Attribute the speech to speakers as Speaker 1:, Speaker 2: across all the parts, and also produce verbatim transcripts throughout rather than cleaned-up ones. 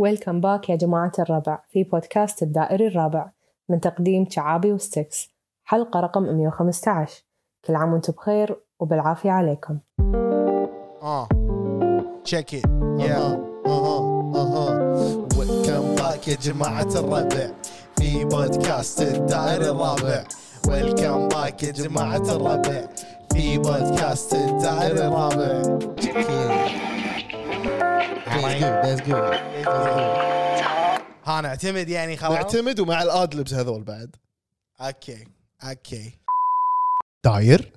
Speaker 1: ويلكم باك يا جماعة الربع في بودكاست الدائري الرابع من تقديم شعابي وستكس، حلقة رقم مئة وخمسة عشر. كل عام وانتم بخير وبالعافية عليكم.
Speaker 2: اه تشيك ات يا اها اها ويلكم باك يا جماعة الربع في بودكاست الدائري الرابع. ويلكم باك يا جماعة الربع في بودكاست الدائري الرابع.
Speaker 3: That's good. That's good.
Speaker 2: ها نعتمد يعني خلاص
Speaker 3: نعتمد ومع الادلبس هذول بعد.
Speaker 2: اوكي اوكي
Speaker 3: داير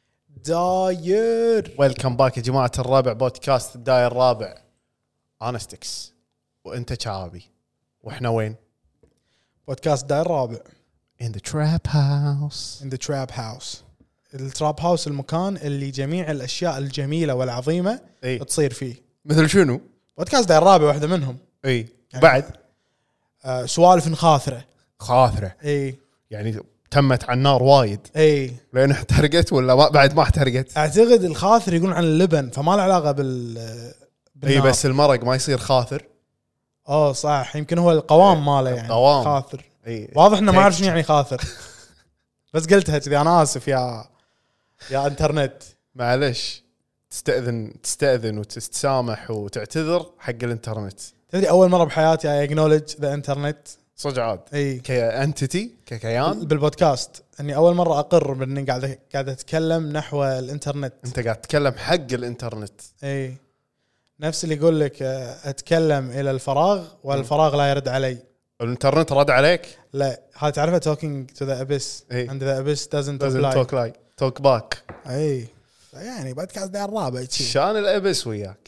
Speaker 2: داير.
Speaker 3: ويلكم باك يا جماعة الرابع بودكاست الداير الرابع. انا ستكس وانت شعابي، واحنا وين؟
Speaker 2: بودكاست الدائري الرابع
Speaker 3: In the trap house.
Speaker 2: in the trap house. التراب هاوس المكان اللي جميع الاشياء الجميلة والعظيمة
Speaker 3: اي
Speaker 2: تصير فيه.
Speaker 3: مثل شنو؟
Speaker 2: بودكاست الدائري الرابع واحدة منهم.
Speaker 3: اي بعد
Speaker 2: آه سوالف خاثرة.
Speaker 3: خاثرة
Speaker 2: اي
Speaker 3: يعني تمت على النار وايد
Speaker 2: اي
Speaker 3: لين احترقت ولا ما بعد ما احترقت؟
Speaker 2: اعتقد الخاثر يقولون عن اللبن فما له علاقه بال
Speaker 3: اي بس المرق ما يصير خاثر.
Speaker 2: اه صح، يمكن هو القوام ماله يعني
Speaker 3: القوام.
Speaker 2: خاثر.
Speaker 3: اي
Speaker 2: واضح انه ما اعرف شنو يعني خاثر بس قلتها كذي. انا اسف يا يا انترنت،
Speaker 3: معلش. تستأذن تستأذن وتستسامح وتعتذر حق الانترنت.
Speaker 2: تدري اول مره بحياتي اي اكنولج ذا انترنت
Speaker 3: صدق عاد
Speaker 2: اي
Speaker 3: كأنتيتي ككيان
Speaker 2: بالبودكاست، اني اول مره اقر باني قاعد قاعد اتكلم نحو الانترنت.
Speaker 3: انت قاعد تتكلم حق الانترنت.
Speaker 2: اي نفس اللي يقول لك اتكلم الى الفراغ والفراغ لا يرد علي.
Speaker 3: الانترنت رد عليك؟
Speaker 2: لا هاي تعرفها talking to the abyss
Speaker 3: إيه.
Speaker 2: and the abyss doesn't,
Speaker 3: doesn't
Speaker 2: talk
Speaker 3: talk like talk back.
Speaker 2: اي يعني بودكاست ده الرابع شيء.
Speaker 3: شان الابس وياك.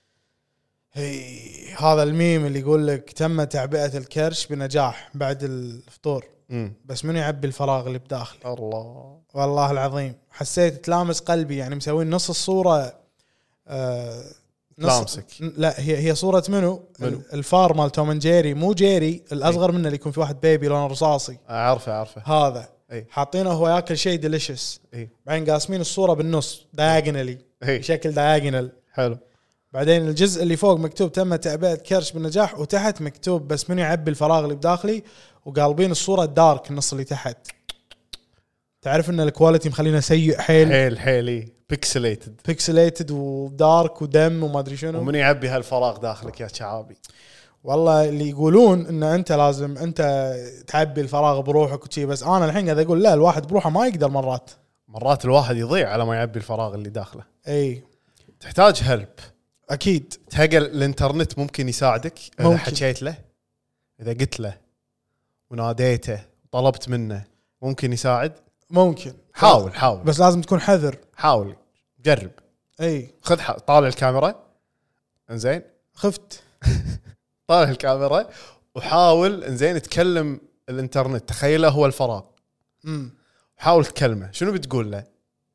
Speaker 2: هي هذا الميم اللي يقول لك تم تعبئة الكرش بنجاح بعد الفطور،
Speaker 3: امم
Speaker 2: بس منو يعبي الفراغ اللي بداخلي؟
Speaker 3: الله
Speaker 2: والله العظيم حسيت تلامس قلبي. يعني مسوين نص الصورة آه نص
Speaker 3: لامسك.
Speaker 2: لا هي هي صورة منو؟
Speaker 3: منو؟
Speaker 2: الفار مال توم اند جيري، مو جيري الأصغر منه اللي يكون في واحد بيبي لونه رصاصي.
Speaker 3: اعرفه اعرفه
Speaker 2: هذا
Speaker 3: اي
Speaker 2: حاطينه هو ياكل شيء ديليشس،
Speaker 3: اي
Speaker 2: بعدين قاسمين الصورة بالنص دايجونالي
Speaker 3: اي
Speaker 2: بشكل دايجونال.
Speaker 3: حلو.
Speaker 2: بعدين الجزء اللي فوق مكتوب تم تعبئة كرش بالنجاح، وتحت مكتوب بس منو يعبي الفراغ اللي بداخلي، وقالبين الصورة دارك النص اللي تحت. تعرف ان الكواليتي مخلينا سيء حيل
Speaker 3: حيل حيلي بيكسليتد
Speaker 2: بيكسليتد ودارك ودم وما ادري شنو.
Speaker 3: ومن يعبي هالفراغ داخلك يا شعابي؟
Speaker 2: والله اللي يقولون ان انت لازم انت تعبي الفراغ بروحك وشي، بس انا الحين قاعد اقول لا، الواحد بروحه ما يقدر. مرات
Speaker 3: مرات الواحد يضيع على ما يعبي الفراغ اللي داخله.
Speaker 2: اي
Speaker 3: تحتاج هلب
Speaker 2: اكيد.
Speaker 3: تهقل الانترنت ممكن يساعدك اذا
Speaker 2: ممكن.
Speaker 3: حكيت له، اذا قلت له وناديته وطلبت منه ممكن يساعد.
Speaker 2: ممكن
Speaker 3: حاول حاول
Speaker 2: بس لازم تكون حذر.
Speaker 3: حاول جرب.
Speaker 2: اي
Speaker 3: خذ ح... طالع الكاميرا انزين،
Speaker 2: خفت
Speaker 3: طالع الكاميرا وحاول انزين تكلم الانترنت. تخيله هو الفراغ،
Speaker 2: امم
Speaker 3: حاول تكلمه. شنو بتقول له؟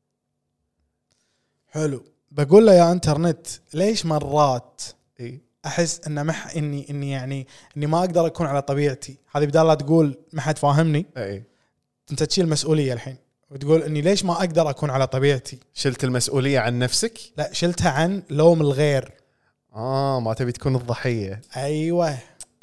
Speaker 2: حلو. بقول له يا انترنت ليش مرات
Speaker 3: اي
Speaker 2: احس ان مح اني اني يعني اني ما اقدر اكون على طبيعتي. هذه بدال لا تقول ما حد فاهمني،
Speaker 3: اي
Speaker 2: انت تشيل مسؤوليه الحين وتقول اني ليش ما اقدر اكون على طبيعتي.
Speaker 3: شلت المسؤوليه عن نفسك.
Speaker 2: لا شلتها عن لوم الغير.
Speaker 3: اه ما تبي تكون الضحيه.
Speaker 2: ايوه.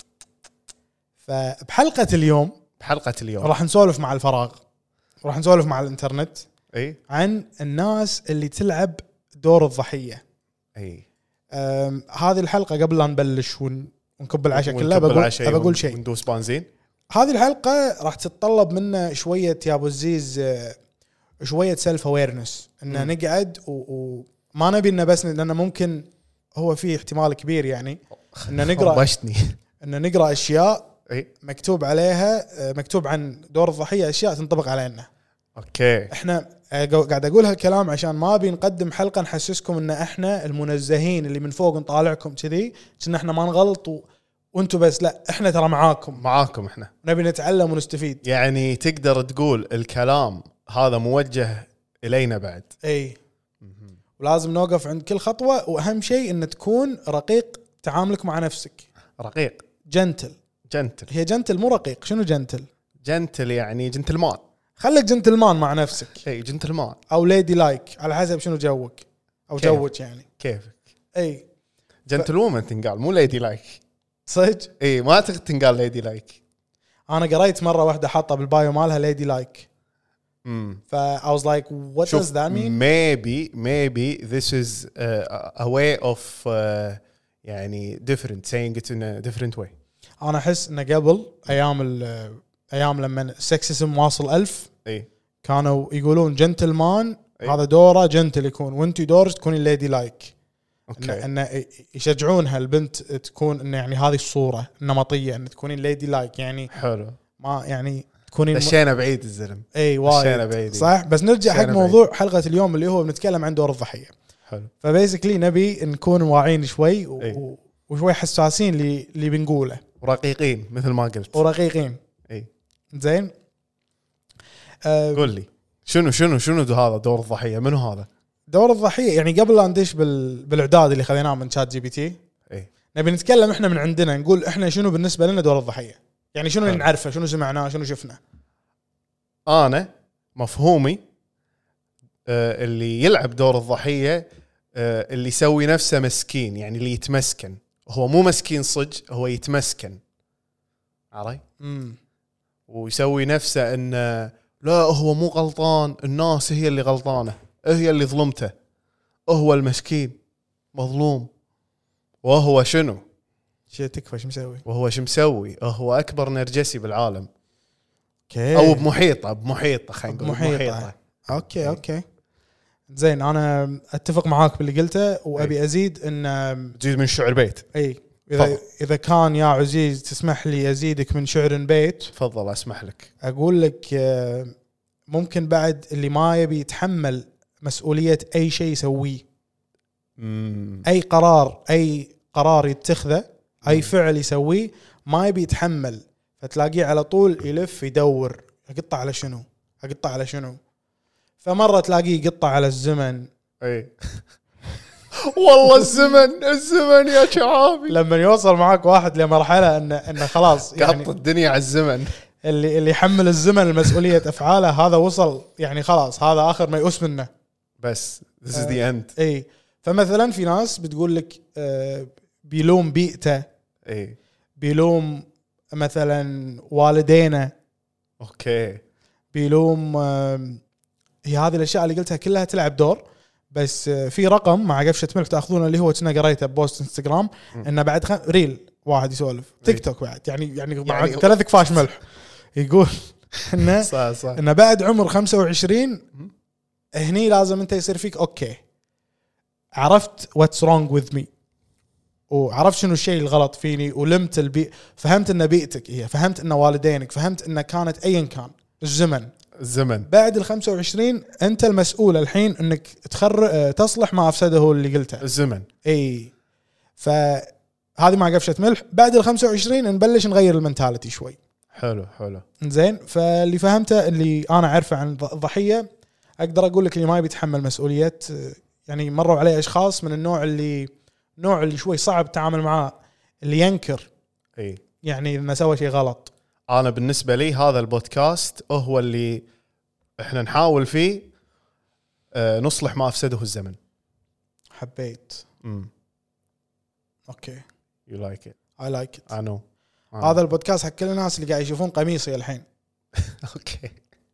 Speaker 2: فبحلقه اليوم
Speaker 3: بحلقه اليوم
Speaker 2: راح نسولف مع الفراغ، راح نسولف مع الانترنت
Speaker 3: اي
Speaker 2: عن الناس اللي تلعب دور الضحيه.
Speaker 3: اي
Speaker 2: أم، هذه الحلقه قبل لا نبلش ون- ونكب العشاء كلها
Speaker 3: ونكب
Speaker 2: بقول
Speaker 3: العشاء
Speaker 2: بقول شيء.
Speaker 3: وندوس بنزين.
Speaker 2: هذه الحلقة راح تتطلب منا شوية يا أبو الزيز، آه، شوية سيلف أويرنس، إن
Speaker 3: مم.
Speaker 2: نقعد و- وما نبي إنه بس لأنه ممكن هو فيه احتمال كبير يعني إن نقرأ
Speaker 3: بشتني
Speaker 2: إن نقرأ أشياء
Speaker 3: اي
Speaker 2: مكتوب عليها، آه، مكتوب عن دور الضحية أشياء تنطبق علينا
Speaker 3: اوكي.
Speaker 2: إحنا. آه، قاعد أقول هالكلام عشان ما أبي نقدم حلقة نحسسكم إن إحنا المنزهين اللي من فوق نطالعكم كذي كنا إحنا ما نغلط و... وأنتوا بس. لا إحنا ترى معاكم،
Speaker 3: معاكم احنا،
Speaker 2: نبي نتعلم ونستفيد.
Speaker 3: يعني تقدر تقول الكلام هذا موجه إلينا بعد.
Speaker 2: اي ولازم نوقف عند كل خطوة، واهم شيء ان تكون رقيق تعاملك مع نفسك.
Speaker 3: رقيق
Speaker 2: جنتل.
Speaker 3: جنتل.
Speaker 2: هي جنتل مو رقيق. شنو جنتل؟
Speaker 3: جنتل يعني جنتلمان.
Speaker 2: خليك جنتلمان مع نفسك،
Speaker 3: اي جنتلمان
Speaker 2: او ليدي لايك على حسب شنو جوك او
Speaker 3: كيف.
Speaker 2: جوك يعني.
Speaker 3: كيفك.
Speaker 2: اي
Speaker 3: جنتل وومن تنقال مو ليدي لايك.
Speaker 2: صدق
Speaker 3: اي ما اعتقد تنقال ليدي لايك.
Speaker 2: انا قريت مره واحده حاطه بالبايو مالها ليدي لايك.
Speaker 3: امم
Speaker 2: ف I was like what does that mean.
Speaker 3: maybe maybe this is uh, a way of uh, يعني different saying it in a different way.
Speaker 2: انا احس انه قبل ايام ال ايام لما السكسزم واصل ألف
Speaker 3: اي
Speaker 2: كانوا يقولون جنتلمان
Speaker 3: أي.
Speaker 2: هذا دوره جنتل يكون وانتي دورك تكوني ليدي لايك.
Speaker 3: اوكي
Speaker 2: ان إن يشجعونها البنت تكون انه يعني هذه الصوره النمطيه ان تكوني ليدي لايك يعني
Speaker 3: حلو.
Speaker 2: ما يعني تكوني
Speaker 3: دشينا بعيد الزلم.
Speaker 2: اي
Speaker 3: دشينا
Speaker 2: وايد
Speaker 3: بعيد.
Speaker 2: صح. بس نرجع حق
Speaker 3: دشينا
Speaker 2: موضوع حلقه اليوم اللي هو بنتكلم عن دور الضحيه.
Speaker 3: حلو.
Speaker 2: فبيسكلي نبي نكون واعيين شوي و...
Speaker 3: أي.
Speaker 2: وشوي حساسين اللي اللي بنقوله
Speaker 3: ورقيقين مثل ما قلت.
Speaker 2: ورقيقين.
Speaker 3: اي
Speaker 2: زين أه
Speaker 3: قول لي شنو شنو شنو دو هذا دور الضحيه منو هذا؟
Speaker 2: دور الضحيه يعني قبل لا ندش بال... بالاعداد اللي خذيناه من شات جي بي تي
Speaker 3: اي
Speaker 2: نبي نتكلم احنا من عندنا نقول احنا شنو بالنسبه لنا دور الضحيه يعني شنو اللي
Speaker 3: حلو.
Speaker 2: نعرفه شنو سمعناه شنو شفنا.
Speaker 3: انا مفهومي آه اللي يلعب دور الضحيه آه اللي يسوي نفسه مسكين يعني اللي يتمسكن. هو مو مسكين صج هو يتمسكن عري
Speaker 2: امم
Speaker 3: ويسوي نفسه انه لا هو مو غلطان الناس هي اللي غلطانه هي اللي ظلمته هو المسكين مظلوم وهو شنو
Speaker 2: شيء تكفى شو مسوي
Speaker 3: وهو شو مسوي هو اكبر نرجسي بالعالم
Speaker 2: اوكي
Speaker 3: او بمحيطه بمحيطه خلينا نقول
Speaker 2: بمحيطة. اوكي اوكي زين انا اتفق معاك باللي قلته وابي ازيد ان
Speaker 3: تزيد من شعر بيت.
Speaker 2: اي اذا
Speaker 3: فضل.
Speaker 2: اذا كان يا عزيز تسمح لي ازيدك من شعر بيت
Speaker 3: تفضل اسمح لك.
Speaker 2: اقول لك آه، ممكن بعد اللي ما يبي يتحمل مسؤوليه اي شيء يسويه
Speaker 3: مم.
Speaker 2: اي قرار اي قرار يتخذه اي فعل يسويه ما يبي يتحمل فتلاقيه على طول يلف يدور اقطع على شنو اقطع على شنو فمره تلاقيه يقطع على الزمن.
Speaker 3: اي والله الزمن الزمن يا شعابي
Speaker 2: لما يوصل معك واحد لمرحله ان انه خلاص
Speaker 3: قط
Speaker 2: يعني
Speaker 3: الدنيا على الزمن
Speaker 2: اللي اللي يحمل الزمن المسؤوليه افعاله هذا وصل يعني خلاص هذا اخر ما يؤس منه
Speaker 3: بس this is the end.
Speaker 2: اي فمثلا في ناس بتقول لك آه، بيلوم بيئته
Speaker 3: اي
Speaker 2: بيلوم مثلا والدينا
Speaker 3: اوكي
Speaker 2: بيلوم آه، هي هذه الاشياء اللي قلتها كلها تلعب دور بس آه، في رقم مع قفشه ملح تاخذونه اللي هو كنا قريته ببوست انستغرام انه بعد خم... ريل واحد يسولف تيك توك بعد يعني يعني, مع
Speaker 3: يعني
Speaker 2: ثلاث كفاش ملح يقول انه
Speaker 3: صح صح
Speaker 2: انه بعد عمر خمسة وعشرين هني لازم انت يصير فيك اوكي عرفت واتس رونج وذ مي وعرفت شنو الشيء الغلط فيني ولمت البي فهمت ان بيئتك هي فهمت ان والدينك فهمت ان كانت ايا كان الزمن
Speaker 3: الزمن
Speaker 2: بعد ال خمسة وعشرين انت المسؤول الحين انك تخر تصلح ما افسده اللي قلته
Speaker 3: الزمن.
Speaker 2: اي فهذه ما قفشه ملح بعد ال خمسة وعشرين نبلش نغير المنتاليتي شوي.
Speaker 3: حلو حلو
Speaker 2: زين فاللي فهمته اللي انا عارفه عن الضحيه اقدر اقول لك اللي ما يتحمل مسؤوليه يعني مروا عليه اشخاص من النوع اللي نوع اللي شوي صعب التعامل معاه اللي ينكر
Speaker 3: اي
Speaker 2: يعني انه سوى شيء غلط.
Speaker 3: انا بالنسبه لي هذا البودكاست هو اللي احنا نحاول فيه آه نصلح ما افسده الزمن.
Speaker 2: حبيت
Speaker 3: امم
Speaker 2: اوكي
Speaker 3: you like it
Speaker 2: اي لايك ات.
Speaker 3: I know
Speaker 2: هذا البودكاست حق كل الناس اللي قاعد يشوفون قميصي الحين.
Speaker 3: اوكي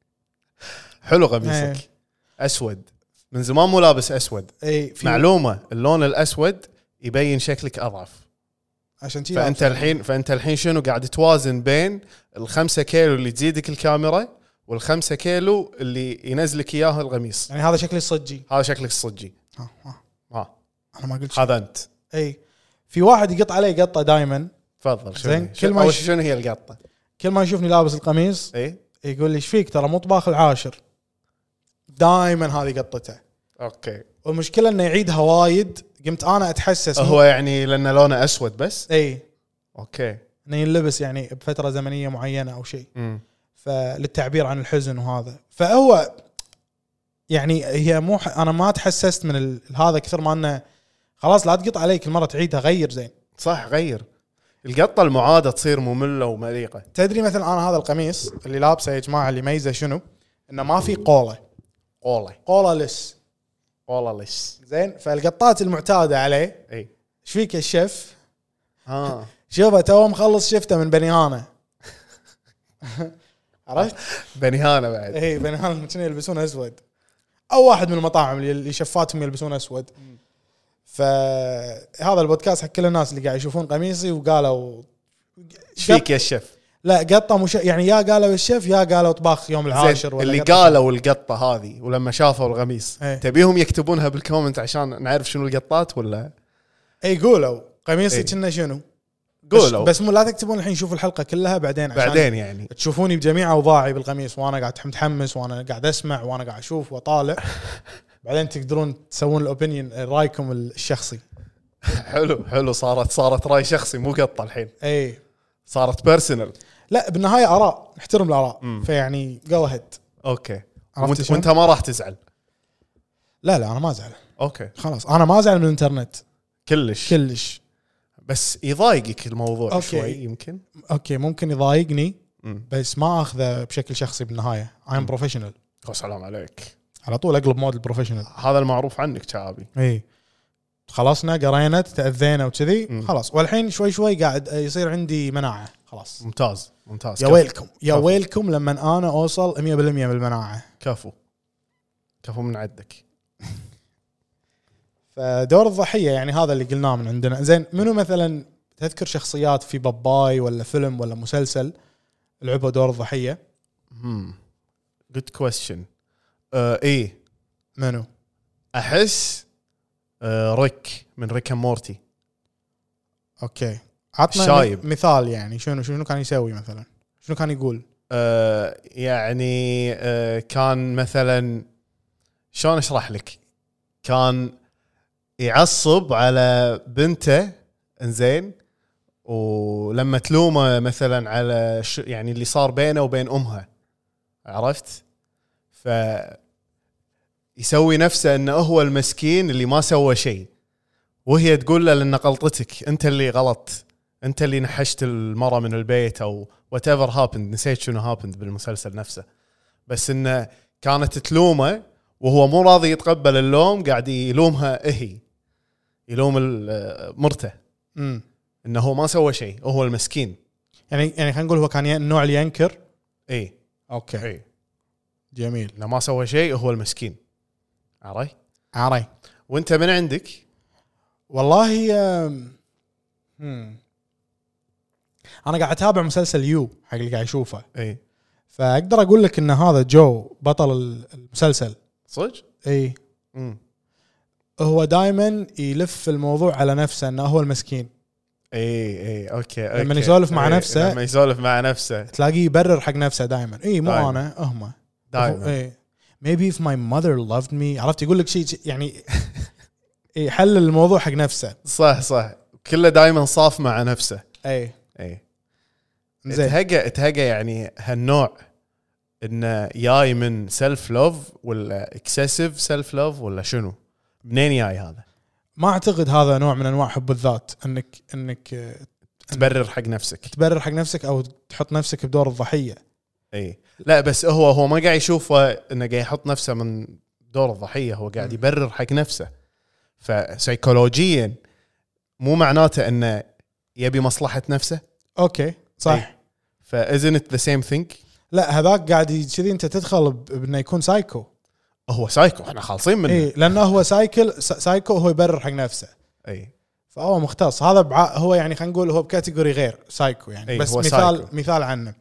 Speaker 3: حلو قميصك اسود من زمان مو لابس اسود.
Speaker 2: اي في
Speaker 3: معلومه اللون الاسود يبين شكلك اضعف
Speaker 2: عشان كذا
Speaker 3: فانت الحين فانت الحين شنو قاعد توازن بين الخمسة كيلو اللي تزيدك الكاميرا والخمسة كيلو اللي ينزلك اياه القميص.
Speaker 2: يعني هذا شكلي الصجي
Speaker 3: هذا شكلك الصجي.
Speaker 2: ها ها
Speaker 3: ها
Speaker 2: انا ما قلت شيء.
Speaker 3: هذا انت.
Speaker 2: اي في واحد يقط علي قطه دائما
Speaker 3: تفضل
Speaker 2: زين
Speaker 3: شنو
Speaker 2: كل ما
Speaker 3: أول
Speaker 2: يش...
Speaker 3: شنو هي القطه؟
Speaker 2: كل ما يشوفني لابس القميص
Speaker 3: اي
Speaker 2: يقول لي ايش فيك ترى مو طباخ العاشر دائما هذه قطته.
Speaker 3: اوكي
Speaker 2: والمشكله انه يعيدها وايد قمت انا اتحسس
Speaker 3: هو يعني لانه لونه اسود بس.
Speaker 2: اي
Speaker 3: اوكي
Speaker 2: انه ينلبس يعني بفتره زمنيه معينه او شيء
Speaker 3: امم
Speaker 2: فللتعبير عن الحزن وهذا فهو يعني هي مو ح... انا ما تحسست من ال... هذا كثر ما انه خلاص لا تقط عليك المره تعيدها غير زين
Speaker 3: صح غير القطه المعاده تصير ممله ومليقه.
Speaker 2: تدري مثلا انا هذا القميص اللي لابسه يا جماعه اللي ميزه شنو انه ما في قوله
Speaker 3: قوله
Speaker 2: قوله لس
Speaker 3: قوله ليش
Speaker 2: زين فالقطات المعتاده عليه
Speaker 3: اي
Speaker 2: ايش فيك يا الشيف
Speaker 3: ها
Speaker 2: شوفه تو مخلص شفته من بنيهانه. عرفت
Speaker 3: بنيهانه بعد
Speaker 2: اي بنيهانه كانوا يلبسون اسود، او واحد من المطاعم اللي شفاتهم يلبسون اسود. فهذا البودكاست حق كل الناس اللي قاعد يشوفون قميصي وقالوا
Speaker 3: ايش فيك يا الشيف؟
Speaker 2: لا قطه مش يعني، يا قالوا الشيف يا قالوا طباخ يوم العاشر، ولا
Speaker 3: اللي قالوا القطه هذه ولما شافوا القميص
Speaker 2: ايه.
Speaker 3: تبيهم يكتبونها بالكومنت عشان نعرف شنو القطات ولا
Speaker 2: اي قولوا قميصي
Speaker 3: ايه.
Speaker 2: كنا شنو
Speaker 3: قولوا
Speaker 2: بس, بس مو لا تكتبون الحين، شوفوا الحلقه كلها بعدين عشان
Speaker 3: بعدين يعني
Speaker 2: تشوفوني بجميع اوضاعي بالقميص، وانا قاعد متحمس وانا قاعد اسمع وانا قاعد اشوف واطالع. بعدين تقدرون تسوون الاوبينيون رايكم الشخصي.
Speaker 3: حلو حلو صارت صارت راي شخصي مو قطه الحين،
Speaker 2: اي
Speaker 3: صارت بيرسونال.
Speaker 2: لا بالنهايه اراء، نحترم الاراء. فيعني جو هيد.
Speaker 3: اوكي
Speaker 2: عرفت
Speaker 3: وانت,
Speaker 2: شلون؟
Speaker 3: وانت ما راح تزعل.
Speaker 2: لا لا انا ما ازعل،
Speaker 3: اوكي
Speaker 2: خلاص انا ما ازعل من الانترنت
Speaker 3: كلش
Speaker 2: كلش.
Speaker 3: بس يضايقك الموضوع
Speaker 2: أوكي.
Speaker 3: شوي يمكن.
Speaker 2: اوكي ممكن يضايقني
Speaker 3: مم.
Speaker 2: بس ما اخذه بشكل شخصي. بالنهايه I'm professional،
Speaker 3: السلام عليك،
Speaker 2: على طول اقلب مود البروفيشنال.
Speaker 3: هذا المعروف عنك شعبي.
Speaker 2: اي خلصنا قرينا تأذينا وكذي
Speaker 3: مم.
Speaker 2: خلاص، والحين شوي شوي قاعد يصير عندي مناعة خلاص.
Speaker 3: ممتاز ممتاز.
Speaker 2: يا
Speaker 3: كفو.
Speaker 2: ويلكم يا
Speaker 3: كفو.
Speaker 2: ويلكم لما انا اوصل مية بالمية من المناعة.
Speaker 3: كفو كفو من عندك.
Speaker 2: فدور الضحية يعني هذا اللي قلناه من عندنا. زين منو مثلا تذكر شخصيات في باباي ولا فيلم ولا مسلسل لعبوا دور الضحية؟
Speaker 3: امم جود كويستشن. ايه
Speaker 2: منو؟
Speaker 3: احس آه ريك من ريك أند مورتي.
Speaker 2: اوكي عطنا
Speaker 3: شايب.
Speaker 2: مثال يعني شنو شنو كان يسوي مثلا، شنو كان يقول؟
Speaker 3: آه يعني آه كان مثلا شلون اشرح لك، كان يعصب على بنته انزين، ولما تلومه مثلا على ش يعني اللي صار بينه وبين امها، عرفت؟ ف يسوي نفسه انه هو المسكين اللي ما سوى شيء، وهي تقول له لان غلطتك انت اللي غلط، انت اللي نحشت المرأة من البيت او whatever happened. نسيت شنو happened بالمسلسل نفسه، بس انه كانت تلومه وهو مو راضي يتقبل اللوم، قاعد يلومها هي، يلوم مرته
Speaker 2: امم
Speaker 3: انه هو ما سوى شيء وهو المسكين.
Speaker 2: يعني يعني خلينا نقول هو كان النوع اللي ينكر.
Speaker 3: اي
Speaker 2: اوكي
Speaker 3: اي
Speaker 2: جميل.
Speaker 3: انه ما سوى شيء وهو المسكين. عري
Speaker 2: عري
Speaker 3: وانت من عندك؟
Speaker 2: والله أم... هم. انا قاعد اتابع مسلسل يو حق اللي قاعد اشوفه،
Speaker 3: اي
Speaker 2: فاقدر اقول لك ان هذا جو بطل المسلسل.
Speaker 3: صدق؟
Speaker 2: اي
Speaker 3: امم
Speaker 2: هو دائما يلف الموضوع على نفسه انه هو المسكين.
Speaker 3: اي اي اوكي, أوكي.
Speaker 2: لما يسولف مع
Speaker 3: إيه.
Speaker 2: نفسه،
Speaker 3: لما يسولف مع نفسه
Speaker 2: تلاقيه يبرر حق نفسه دائما. اي مو
Speaker 3: دايماً.
Speaker 2: انا هم
Speaker 3: دائما.
Speaker 2: اي maybe if my mother loved me. عرفت يقول لك شيء يعني يحلل الموضوع حق نفسه.
Speaker 3: صح صح كله دائما صاف مع نفسه.
Speaker 2: اي
Speaker 3: اي
Speaker 2: زين
Speaker 3: تهقى تهقى يعني هالنوع انه جاي من سيلف لوف ولا اكسسيف سيلف لوف ولا شنو؟ منين جاي هذا؟
Speaker 2: ما اعتقد هذا نوع من انواع حب الذات، انك انك
Speaker 3: تبرر حق نفسك،
Speaker 2: تبرر حق نفسك او تحط نفسك بدور الضحيه.
Speaker 3: اي لا بس هو هو ما قاعد يشوفه انه قاعد يحط نفسه من دور الضحيه، هو قاعد يبرر حق نفسه. فسيكولوجيا مو معناته انه يبي مصلحه نفسه.
Speaker 2: اوكي صح.
Speaker 3: فازن't the same thing.
Speaker 2: لا هذاك قاعد كذي انت تدخل بانه يكون سايكو.
Speaker 3: هو سايكو احنا خالصين منه.
Speaker 2: اي لانه هو سايكل سايكو هو يبرر حق نفسه.
Speaker 3: اي
Speaker 2: فهو مختص هذا بع... هو يعني خلينا نقول هو بكاتيجوري غير سايكو يعني.
Speaker 3: أي
Speaker 2: بس
Speaker 3: هو
Speaker 2: مثال
Speaker 3: سايكو.
Speaker 2: مثال عنه.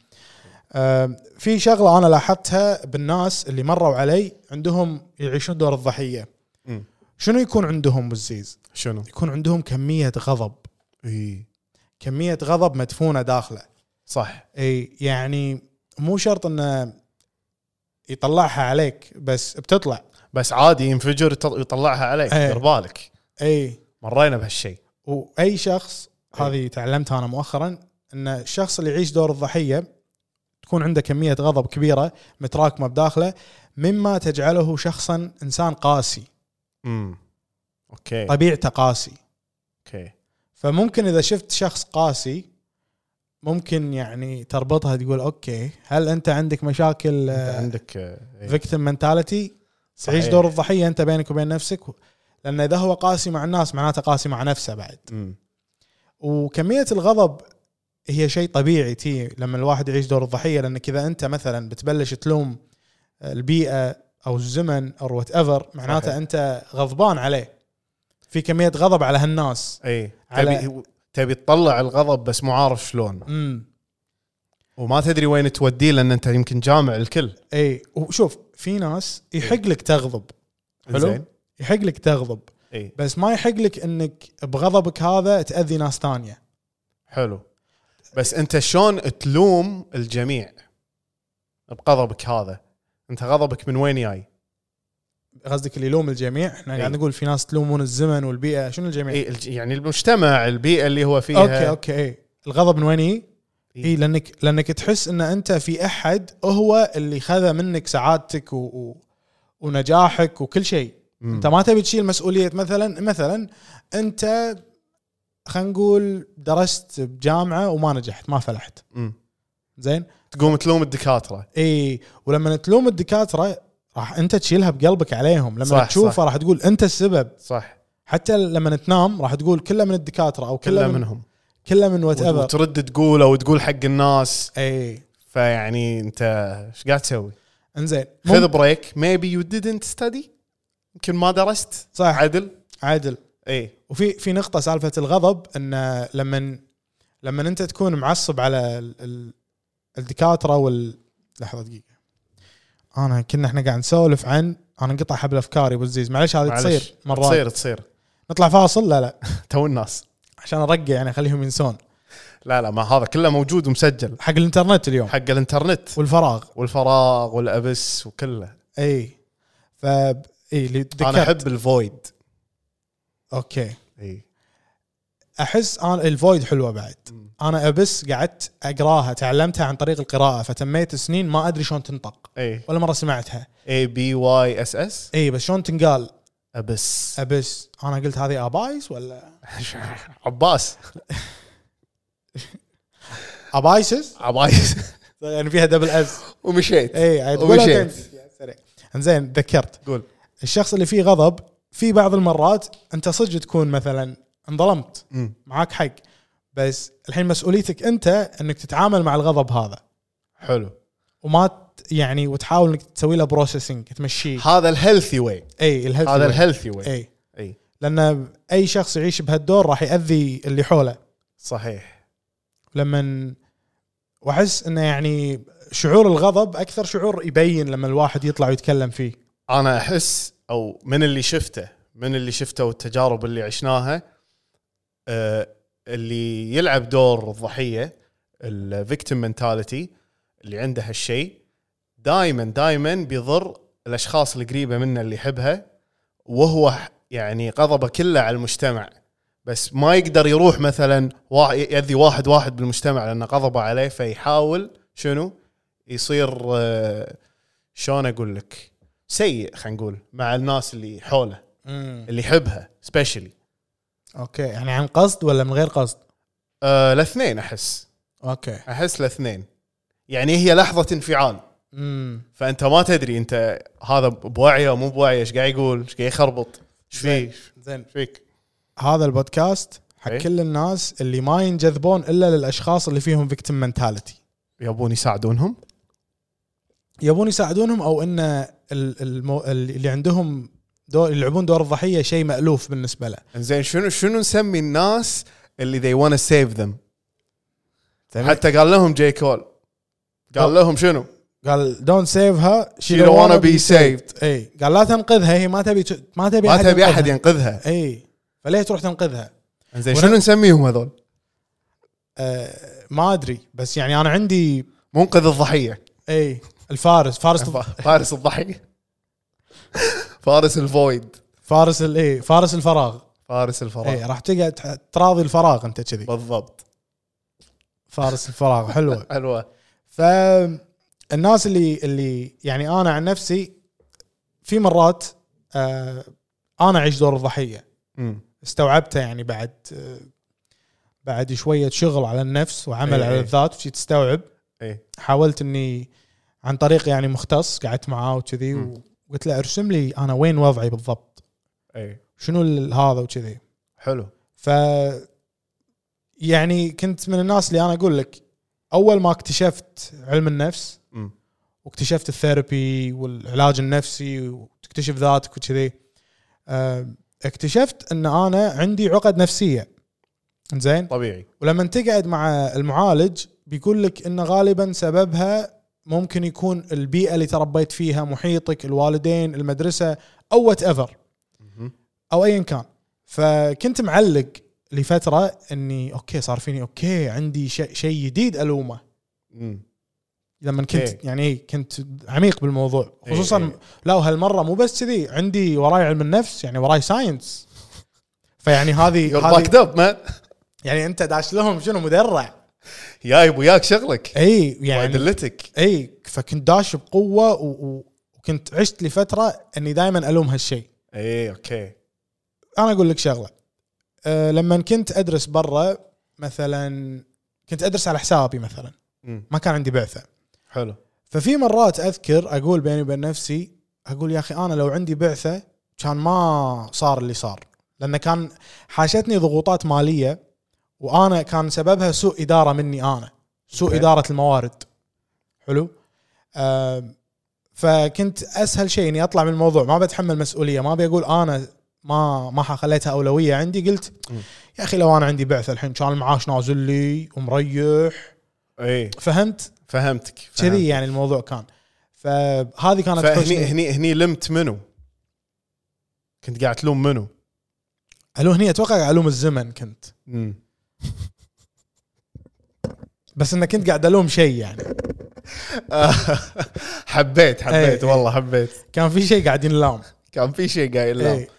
Speaker 2: في شغله انا لاحظتها بالناس اللي مروا علي عندهم يعيشون دور الضحيه.
Speaker 3: م.
Speaker 2: شنو يكون عندهم بالزيز؟
Speaker 3: شنو؟
Speaker 2: يكون عندهم كميه غضب.
Speaker 3: اي
Speaker 2: كميه غضب مدفونه داخله.
Speaker 3: صح.
Speaker 2: اي يعني مو شرط انه يطلعها عليك، بس بتطلع.
Speaker 3: بس عادي ينفجر يطلعها عليك.
Speaker 2: أي.
Speaker 3: دير بالك.
Speaker 2: اي
Speaker 3: مرينا بهالشيء.
Speaker 2: واي شخص هذه تعلمتها انا مؤخرا، ان الشخص اللي يعيش دور الضحيه تكون عنده كميه غضب كبيره متراكمه بداخله، مما تجعله شخصا انسان قاسي.
Speaker 3: امم اوكي
Speaker 2: طبيعته قاسي.
Speaker 3: اوكي
Speaker 2: فممكن اذا شفت شخص قاسي ممكن يعني تربطها تقول اوكي هل انت عندك مشاكل
Speaker 3: انت عندك
Speaker 2: فيكتيم منتاليتي، تعيش دور الضحيه انت بينك وبين نفسك. لان اذا هو قاسي مع الناس معناته قاسي مع نفسه بعد.
Speaker 3: امم
Speaker 4: وكمية الغضب هي شيء طبيعي تي لما الواحد يعيش دور الضحية، لأنك إذا أنت مثلا بتبلش تلوم البيئة أو الزمن أو وات ايفر، معناته صحيح. أنت غضبان عليه، في كمية غضب على هالناس.
Speaker 3: أي
Speaker 4: على...
Speaker 3: تبي تبي تطلع الغضب بس مو عارف شلون،
Speaker 4: امم
Speaker 3: وما تدري وين توديه لأن أنت يمكن جامع الكل.
Speaker 4: أي وشوف في ناس يحق لك تغضب، حلو، يحق لك تغضب،
Speaker 3: أي.
Speaker 4: بس ما يحق لك إنك بغضبك هذا تأذي ناس تانية.
Speaker 3: حلو، بس أنت شلون تلوم الجميع بغضبك هذا؟ أنت غضبك من وين جاي؟
Speaker 4: قصدك اللي يلوم الجميع؟ احنا قاعد نقول في ناس تلومون الزمن والبيئة، شنو الجميع؟
Speaker 3: إيه يعني المجتمع، البيئة اللي هو فيها.
Speaker 4: اوكي اوكي اي الغضب من وين يجي؟ إيه؟ إيه لانك لانك تحس ان انت في احد هو اللي خذ منك سعادتك و... و... ونجاحك وكل شيء. مم. انت ما تبي تشيل مسؤولية. مثلا مثلا انت خلينا نقول درست بجامعة وما نجحت، ما فلحت.
Speaker 3: مم.
Speaker 4: زين،
Speaker 3: تقوم تلوم الدكاترة.
Speaker 4: اي ولما تلوم الدكاترة راح انت تشيلها بقلبك عليهم، لما تشوفه راح تقول انت السبب.
Speaker 3: صح.
Speaker 4: حتى لما تنام راح تقول كله من الدكاتره او كله من
Speaker 3: منهم،
Speaker 4: كله من وات ايفر،
Speaker 3: وترد تقول او تقول حق الناس.
Speaker 4: اي
Speaker 3: فيعني انت ايش قاعد تسوي؟
Speaker 4: انزين
Speaker 3: خذ بريك. maybe you didn't study، يمكن ما درست.
Speaker 4: صح،
Speaker 3: عدل
Speaker 4: عدل.
Speaker 3: اي
Speaker 4: وفي في نقطه سالفه الغضب، ان لما لما انت تكون معصب على ال... ال... الدكاتره وال لحظه دقيقه، انا كنا احنا قاعد نسولف عن انا انقطع حبل افكاري ابو عزيز، معلش هذه تصير مرات.
Speaker 3: تصير تصير
Speaker 4: نطلع فاصل. لا لا
Speaker 3: تو الناس
Speaker 4: عشان ارجع يعني اخليهم ينسون.
Speaker 3: لا لا، ما هذا كله موجود ومسجل
Speaker 4: حق الانترنت اليوم،
Speaker 3: حق الانترنت
Speaker 4: والفراغ
Speaker 3: والفراغ والابس وكله.
Speaker 4: اي ف اي اللي
Speaker 3: انا احب الفويد.
Speaker 4: اوكي
Speaker 3: اي
Speaker 4: احس انا الفويد حلوه بعد. م. انا ابس قعدت اقراها، تعلمتها عن طريق القراءه، فتميت سنين ما ادري شلون تنطق.
Speaker 3: اي
Speaker 4: ولا مره سمعتها.
Speaker 3: اي بي واي اس اس.
Speaker 4: اي بس شلون تنقال؟
Speaker 3: ابس
Speaker 4: ابس. انا قلت هذه ابايس ولا
Speaker 3: عباس؟
Speaker 4: ابايسس
Speaker 3: عبايس
Speaker 4: يعني فيها دبل اس.
Speaker 3: ومشيت.
Speaker 4: اي
Speaker 3: ومشيت.
Speaker 4: سريع. انزين ذكرت
Speaker 3: قول.
Speaker 4: الشخص اللي فيه غضب في بعض المرات انت صدق تكون مثلا انظلمت،
Speaker 3: م.
Speaker 4: معاك حق، بس الحين مسؤوليتك انت انك تتعامل مع الغضب هذا.
Speaker 3: حلو.
Speaker 4: وما يعني وتحاول انك تسوي له بروسيسنج، تمشيه.
Speaker 3: هذا الهيلثي واي.
Speaker 4: اي الهيلثي
Speaker 3: هذا الهيلثي واي.
Speaker 4: اي
Speaker 3: اي
Speaker 4: لان اي شخص يعيش بهالدور راح يأذي اللي حوله.
Speaker 3: صحيح.
Speaker 4: لما واحس انه يعني شعور الغضب اكثر شعور يبين لما الواحد يطلع ويتكلم فيه.
Speaker 3: انا احس او من اللي شفته من اللي شفته والتجارب اللي عشناها، آه اللي يلعب دور الضحية، الفيكتيم منتاليتي اللي عنده هالشيء، دائما دائما بيضر الاشخاص القريبة منه اللي يحبها، وهو يعني غضبه كله على المجتمع، بس ما يقدر يروح مثلا يأذي واحد واحد بالمجتمع لأنه غضبه عليه، فيحاول شنو يصير آه شلون اقول لك سيء، خلينا نقول مع الناس اللي حوله
Speaker 4: مم.
Speaker 3: اللي يحبها سبيشلي.
Speaker 4: اوكي يعني عن قصد ولا من غير قصد؟
Speaker 3: آه الاثنين احس.
Speaker 4: اوكي
Speaker 3: احس الاثنين، يعني هي لحظة انفعال.
Speaker 4: امم
Speaker 3: فانت ما تدري انت هذا بوعي او مو بوعي، ايش قاعد يقول، ايش قاعد يخربط، ايش فيه
Speaker 4: زين
Speaker 3: فيك.
Speaker 4: هذا البودكاست حق
Speaker 3: ايه؟
Speaker 4: كل الناس اللي ما ينجذبون الا للاشخاص اللي فيهم فيكتيم منتاليتي،
Speaker 3: يبون يساعدونهم
Speaker 4: يبون يساعدونهم، او ان المو... اللي عندهم دور يلعبون دور الضحية شيء مألوف بالنسبة له.
Speaker 3: زين شنو شنو نسمي الناس اللي they wanna save them؟ حتى قال لهم جاي كول، قال لهم شنو؟
Speaker 4: قال don't save her
Speaker 3: she don't wanna be saved.
Speaker 4: اي قال لا تنقذها، هي ما تبي ما تبي
Speaker 3: ما تبي احد ينقذها.
Speaker 4: اي فليه تروح تنقذها؟
Speaker 3: زين شنو نسميهم هذول؟
Speaker 4: آه ما ادري، بس يعني انا عندي
Speaker 3: منقذ الضحية.
Speaker 4: اي الفارس فارس
Speaker 3: فارس الضحية فارس الفويد،
Speaker 4: فارس الايه فارس الفراغ،
Speaker 3: فارس الفراغ.
Speaker 4: اي راح تقعد تراضي الفراغ انت كذي
Speaker 3: بالضبط.
Speaker 4: فارس الفراغ حلوه
Speaker 3: حلوه.
Speaker 4: فالناس اللي اللي يعني انا عن نفسي في مرات آه انا اعيش دور الضحيه.
Speaker 3: م.
Speaker 4: استوعبتها يعني بعد آه بعد شويه شغل على النفس وعمل
Speaker 3: ايه
Speaker 4: على الذات، وشي تستوعب.
Speaker 3: ايه
Speaker 4: حاولت اني عن طريق يعني مختص قعدت معاه وكذي، وقلت له ارسم لي انا وين وضعي بالضبط،
Speaker 3: ايه
Speaker 4: شنو هذا وكذي.
Speaker 3: حلو.
Speaker 4: ف يعني كنت من الناس اللي انا اقول لك اول ما اكتشفت علم النفس
Speaker 3: م.
Speaker 4: واكتشفت الثيرابي والعلاج النفسي وتكتشف ذاتك وكذي، اكتشفت ان انا عندي عقد نفسيه. زين
Speaker 3: طبيعي.
Speaker 4: ولما تقعد مع المعالج بيقول لك ان غالبا سببها ممكن يكون البيئه اللي تربيت فيها، محيطك، الوالدين، المدرسه، او وات ايفر او ايا كان. فكنت معلق لفتره اني اوكي صار فيني اوكي عندي شيء شيء جديد الومه.
Speaker 3: م.
Speaker 4: لما كنت
Speaker 3: إيه.
Speaker 4: يعني كنت عميق بالموضوع خصوصا
Speaker 3: إيه.
Speaker 4: لا وهالمره مو بس كذي، عندي وراي علم النفس يعني وراي ساينس. فيعني هذه
Speaker 3: هذه
Speaker 4: يعني انت داش لهم شنو مدرع
Speaker 3: جايب وياك شغلك
Speaker 4: اي يعني
Speaker 3: وادلتك.
Speaker 4: اي فكنت داش بقوه و... و... وكنت عشت لفتره اني دائما الوم هالشيء.
Speaker 3: اي اوكي.
Speaker 4: انا اقول لك شغله، أه لما كنت ادرس برا مثلا كنت ادرس على حسابي مثلا،
Speaker 3: م.
Speaker 4: ما كان عندي بعثه.
Speaker 3: حلو.
Speaker 4: ففي مرات اذكر اقول بيني وبين نفسي، اقول يا اخي انا لو عندي بعثه كان ما صار اللي صار، لان كان حاشتني ضغوطات ماليه وانا كان سببها سوء اداره مني انا، سوء
Speaker 3: okay.
Speaker 4: اداره الموارد. حلو. آه فكنت اسهل شيء اني اطلع من الموضوع، ما بتحمل مسؤوليه، ما بيقول انا ما ما خليتها اولويه عندي. قلت
Speaker 3: م.
Speaker 4: يا اخي لو انا عندي بعثه الحين كان المعاش نازل لي ومريح.
Speaker 3: اي
Speaker 4: فهمت
Speaker 3: فهمتك
Speaker 4: كذي يعني الموضوع كان. فهذه كانت
Speaker 3: فهني هني هني لمت منو؟ كنت قاعد تلوم منو؟
Speaker 4: الو هني اتوقع الوم الزمن كنت
Speaker 3: م.
Speaker 4: بس انك كنت قاعد الوم شيء يعني.
Speaker 3: حبيت حبيت
Speaker 4: ايه
Speaker 3: والله حبيت.
Speaker 4: كان في شيء قاعدين نلام،
Speaker 3: كان في شيء قايل لا.
Speaker 4: ايه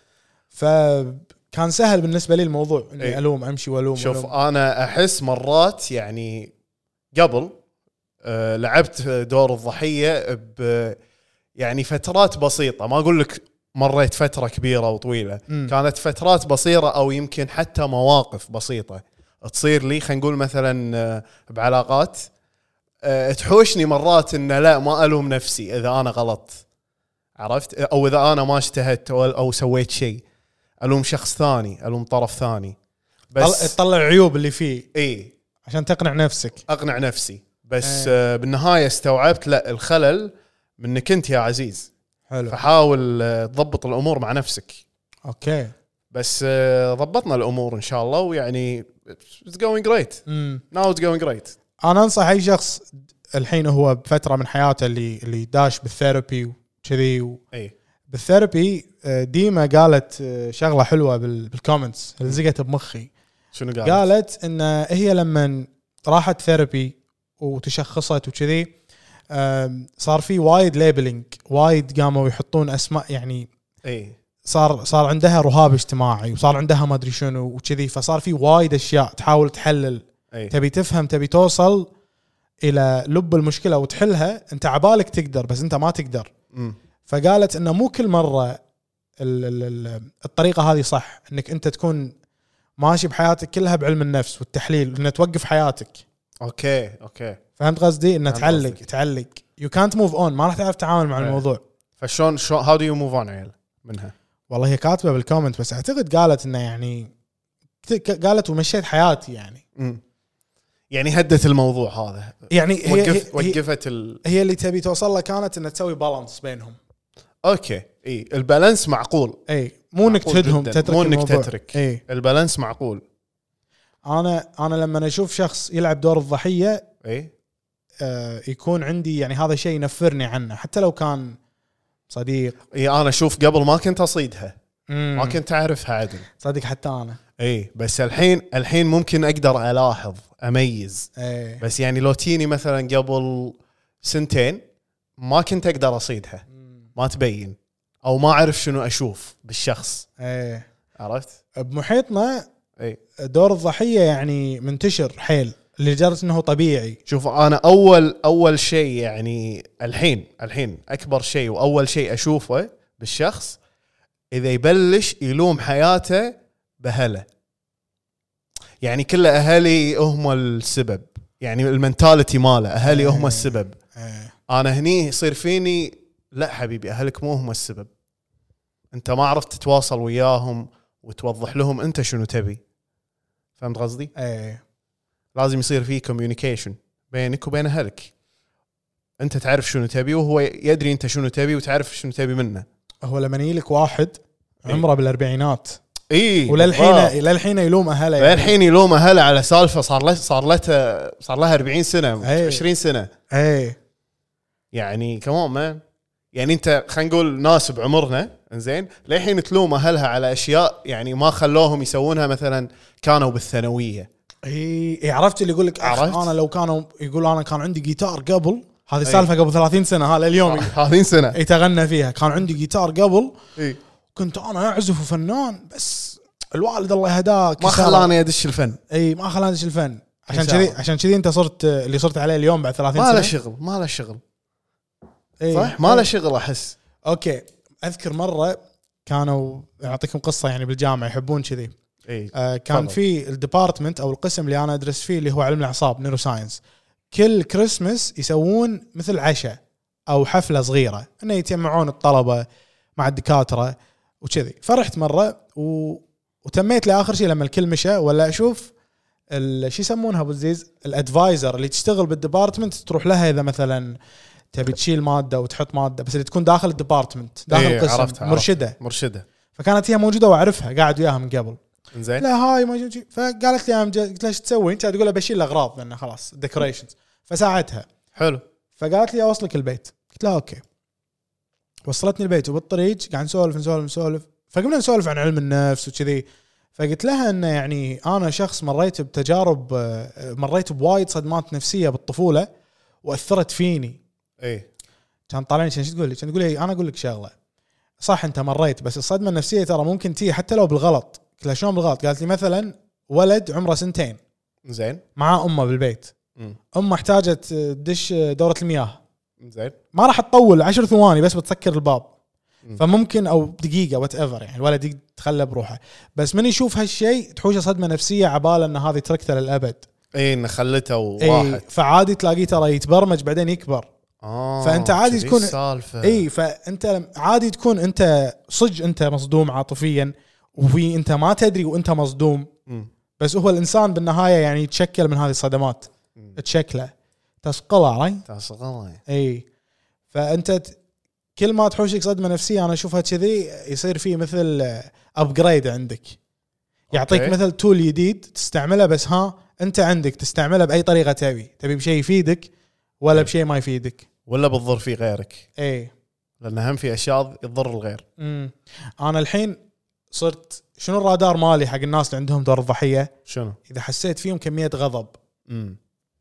Speaker 4: فكان سهل بالنسبه لي الموضوع اني
Speaker 3: ايه.
Speaker 4: الوم امشي والوم.
Speaker 3: شوف
Speaker 4: والوم.
Speaker 3: انا احس مرات يعني قبل أه لعبت دور الضحيه ب يعني فترات بسيطه، ما اقول لك مريت فتره كبيره وطويله.
Speaker 4: م.
Speaker 3: كانت فترات بصيره او يمكن حتى مواقف بسيطه تصير لي، خلينا نقول مثلا بعلاقات أه تحوشني مرات ان لا ما الوم نفسي اذا انا غلط، عرفت؟ او اذا انا ما اجتهدت او, أو سويت شيء الوم شخص ثاني، الوم طرف ثاني، بس
Speaker 4: تطلع العيوب اللي فيه
Speaker 3: اي
Speaker 4: عشان تقنع نفسك.
Speaker 3: اقنع نفسي. بس
Speaker 4: ايه.
Speaker 3: آه بالنهايه استوعبت لا الخلل منك انت يا عزيز.
Speaker 4: حلو.
Speaker 3: فحاول آه تضبط الامور مع نفسك.
Speaker 4: اوكي.
Speaker 3: بس آه ضبطنا الامور ان شاء الله، ويعني it's going great.
Speaker 4: امم
Speaker 3: now it's going great.
Speaker 4: انا انصح اي شخص الحين هو بفتره من حياته اللي اللي داش بالثيرابي وكذي و...
Speaker 3: اي
Speaker 4: بالثيرابي ديما قالت شغله حلوه بالكومنتس لزقت بمخي.
Speaker 3: شنو قالت؟
Speaker 4: قالت ان هي لما راحت ثيرابي وتشخصت وكذي صار في وايد ليبلينج، وايد قاموا يحطون اسماء يعني.
Speaker 3: اي
Speaker 4: صار صار عندها رهاب اجتماعي وصار عندها ما ادري شنو وكذي، فصار في وايد اشياء تحاول تحلل.
Speaker 3: أي.
Speaker 4: تبي تفهم، تبي توصل الى لب المشكله وتحلها. انت عبالك تقدر بس انت ما تقدر.
Speaker 3: م.
Speaker 4: فقالت انه مو كل مره ال ال ال الطريقه هذه صح، انك انت تكون ماشي بحياتك كلها بعلم النفس والتحليل، انه توقف حياتك.
Speaker 3: اوكي اوكي
Speaker 4: فهمت قصدي؟ انه
Speaker 3: فهمت
Speaker 4: تعلق
Speaker 3: قصدك.
Speaker 4: تعلق you can't move on، ما راح تعرف تتعامل مع
Speaker 3: أي.
Speaker 4: الموضوع.
Speaker 3: فشون شلون how do you move on عيال منها؟
Speaker 4: والله هي كاتبه بالكومنت بس اعتقد قالت انه يعني قالت ومشيت حياتي يعني.
Speaker 3: م. يعني هدت الموضوع هذا،
Speaker 4: يعني هي
Speaker 3: وقف
Speaker 4: هي,
Speaker 3: وقفت ال...
Speaker 4: هي اللي تبي توصل لها كانت انها تسوي بالانس بينهم.
Speaker 3: اوكي اي البالانس معقول.
Speaker 4: اي مو انك
Speaker 3: معقول
Speaker 4: تدهم
Speaker 3: جداً.
Speaker 4: تترك
Speaker 3: مو انك
Speaker 4: الموضوع.
Speaker 3: تترك.
Speaker 4: اي
Speaker 3: البالانس معقول.
Speaker 4: انا انا لما اشوف شخص يلعب دور الضحيه
Speaker 3: اي
Speaker 4: آه يكون عندي يعني هذا شيء ينفرني عنه، حتى لو كان صديق.
Speaker 3: اي انا اشوف قبل ما كنت اصيدها،
Speaker 4: مم.
Speaker 3: ما كنت اعرفها عدل.
Speaker 4: صدق حتى انا.
Speaker 3: اي بس الحين الحين ممكن اقدر الاحظ اميز.
Speaker 4: اي
Speaker 3: بس يعني لو تيني مثلا قبل سنتين ما كنت اقدر اصيدها، ما تبين او ما اعرف شنو اشوف بالشخص.
Speaker 4: اي
Speaker 3: عرفت؟
Speaker 4: بمحيطنا
Speaker 3: اي
Speaker 4: دور الضحيه يعني منتشر حيل لدرجه انه طبيعي.
Speaker 3: شوف انا اول اول شيء يعني الحين الحين اكبر شيء واول شيء اشوفه بالشخص اذا يبلش يلوم حياته بهله، يعني كل اهلي هم السبب، يعني المنتاليتي ماله اهلي هم السبب. انا هني يصير فيني لا حبيبي اهلك مو هم السبب، انت ما عرفت تتواصل وياهم وتوضح لهم انت شنو تبي. فهمت قصدي؟
Speaker 4: ايه
Speaker 3: لازم يصير فيه كوميونيكيشن بينك وبين اهلك. انت تعرف شنو تبي وهو يدري انت شنو تبي وتعرف شنو تبي منه.
Speaker 4: هو لما يجيلك واحد عمره بالاربعينات
Speaker 3: اي
Speaker 4: وللحين للحين يلوم اهله
Speaker 3: يعني. للحين يلوم اهله على سالفه صار له صار له صار لها أربعين سنه
Speaker 4: أي.
Speaker 3: عشرين سنه.
Speaker 4: اي
Speaker 3: يعني كمان مان، يعني انت خلينا نقول ناس بعمرنا انزين للحين تلوم اهلها على اشياء يعني ما خلوهم يسوونها مثلا كانوا بالثانويه.
Speaker 4: اي إيه عرفت اللي يقول لك انا لو كانوا يقول انا كان عندي جيتار قبل هذه سالفه قبل ثلاثين سنه ها لليوم
Speaker 3: ثلاثين سنه
Speaker 4: يتغنى فيها. كان عندي جيتار قبل
Speaker 3: إيه؟
Speaker 4: كنت انا اعزف فنان بس الوالد الله يهداك
Speaker 3: ما خلاني ادش الفن.
Speaker 4: اي ما خلاني ادش الفن عشان كذي عشان كذي انت صرت اللي صرت عليه اليوم بعد ثلاثين سنه.
Speaker 3: ما له شغل ما له شغل
Speaker 4: إيه؟
Speaker 3: صح ما له شغل احس.
Speaker 4: اوكي اذكر مره كانوا اعطيكم قصه يعني بالجامعه يحبون كذي.
Speaker 3: إيه؟
Speaker 4: آه كان
Speaker 3: فضل.
Speaker 4: في الديبارتمنت او القسم اللي انا ادرس فيه اللي هو علم الاعصاب نيرو ساينس. كل كريسمس يسوون مثل عشاء او حفله صغيره انه يتجمعون الطلبه مع الدكاتره وكذي. فرحت مره و... وتميت لاخر شيء لما الكل مشى ولا اشوف شو يسمونها ابو الزيز الادفايزر اللي تشتغل بالديبارتمنت تروح لها اذا مثلا تبي تشيل ماده وتحط ماده بس اللي تكون داخل الديبارتمنت داخل
Speaker 3: إيه
Speaker 4: القسم
Speaker 3: عرفتها
Speaker 4: مرشده
Speaker 3: عرفتها. مرشده
Speaker 4: فكانت هي موجوده واعرفها قاعد وياها من قبل.
Speaker 3: زين
Speaker 4: لا هاي ما جي. فقالت لي قلت لها ايش تسوي انت؟ تقول لها بشيل الاغراض لانه خلاص ديكوريشنز. فساعدتها
Speaker 3: حلو.
Speaker 4: فقالت لي اوصلك البيت. قلت لها اوكي. وصلتني البيت وبالطريق قاعد نسولف نسولف نسولف فقمنا نسولف عن علم النفس وكذي. فقلت لها انه يعني انا شخص مريت بتجارب مريت بوايد صدمات نفسيه بالطفوله واثرت فيني.
Speaker 3: اي
Speaker 4: كان طالعني شو تقول لي؟ كان تقول لي انا اقول لك شغله صح انت مريت بس الصدمه النفسيه ترى ممكن تيجي حتى لو بالغلط. قلت لها شلون بالغلط؟ قالت لي مثلا ولد عمره سنتين
Speaker 3: زين
Speaker 4: مع امه بالبيت
Speaker 3: مم.
Speaker 4: امه احتاجت تدش دوره المياه
Speaker 3: زين
Speaker 4: ما راح تطول عشر ثواني بس بتسكر الباب
Speaker 3: مم.
Speaker 4: فممكن او دقيقه وات ايفر يعني الولد يتخلى بروحه بس من يشوف هالشيء تحوشه صدمه نفسيه عباله ان هذه تركته للابد.
Speaker 3: اي ان خلته وراحت.
Speaker 4: اي فعادي تلاقيه ترى يتبرمج بعدين يكبر.
Speaker 3: آه
Speaker 4: فانت عادي تكون
Speaker 3: السالفة.
Speaker 4: اي فانت عادي تكون انت صج انت مصدوم عاطفيا وفي انت ما تدري وانت مصدوم
Speaker 3: مم.
Speaker 4: بس هو الانسان بالنهايه يعني يتشكل من هذه الصدمات تشكله تسقله راي
Speaker 3: تسقله
Speaker 4: اي فانت ت... كل ما تحوشك صدمه نفسيه انا اشوفها كذي يصير فيه مثل ابجريد عندك يعطيك
Speaker 3: أوكي.
Speaker 4: مثل تول جديد تستعمله بس ها انت عندك تستعمله باي طريقه تبي تبي بشيء يفيدك ولا بشيء ما يفيدك
Speaker 3: ولا بتضر في غيرك.
Speaker 4: اي
Speaker 3: لان هم في اشياء تضر الغير.
Speaker 4: امم انا الحين صرت شنو الرادار مالي حق الناس اللي عندهم دور الضحيه
Speaker 3: شنو؟
Speaker 4: اذا حسيت فيهم كميه غضب.
Speaker 3: امم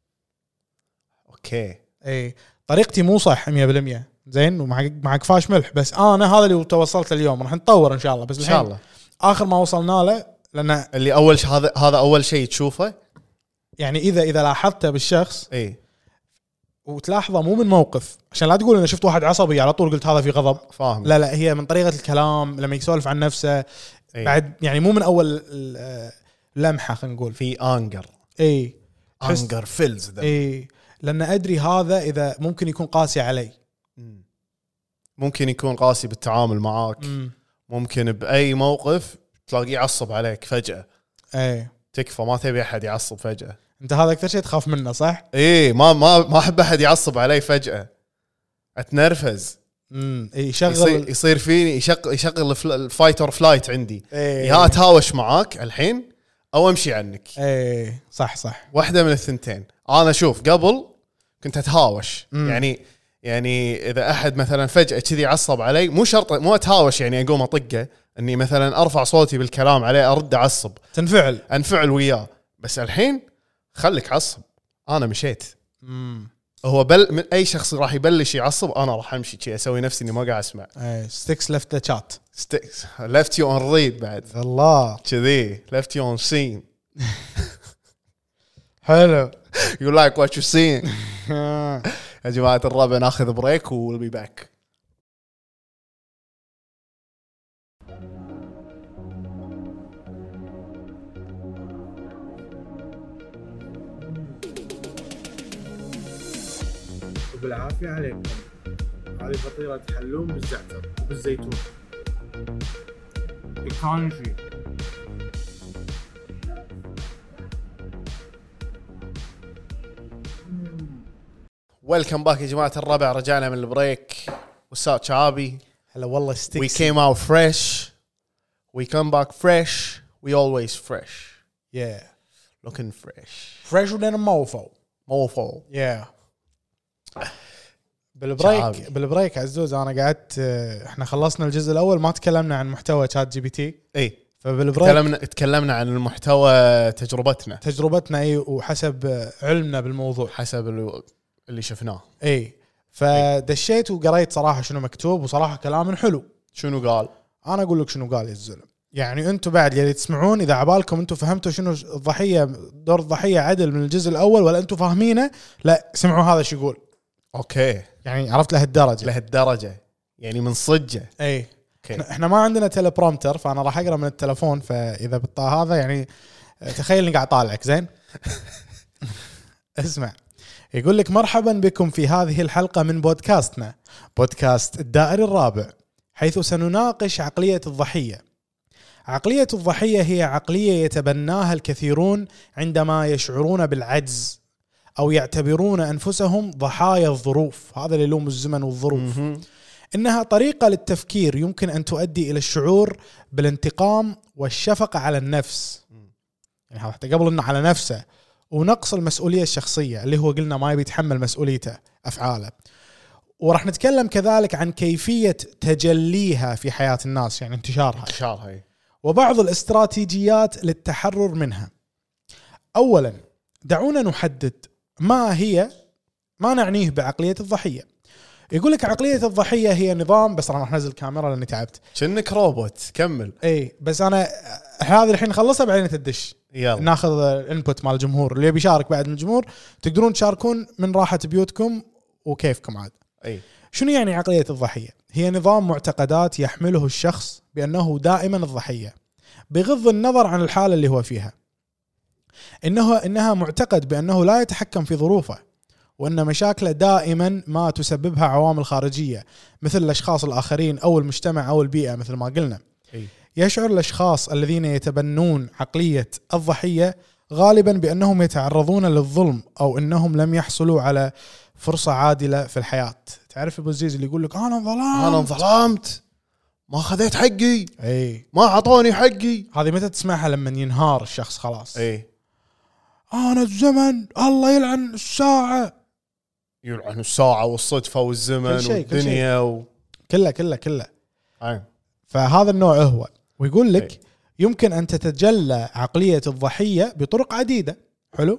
Speaker 3: اوكي
Speaker 4: اي طريقتي مو صح مية بالمية زين ومع مع كفاش ملح بس انا هذا اللي توصلت اليوم راح نتطور ان شاء الله بس
Speaker 3: ان شاء الله
Speaker 4: اخر ما وصلنا له لان
Speaker 3: اللي اول ش... هذا هذا اول شيء تشوفه
Speaker 4: يعني اذا اذا لاحظته بالشخص
Speaker 3: اي
Speaker 4: وتلاحظه مو من موقف عشان لا تقول انا شفت واحد عصبي على طول قلت هذا في غضب
Speaker 3: فاهم.
Speaker 4: لا لا هي من طريقه الكلام لما يسولف عن نفسه
Speaker 3: أي.
Speaker 4: بعد يعني مو من اول لمحه خلينا نقول
Speaker 3: في انجر
Speaker 4: اي
Speaker 3: انجر فيلز ذا
Speaker 4: اي لان ادري هذا اذا ممكن يكون قاسي علي
Speaker 3: ممكن يكون قاسي بالتعامل معاك
Speaker 4: مم.
Speaker 3: ممكن باي موقف تلاقيه يعصب عليك فجاه
Speaker 4: اي
Speaker 3: تكفى ما تبي احد يعصب فجاه.
Speaker 4: انت هذا اكثر شيء تخاف منه صح؟
Speaker 3: ايه ما ما ما احب احد يعصب علي فجاه اتنرفز.
Speaker 4: امم يشغل
Speaker 3: يصير, يصير فيني يشغل يشغل الفايت اور فلايت عندي.
Speaker 4: إيه.
Speaker 3: يا اتهاوش معاك الحين او امشي عنك.
Speaker 4: اي صح صح
Speaker 3: واحده من الثنتين. انا اشوف قبل كنت اتهاوش
Speaker 4: مم.
Speaker 3: يعني يعني اذا احد مثلا فجاه كذي عصب علي مو شرط مو اتهاوش يعني اقوم اطقه اني مثلا ارفع صوتي بالكلام عليه ارد اعصب
Speaker 4: تنفعل
Speaker 3: انفعل وياه. بس الحين خليك عصب انا مشيت.
Speaker 4: امم
Speaker 3: هو بل من اي شخص راح يبلش يعصب انا راح امشي شيء اسوي نفسي اني ما قاعد اسمع.
Speaker 4: اي ستيكس ليفت ذا شات
Speaker 3: left you on read بعد
Speaker 4: الله
Speaker 3: كذي left you on scene.
Speaker 4: حلو
Speaker 3: you like what you're seeing. يا جماعة الربع ناخذ بريك و we'll be back.
Speaker 4: وبالعافية عليكم. هذه فطيرة حلوم بالزعتر وبالزيتون. يكانشي.
Speaker 3: ويلكم باك يا جماعة الربع. رجعنا من البريك. وسات شعابي.
Speaker 4: هلا والله
Speaker 3: We
Speaker 4: ستيكس.
Speaker 3: came out fresh. We come back fresh. We always fresh.
Speaker 4: Yeah.
Speaker 3: Looking fresh.
Speaker 4: Fresher than a mofo.
Speaker 3: Mofo.
Speaker 4: Yeah. بالبريك
Speaker 3: شعابي.
Speaker 4: بالبريك عزوز انا قعدت احنا خلصنا الجزء الاول ما تكلمنا عن محتوى شات جي بي تي.
Speaker 3: اي
Speaker 4: فبالبريك
Speaker 3: تكلمنا تكلمنا عن المحتوى تجربتنا
Speaker 4: تجربتنا اي وحسب علمنا بالموضوع
Speaker 3: حسب ال- اللي شفناه.
Speaker 4: اي فدشيت وقريت صراحه شنو مكتوب وصراحه كلام حلو.
Speaker 3: شنو قال؟
Speaker 4: انا اقول لك شنو قال يا الزلم. يعني انتم بعد اللي تسمعون اذا عبالكم انتم فهمتوا شنو الضحيه دور الضحيه عدل من الجزء الاول ولا انتم فاهمينه لا سمعوا هذا شو يقول.
Speaker 3: اوكي
Speaker 4: يعني عرفت لهالدرجه
Speaker 3: لهالدرجة يعني من صجة.
Speaker 4: اي
Speaker 3: اوكي
Speaker 4: احنا ما عندنا تيليبرومتر فانا راح اقرا من التلفون فاذا بالطا هذا يعني تخيل اني قاعد طالعك زين. اسمع يقول لك مرحبا بكم في هذه الحلقة من بودكاستنا بودكاست الدائري الرابع حيث سنناقش عقلية الضحية. عقلية الضحية هي عقلية يتبناها الكثيرون عندما يشعرون بالعجز أو يعتبرون أنفسهم ضحايا الظروف. هذا اللي يلوم الزمن والظروف. إنها طريقة للتفكير يمكن أن تؤدي إلى الشعور بالانتقام والشفقة على النفس. يعني حتى قبل إنه على نفسه ونقص المسؤولية الشخصية اللي هو قلنا ما يبي يتحمل مسؤوليته أفعاله. ورح نتكلم كذلك عن كيفية تجليها في حياة الناس يعني انتشارها
Speaker 3: انتشارها هي.
Speaker 4: وبعض الاستراتيجيات للتحرر منها. أولا دعونا نحدد ما هي ما نعنيه بعقلية الضحية. يقول لك عقلية الضحية هي نظام بس راح ننزل كاميرا لأني تعبت.
Speaker 3: كأنك روبوت كمل.
Speaker 4: اي بس أنا هذه الحين نخلصها بعدين تدش
Speaker 3: يلا
Speaker 4: ناخذ الانبوت مال الجمهور اللي بيشارك بعد من الجمهور تقدرون تشاركون من راحة بيوتكم وكيفكم عاد.
Speaker 3: اي
Speaker 4: شنو يعني عقلية الضحية؟ هي نظام معتقدات يحمله الشخص بأنه دائما الضحية بغض النظر عن الحالة اللي هو فيها. إنه إنها معتقد بأنه لا يتحكم في ظروفه وأن مشاكله دائما ما تسببها عوامل خارجية مثل الأشخاص الآخرين أو المجتمع أو البيئة مثل ما قلنا.
Speaker 3: اي
Speaker 4: يشعر الأشخاص الذين يتبنون عقلية الضحية غالبا بأنهم يتعرضون للظلم أو أنهم لم يحصلوا على فرصة عادلة في الحياة. تعرف أبو الزيز اللي يقول لك أنا ظلمت
Speaker 3: انا ظلمت ما خذيت حقي
Speaker 4: أي
Speaker 3: ما عطوني حقي.
Speaker 4: هذه متى تسمعها؟ لما ينهار الشخص خلاص.
Speaker 3: اي
Speaker 4: أنا الزمن الله يلعن الساعة
Speaker 3: يلعن الساعة والصدفة والزمن
Speaker 4: كل شيء، كل
Speaker 3: والدنيا و...
Speaker 4: كله كله كله.
Speaker 3: أي.
Speaker 4: فهذا النوع هو. ويقول لك
Speaker 3: أي.
Speaker 4: يمكن أن تتجلى عقلية الضحية بطرق عديدة. حلو.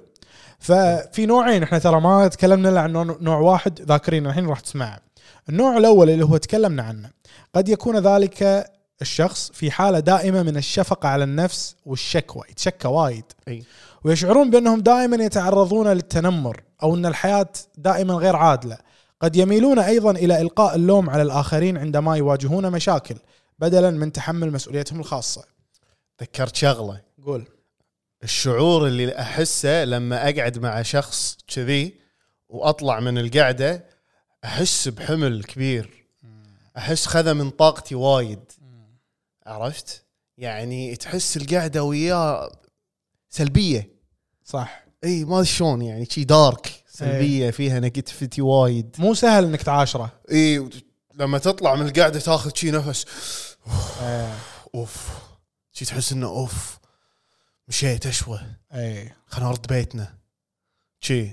Speaker 4: ففي نوعين احنا ترى ما تكلمنا إلا عن نوع- نوع واحد ذاكرين الحين راح تسمعه. النوع الأول اللي هو تكلمنا عنه قد يكون ذلك الشخص في حالة دائمة من الشفقة على النفس والشكوى يتشكى وايد
Speaker 3: أي.
Speaker 4: ويشعرون بأنهم دائما يتعرضون للتنمر أو أن الحياة دائما غير عادلة. قد يميلون أيضا إلى إلقاء اللوم على الآخرين عندما يواجهون مشاكل بدلا من تحمل مسؤوليتهم الخاصة.
Speaker 3: ذكرت شغلة.
Speaker 4: قول.
Speaker 3: الشعور اللي أحسه لما أقعد مع شخص كذي وأطلع من القعدة أحس بحمل كبير. أحس خذ من طاقتي وايد. عرفت؟ يعني تحس القعدة وياه سلبية.
Speaker 4: صح.
Speaker 3: اي ما شلون يعني شي دارك سلبية فيها نيجاتيفيتي وايد.
Speaker 4: مو سهل انك تعاشره.
Speaker 3: اي وت- لما تطلع من القعدة تاخذ شي نفس
Speaker 4: ايه.
Speaker 3: اوف شي تحس انه اوف مشيت اشوى
Speaker 4: ايه.
Speaker 3: خلنا نرد بيتنا شي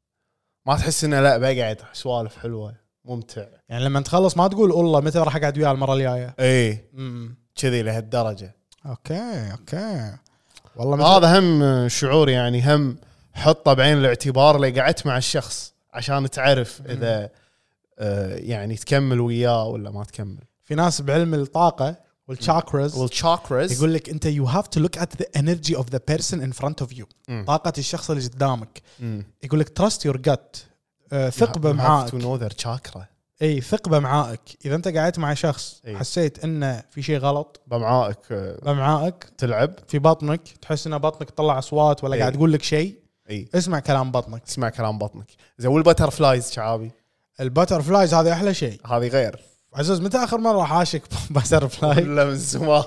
Speaker 3: ما تحس انه لا بقعد سوالف حلوة ممتع.
Speaker 4: يعني لما تخلص ما تقول والله متى راح اقعد وياه المرة الجاية.
Speaker 3: اي
Speaker 4: امم
Speaker 3: كذي لهالدرجة.
Speaker 4: اوكي اوكي والله مثل...
Speaker 3: هذا هم شعور يعني هم حطه بعين الاعتبار اللي قعدت مع الشخص عشان تعرف اذا آه يعني تكمل وياه ولا ما تكمل.
Speaker 4: في ناس بعلم الطاقة والشاكراز
Speaker 3: والشاكراز
Speaker 4: يقول لك انت you have to look at the energy of the person in front of you.
Speaker 3: مم.
Speaker 4: طاقة الشخص اللي قدامك.
Speaker 3: مم.
Speaker 4: يقول لك trust your gut. آه ثق بمعائك.
Speaker 3: to know their chakra.
Speaker 4: اي ثق بمعائك. اذا انت قعدت مع شخص
Speaker 3: أي.
Speaker 4: حسيت انه في شيء غلط
Speaker 3: بمعائك آه،
Speaker 4: بمعائك
Speaker 3: تلعب.
Speaker 4: في بطنك تحس ان بطنك طلع اصوات ولا
Speaker 3: أي.
Speaker 4: قاعد تقول لك شيء
Speaker 3: اي
Speaker 4: اسمع كلام بطنك.
Speaker 3: اسمع كلام بطنك. زي والبتر فلايز شعابي
Speaker 4: البتر فلايز هذا احلى شيء.
Speaker 3: هذه غير.
Speaker 4: عزوز متى اخر مره حاشك بتر فلاي؟
Speaker 3: ولا من زمان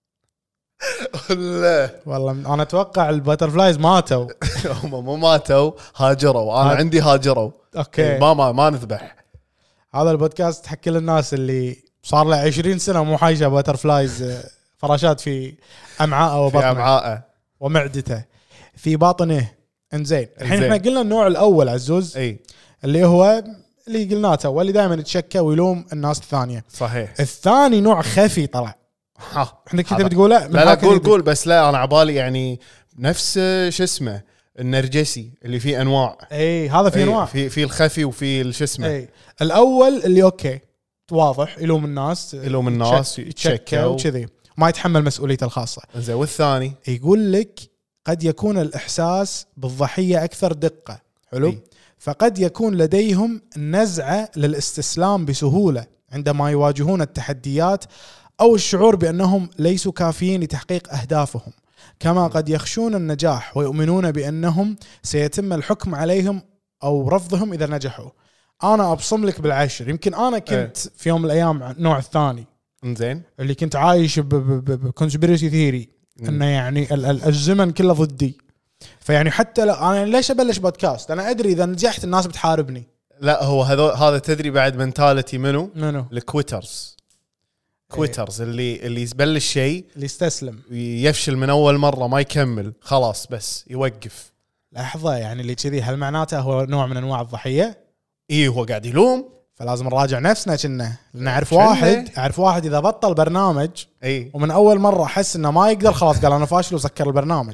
Speaker 3: ولا
Speaker 4: والله انا اتوقع البتر فلايز ماتوا.
Speaker 3: هم مو ماتوا هاجروا. انا
Speaker 4: هاج-
Speaker 3: عندي هاجروا
Speaker 4: اوكي
Speaker 3: ما ما ما نذبح.
Speaker 4: هذا البودكاست حق كل الناس اللي صار له عشرين سنه مو حايشه باترفلايز فراشات في امعاءه
Speaker 3: في
Speaker 4: وبطنه
Speaker 3: امعاءه
Speaker 4: ومعدته في باطنه. انزين الحين
Speaker 3: إنزين.
Speaker 4: احنا قلنا النوع الاول عزوز
Speaker 3: اي
Speaker 4: اللي هو اللي قلناته واللي دائما يتشكى ويلوم الناس الثانيه.
Speaker 3: صحيح.
Speaker 4: الثاني نوع خفي طلع.
Speaker 3: ها
Speaker 4: احنا كنت
Speaker 3: هذا-
Speaker 4: بتقوله
Speaker 3: لا لا قول قول بس لا انا عبالي يعني نفس شو اسمه النرجسي اللي فيه انواع.
Speaker 4: اي هذا في
Speaker 3: إي،
Speaker 4: انواع.
Speaker 3: في في الخفي وفي شو اسمه.
Speaker 4: اي الاول اللي اوكي واضح يلوم الناس
Speaker 3: يلوم الناس،
Speaker 4: يتشكى
Speaker 3: يتشكى
Speaker 4: وكذي ما يتحمل مسؤوليته الخاصه.
Speaker 3: زين والثاني
Speaker 4: يقول لك قد يكون الإحساس بالضحية أكثر دقة. حلو.
Speaker 3: إيه.
Speaker 4: فقد يكون لديهم نزعة للاستسلام بسهولة عندما يواجهون التحديات أو الشعور بأنهم ليسوا كافيين لتحقيق أهدافهم، كما قد يخشون النجاح ويؤمنون بأنهم سيتم الحكم عليهم أو رفضهم إذا نجحوا. أنا أبصم لك بالعشر. يمكن أنا كنت في يوم من الأيام النوع الثاني
Speaker 3: زين
Speaker 4: اللي كنت عايش بكونسبيرسي ثيري انه يعني ال- ال- الزمن كله ضدي. فيعني حتى لو انا ليش ابلش بودكاست انا ادري اذا نجحت الناس بتحاربني.
Speaker 3: لا هو هذا هذا تدري بعد منتاليتي منو
Speaker 4: منو
Speaker 3: الكويترز. كويترز اللي اللي يبلش شيء
Speaker 4: اللي يستسلم.
Speaker 3: يفشل من اول مره ما يكمل خلاص بس يوقف.
Speaker 4: لحظه يعني اللي كذي هل معناته هو نوع من انواع الضحيه؟
Speaker 3: ايه هو قاعد يلوم.
Speaker 4: فلازم نراجع نفسنا كنا لان اعرف
Speaker 3: كنا.
Speaker 4: واحد اعرف واحد اذا بطل برنامج
Speaker 3: اي
Speaker 4: ومن اول مره حس انه ما يقدر خلاص قال انا فاشل وسكر البرنامج.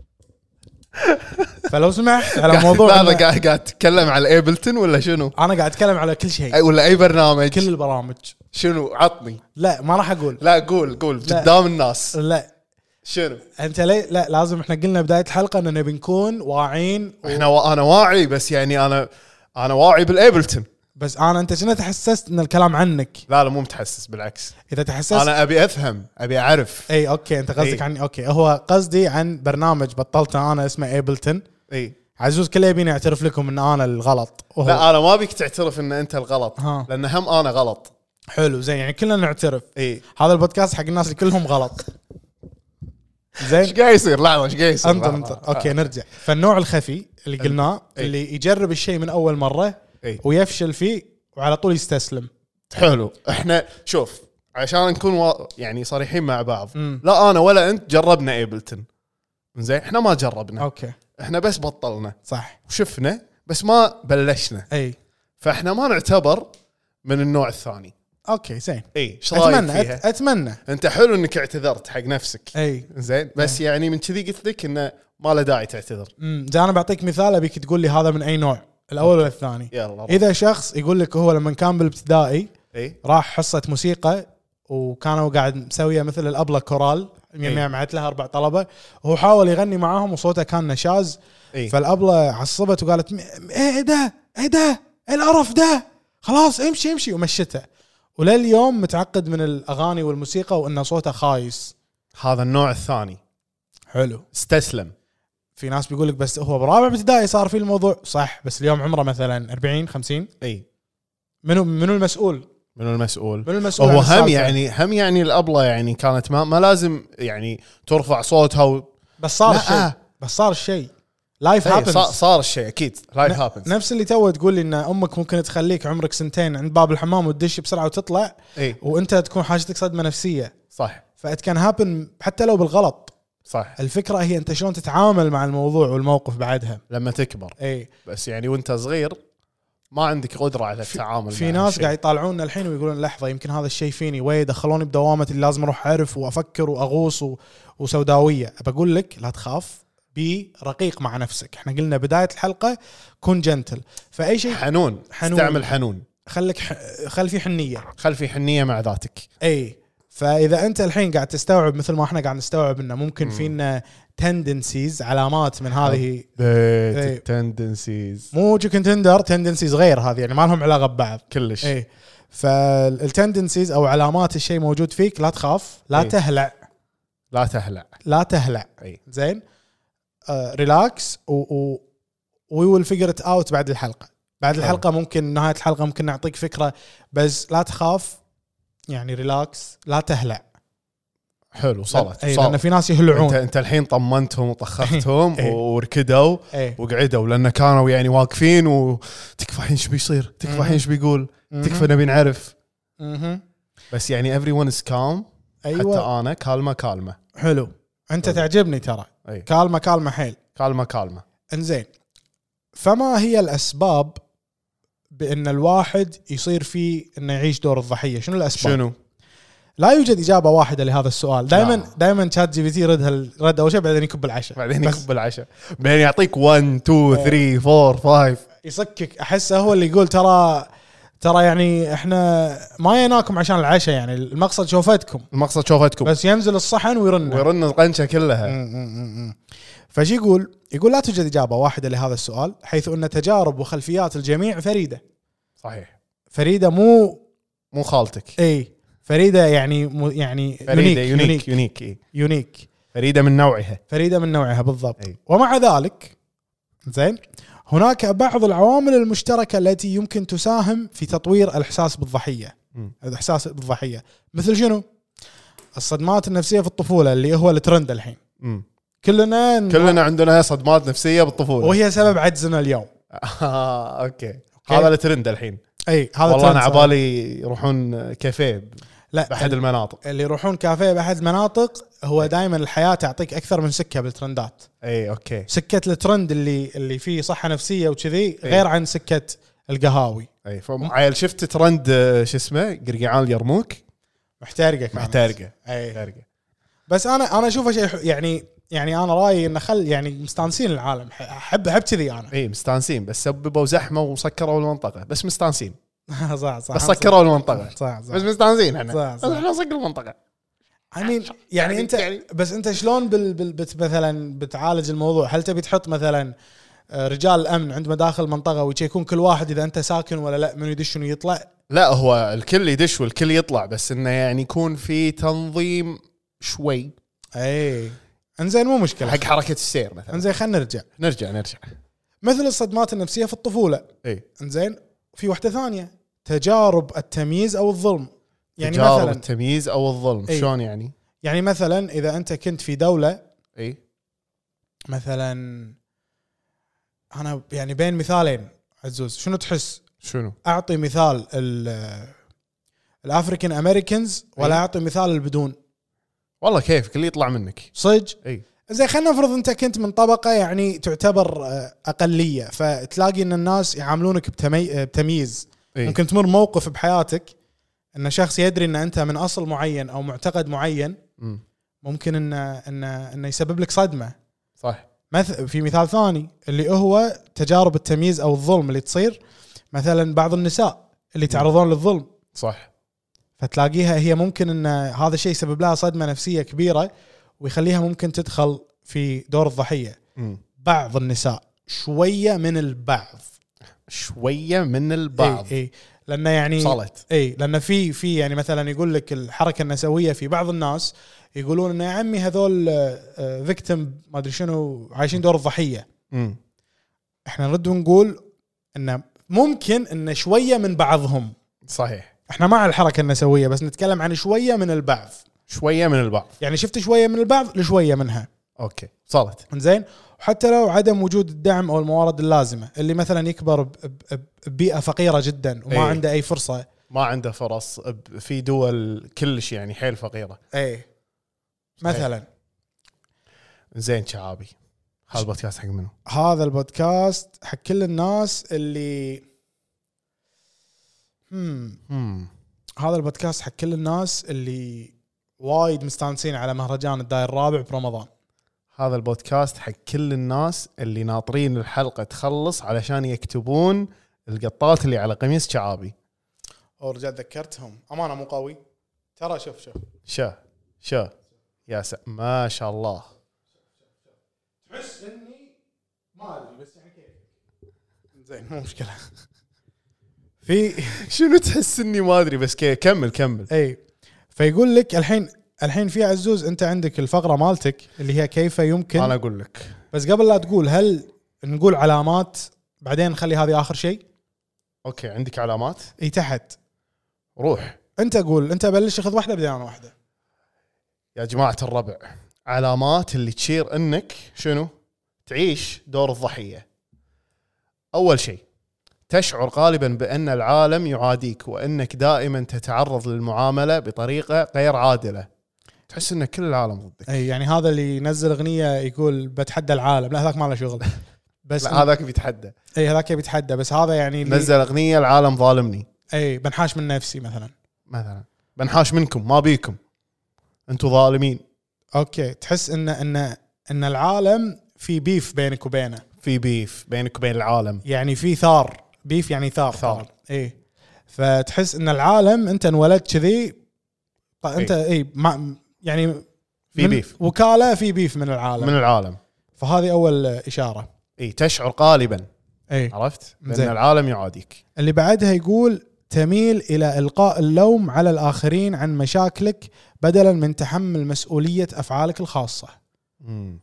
Speaker 4: فلو سمحت على موضوع
Speaker 3: لا
Speaker 4: إنه-
Speaker 3: لا قاعد قاعد تتكلم على ايبلتون ولا شنو؟
Speaker 4: انا قاعد اتكلم على كل شيء
Speaker 3: أي ولا اي برنامج؟
Speaker 4: كل البرامج.
Speaker 3: شنو عطني.
Speaker 4: لا ما راح اقول.
Speaker 3: لا قول قول
Speaker 4: لا.
Speaker 3: قدام الناس.
Speaker 4: لا
Speaker 3: شنو؟
Speaker 4: انت ليه لا لازم احنا قلنا بدايه الحلقه اننا بنكون واعين و...
Speaker 3: احنا و... انا واعي بس يعني انا انا واعي بالايبلتون.
Speaker 4: بس انا انت شنو تحسست ان الكلام عنك؟
Speaker 3: لا لا مو متحسس بالعكس.
Speaker 4: اذا تحسست
Speaker 3: انا ابي افهم ابي اعرف.
Speaker 4: اي اوكي انت قصدك
Speaker 3: أي.
Speaker 4: عني. اوكي هو قصدي عن برنامج بطلته انا اسمه ايبلتون.
Speaker 3: اي
Speaker 4: عزوز كله يبيني اعترف لكم ان انا الغلط وهو
Speaker 3: لا انا ما بيك تعترف ان انت الغلط
Speaker 4: ها.
Speaker 3: لان هم انا غلط.
Speaker 4: حلو زين يعني كلنا نعترف.
Speaker 3: اي
Speaker 4: هذا البودكاست حق الناس اللي كلهم غلط.
Speaker 3: ايش
Speaker 4: زين
Speaker 3: قاعد يصير؟ لحظه ايش قاعد يصير؟
Speaker 4: انطر
Speaker 3: لحظة.
Speaker 4: انطر اوكي نرجع. فالنوع الخفي اللي قلناه
Speaker 3: أي.
Speaker 4: اللي يجرب الشيء من اول مره
Speaker 3: اي
Speaker 4: ويفشل فيه وعلى طول يستسلم.
Speaker 3: حلو. احنا شوف عشان نكون و... يعني صريحين مع بعض.
Speaker 4: مم.
Speaker 3: لا انا ولا انت جربنا ايبلتون. زين احنا ما جربنا.
Speaker 4: اوكي
Speaker 3: احنا بس بطلنا
Speaker 4: صح.
Speaker 3: وشفنا بس ما بلشنا.
Speaker 4: اي
Speaker 3: فاحنا ما نعتبر من النوع الثاني.
Speaker 4: اوكي زين
Speaker 3: اي ايش رايك
Speaker 4: اتمنى
Speaker 3: فيها؟
Speaker 4: أت- اتمنى
Speaker 3: انت حلو انك اعتذرت حق نفسك.
Speaker 4: اي
Speaker 3: زين بس يعني من كذي قلت لك انه ما له داعي تعتذر.
Speaker 4: امم زين انا بعطيك مثال ابيك تقول لي هذا من اي نوع الاول ولا الثاني.
Speaker 3: يلا
Speaker 4: اذا شخص يقول لك هو لما كان بالابتدائي
Speaker 3: اي
Speaker 4: راح حصه موسيقى وكانوا قاعد مسويه مثل الابله كورال جمعت لها اربع طلبه وهو حاول يغني معاهم وصوته كان نشاز.
Speaker 3: اي
Speaker 4: فالابله عصبت وقالت م- ايه ده ايه ده ايه القرف ده خلاص امشي امشي ومشته. ولليوم متعقد من الاغاني والموسيقى وانه صوته خايس.
Speaker 3: هذا النوع الثاني
Speaker 4: حلو.
Speaker 3: استسلم.
Speaker 4: في ناس بيقول لك بس هو برابع ابتدائي صار في الموضوع صح بس اليوم عمره مثلا أربعين خمسين.
Speaker 3: اي
Speaker 4: منو منو المسؤول؟
Speaker 3: من المسؤول
Speaker 4: منو المسؤول
Speaker 3: هو
Speaker 4: عن
Speaker 3: هم
Speaker 4: السالفة؟
Speaker 3: يعني هم يعني الابله يعني كانت ما, ما لازم يعني ترفع صوتها و...
Speaker 4: بس صار
Speaker 3: لا.
Speaker 4: الشيء بس صار الشيء لايف
Speaker 3: إيه،
Speaker 4: هابنز.
Speaker 3: صار, صار الشيء اكيد لايف هابنز.
Speaker 4: نفس اللي تو تقول لي ان امك ممكن تخليك عمرك سنتين عند باب الحمام وتدش بسرعه وتطلع
Speaker 3: اي
Speaker 4: وانت تكون حاجتك صدمه نفسيه.
Speaker 3: صح
Speaker 4: فات كان هابن حتى لو بالغلط.
Speaker 3: صح
Speaker 4: الفكره هي انت شلون تتعامل مع الموضوع والموقف بعدها.
Speaker 3: لما تكبر.
Speaker 4: اي
Speaker 3: بس يعني وانت صغير ما عندك قدره على التعامل.
Speaker 4: في
Speaker 3: مع
Speaker 4: ناس
Speaker 3: هالشيء.
Speaker 4: قاعد يطالعونا الحين ويقولون لحظه يمكن هذا الشيء فيني وي دخلوني بدوامه اللي لازم اروح اعرف وافكر واغوص و... وسوداويه. بقول لك لا تخاف بي رقيق مع نفسك. احنا قلنا بدايه الحلقه كن جنتل فاي شيء
Speaker 3: حنون.
Speaker 4: حنون.
Speaker 3: استعمل حنون.
Speaker 4: خليك ح... خل في حنيه.
Speaker 3: خل في حنيه مع ذاتك.
Speaker 4: اي فاذا انت الحين قاعد تستوعب مثل ما احنا قاعد نستوعب انه ممكن فينا تندنسيز علامات من هذه إيه.
Speaker 3: تندنسيز
Speaker 4: مو تشيكن تندر تندنسيز غير هذه يعني ما لهم علاقه ببعض.
Speaker 3: كلش.
Speaker 4: اي فالتندنسيز او علامات الشيء موجود فيك لا تخاف لا
Speaker 3: إيه.
Speaker 4: تهلع
Speaker 3: لا تهلع.
Speaker 4: لا تهلع.
Speaker 3: اي
Speaker 4: زين آه ريلاكس و وي ويل فيجر ات اوت بعد الحلقه. بعد الحلقه ممكن نهايه الحلقه ممكن نعطيك فكره بس لا تخاف يعني ريلاكس لا تهلع.
Speaker 3: حلو صارت
Speaker 4: اي
Speaker 3: صار.
Speaker 4: لان في ناس يهلعون.
Speaker 3: انت انت الحين طمنتهم وطخختهم
Speaker 4: إيه.
Speaker 3: وركدوا
Speaker 4: إيه.
Speaker 3: وقعدوا لان كانوا يعني واقفين وتكفى الحين ايش بيصير تكفى الحين ايش بيقول تكفى نبي نعرف.
Speaker 4: مهم.
Speaker 3: بس يعني everyone is calm.
Speaker 4: أيوة.
Speaker 3: حتى انا كالمه كالمه.
Speaker 4: حلو انت
Speaker 3: حلو.
Speaker 4: تعجبني ترى.
Speaker 3: أي.
Speaker 4: كالمه كالمه حيل.
Speaker 3: كالمه كالمه.
Speaker 4: انزين فما هي الاسباب بان الواحد يصير فيه انه يعيش دور الضحيه؟ شنو الاسباب؟
Speaker 3: شنو؟
Speaker 4: لا يوجد اجابه واحده لهذا السؤال. دائما
Speaker 3: لا.
Speaker 4: دائما شات جي بي تي رد هال رد اول شيء بعدين يكب العشاء
Speaker 3: بعدين
Speaker 4: بس
Speaker 3: يكب العشاء بعدين يعطيك واحد اثنين ثلاثة أربعة خمسة.
Speaker 4: يصكك. احسه هو اللي يقول ترى ترى يعني احنا ما يناكم عشان العشاء، يعني المقصد شوفتكم،
Speaker 3: المقصد شوفتكم،
Speaker 4: بس ينزل الصحن ويرن
Speaker 3: ويرن القنشه كلها.
Speaker 4: فشي يقول يقول لا توجد اجابه واحده لهذا السؤال، حيث ان تجارب وخلفيات الجميع فريده.
Speaker 3: صحيح.
Speaker 4: فريده مو
Speaker 3: مو خالتك.
Speaker 4: اي فريده يعني مو يعني
Speaker 3: فريده يونيك يونيك
Speaker 4: يونيك, يونيك.
Speaker 3: فريده من نوعها.
Speaker 4: فريده من نوعها بالضبط.
Speaker 3: أي.
Speaker 4: ومع ذلك زين هناك بعض العوامل المشتركه التي يمكن تساهم في تطوير الاحساس بالضحيه.
Speaker 3: م.
Speaker 4: الاحساس بالضحيه مثل شنو؟ الصدمات النفسيه في الطفوله اللي هو الترند الحين.
Speaker 3: م.
Speaker 4: كلنا
Speaker 3: كلنا عندنا صدمات نفسيه بالطفوله،
Speaker 4: وهي سبب عجزنا اليوم.
Speaker 3: آه، أوكي. هذا الترند الحين.
Speaker 4: اي هذا
Speaker 3: والله انا
Speaker 4: ترند.
Speaker 3: عبالي يروحون كافيه
Speaker 4: لا
Speaker 3: باحد المناطق.
Speaker 4: اللي يروحون كافيه باحد المناطق هو دائما الحياه تعطيك اكثر من سكه بالترندات.
Speaker 3: اي اوكي.
Speaker 4: سكه الترند اللي اللي فيه صحه نفسيه وكذي غير عن سكه القهاوي.
Speaker 3: اي عيل شفت ترند آه، شو اسمه قرقعان اليرموك
Speaker 4: محترقه كانت.
Speaker 3: محترقه
Speaker 4: اي
Speaker 3: محترقه.
Speaker 4: بس انا انا اشوفه شيء يعني يعني انا رايي انه خل يعني مستانسين العالم. احب احب كذي انا.
Speaker 3: اي مستانسين، بس سببوا زحمه وسكروا المنطقه، بس مستانسين.
Speaker 4: صح صح
Speaker 3: بس سكروا المنطقه.
Speaker 4: صح صح
Speaker 3: بس مستانسين احنا.
Speaker 4: صح صح.
Speaker 3: بس احنا نسكر المنطقه.
Speaker 4: يعني يعني انت
Speaker 3: يعني-
Speaker 4: بس انت شلون بال بال بت مثلا بتعالج الموضوع؟ هل تبي تحط مثلا رجال الامن عند مداخل المنطقه ويشيكون كل واحد اذا انت ساكن ولا لا، من يدش ويطلع؟
Speaker 3: لا هو الكل يدش والكل يطلع، بس انه يعني يكون في تنظيم شوي.
Speaker 4: اي انزين مو مشكله
Speaker 3: حق حركه السير مثلا.
Speaker 4: انزين خلينا نرجع.
Speaker 3: نرجع نرجع.
Speaker 4: مثل الصدمات النفسيه في الطفوله.
Speaker 3: اي
Speaker 4: انزين في وحده ثانيه تجارب التمييز او الظلم. يعني
Speaker 3: تجارب
Speaker 4: مثلا
Speaker 3: التمييز او الظلم.
Speaker 4: أي.
Speaker 3: شلون يعني؟
Speaker 4: يعني مثلا اذا انت كنت في دوله
Speaker 3: اي
Speaker 4: مثلا، انا يعني بين مثالين عزوز شنو تحس؟
Speaker 3: شنو؟
Speaker 4: اعطي مثال الافريكان امريكانز ولا
Speaker 3: أي.
Speaker 4: اعطي مثال البدون؟
Speaker 3: والله كيف اللي يطلع منك.
Speaker 4: صدق.
Speaker 3: اي
Speaker 4: زي خلينا نفرض انت كنت من طبقه يعني تعتبر اقليه، فتلاقي ان الناس يعاملونك بتمي... بتمييز.
Speaker 3: أي.
Speaker 4: ممكن تمر موقف بحياتك ان شخص يدري ان انت من اصل معين او معتقد معين،
Speaker 3: م.
Speaker 4: ممكن ان ان انه يسبب لك صدمه.
Speaker 3: صح.
Speaker 4: مثل في مثال ثاني اللي هو تجارب التمييز او الظلم اللي تصير مثلا بعض النساء اللي تعرضون للظلم.
Speaker 3: صح.
Speaker 4: فتلاقيها هي ممكن ان هذا الشيء يسبب لها صدمه نفسيه كبيره ويخليها ممكن تدخل في دور الضحيه.
Speaker 3: م.
Speaker 4: بعض النساء شويه من البعض
Speaker 3: شويه من البعض.
Speaker 4: اي اي لانه يعني
Speaker 3: صلت.
Speaker 4: اي لانه في في يعني مثلا يقول لك الحركه النسويه في بعض الناس يقولون ان يا عمي هذول فيكتيم ما ادري شنو عايشين دور الضحيه.
Speaker 3: م.
Speaker 4: احنا نرد ونقول ان ممكن ان شويه من بعضهم.
Speaker 3: صحيح.
Speaker 4: احنا مع الحركه النسويه بس نتكلم عن شويه من البعض.
Speaker 3: شويه من البعض.
Speaker 4: يعني شفت شويه من البعض لشويه منها.
Speaker 3: اوكي صارت.
Speaker 4: زين. وحتى لو عدم وجود الدعم او الموارد اللازمه، اللي مثلا يكبر ببيئه فقيره جدا وما
Speaker 3: أي.
Speaker 4: عنده اي فرصه.
Speaker 3: ما عنده فرص في دول كلش يعني حيل فقيره.
Speaker 4: اي مثلا.
Speaker 3: زين شعابي، هذا البودكاست حق منو؟
Speaker 4: هذا البودكاست حق كل الناس اللي هم
Speaker 3: امم
Speaker 4: هذا البودكاست حق كل الناس اللي وايد مستانسين على مهرجان الداير الرابع برمضان.
Speaker 3: هذا البودكاست حق كل الناس اللي ناطرين الحلقه تخلص علشان يكتبون القطات اللي على قميص شعابي.
Speaker 4: او رجعت ذكرتهم امانه مو قوي ترى. شوف شوف
Speaker 3: شا شا يا س... ما شاء الله.
Speaker 4: تحس اني ما ادري بس يعني كيف زين مو مشكله. في
Speaker 3: شنو تحس اني ما ادري بس كي كمل كمل.
Speaker 4: اي فيقول لك الحين الحين في عزوز انت عندك الفقره مالتك اللي هي كيف يمكن.
Speaker 3: انا اقول لك
Speaker 4: بس قبل لا تقول هل نقول علامات بعدين نخلي هذه اخر شيء؟
Speaker 3: اوكي عندك علامات.
Speaker 4: اي تحت
Speaker 3: روح
Speaker 4: انت قول. انت بلش خذ واحده بعدين انا واحده.
Speaker 3: يا جماعة الربع، علامات اللي تشير انك شنو تعيش دور الضحية. اول شيء تشعر غالبا بان العالم يعاديك وانك دائما تتعرض للمعاملة بطريقة غير عادلة. تحس ان كل العالم ضدك.
Speaker 4: اي يعني هذا اللي ينزل اغنية يقول بتحدى العالم، لا هذاك ما له شغل. بس
Speaker 3: لا هذاك بيتحدى.
Speaker 4: اي هذاك بيتحدى، بس هذا يعني
Speaker 3: نزل اغنية العالم ظالمني.
Speaker 4: اي بنحاش من نفسي مثلا
Speaker 3: مثلا بنحاش منكم ما بيكم انتم ظالمين.
Speaker 4: اوكي تحس ان ان ان العالم في بيف بينك وبينه،
Speaker 3: في بيف بينك وبين العالم،
Speaker 4: يعني في ثار. بيف يعني ثار.
Speaker 3: ثار.
Speaker 4: اي فتحس ان العالم انت انولدت كذي، انت اي ما يعني
Speaker 3: في بيف
Speaker 4: وكالة في بيف من العالم
Speaker 3: من العالم.
Speaker 4: فهذه اول اشارة.
Speaker 3: اي تشعر غالبا
Speaker 4: اي
Speaker 3: عرفت بان
Speaker 4: زين.
Speaker 3: العالم يعاديك.
Speaker 4: اللي بعدها يقول تميل الى القاء اللوم على الاخرين عن مشاكلك بدلا من تحمل مسؤولية افعالك الخاصة.
Speaker 3: امم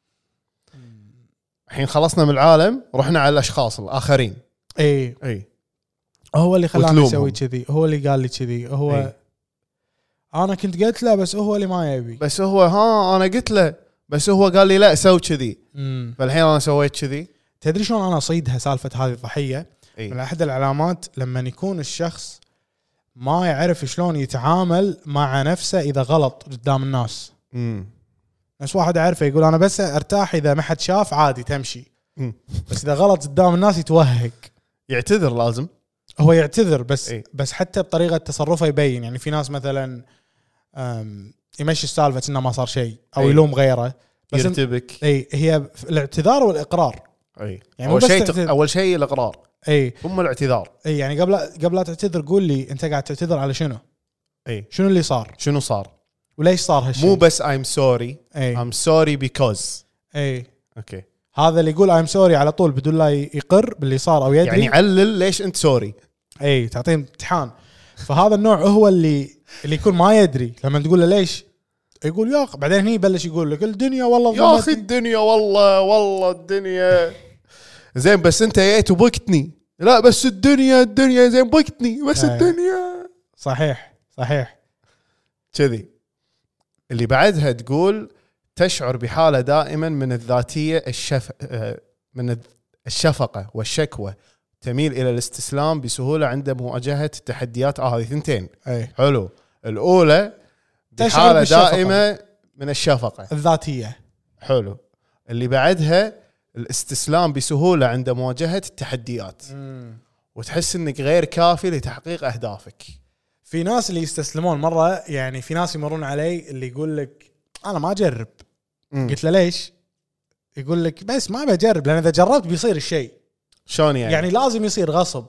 Speaker 3: الحين خلصنا من العالم، رحنا على الاشخاص الاخرين.
Speaker 4: اي
Speaker 3: اي
Speaker 4: هو اللي خلاني
Speaker 3: وتلومهم.
Speaker 4: اسوي كذي، هو اللي قال لي كذي، هو
Speaker 3: أي.
Speaker 4: انا كنت قلت له بس هو اللي ما يبي.
Speaker 3: بس هو ها انا قلت له بس هو قال لي لا سوي كذي،
Speaker 4: امم
Speaker 3: فالحين انا سويت كذي.
Speaker 4: تدري شلون انا اصيدها سالفة هذه الضحية؟
Speaker 3: اي
Speaker 4: من احد العلامات لما يكون الشخص ما يعرف شلون يتعامل مع نفسه اذا غلط قدام الناس.
Speaker 3: امم
Speaker 4: ناس واحد اعرفه يقول انا بس ارتاح اذا ما حد شاف عادي تمشي،
Speaker 3: مم.
Speaker 4: بس اذا غلط قدام الناس يتوهق.
Speaker 3: يعتذر لازم.
Speaker 4: هو يعتذر بس
Speaker 3: إيه.
Speaker 4: بس حتى بطريقه تصرفه يبين. يعني في ناس مثلا أم، يمشي السالفه انه ما صار شيء او
Speaker 3: إيه.
Speaker 4: يلوم غيره، بس إن-
Speaker 3: يرتبك.
Speaker 4: اي هي الاعتذار والاقرار.
Speaker 3: اي
Speaker 4: يعني
Speaker 3: يعني
Speaker 4: مو
Speaker 3: اول
Speaker 4: بس
Speaker 3: شيء
Speaker 4: تعتذر.
Speaker 3: اول شيء الاقرار
Speaker 4: اي
Speaker 3: ثم الاعتذار.
Speaker 4: اي يعني قبل قبل لا تعتذر قول لي انت قاعد تعتذر على شنو؟
Speaker 3: اي
Speaker 4: شنو اللي صار؟
Speaker 3: شنو صار؟
Speaker 4: وليش صار هالشيء؟
Speaker 3: مو بس I'm sorry
Speaker 4: اي
Speaker 3: I'm sorry because.
Speaker 4: اي
Speaker 3: اوكي
Speaker 4: هذا اللي يقول ايم سوري على طول بدون لا يقر باللي صار او يدري.
Speaker 3: يعني علل ليش انت سوري.
Speaker 4: اي تعطيه امتحان. فهذا النوع هو اللي اللي يكون ما يدري، لما تقول له ليش يقول يا أخ، بعدين هني يبلش يقول لك الدنيا والله
Speaker 3: يا اخي
Speaker 4: ظلمتني.
Speaker 3: الدنيا والله والله الدنيا زين بس انت جيت وبكتني. لا بس الدنيا الدنيا زين بكتني بس
Speaker 4: أي.
Speaker 3: الدنيا.
Speaker 4: صحيح صحيح.
Speaker 3: كذي. اللي بعدها تقول تشعر بحالة دائما من الذاتية الشف آه، من الشفقة والشكوى، تميل إلى الاستسلام بسهولة عند مواجهة التحديات. آه هذه ثنتين
Speaker 4: اي
Speaker 3: حلو. الأولى
Speaker 4: تشعر
Speaker 3: بحالة
Speaker 4: بالشفقة.
Speaker 3: دائمة من الشفقة.
Speaker 4: الذاتيه.
Speaker 3: حلو. اللي بعدها الاستسلام بسهولة عند مواجهة التحديات، وتحس انك غير كافي لتحقيق اهدافك.
Speaker 4: في ناس اللي يستسلمون مره، يعني في ناس يمرون علي اللي يقول لك انا ما اجرب.
Speaker 3: مم.
Speaker 4: قلت له ليش؟ يقول لك بس ما بجرب لان اذا جربت بيصير الشيء.
Speaker 3: شلون يعني؟
Speaker 4: يعني لازم يصير غصب.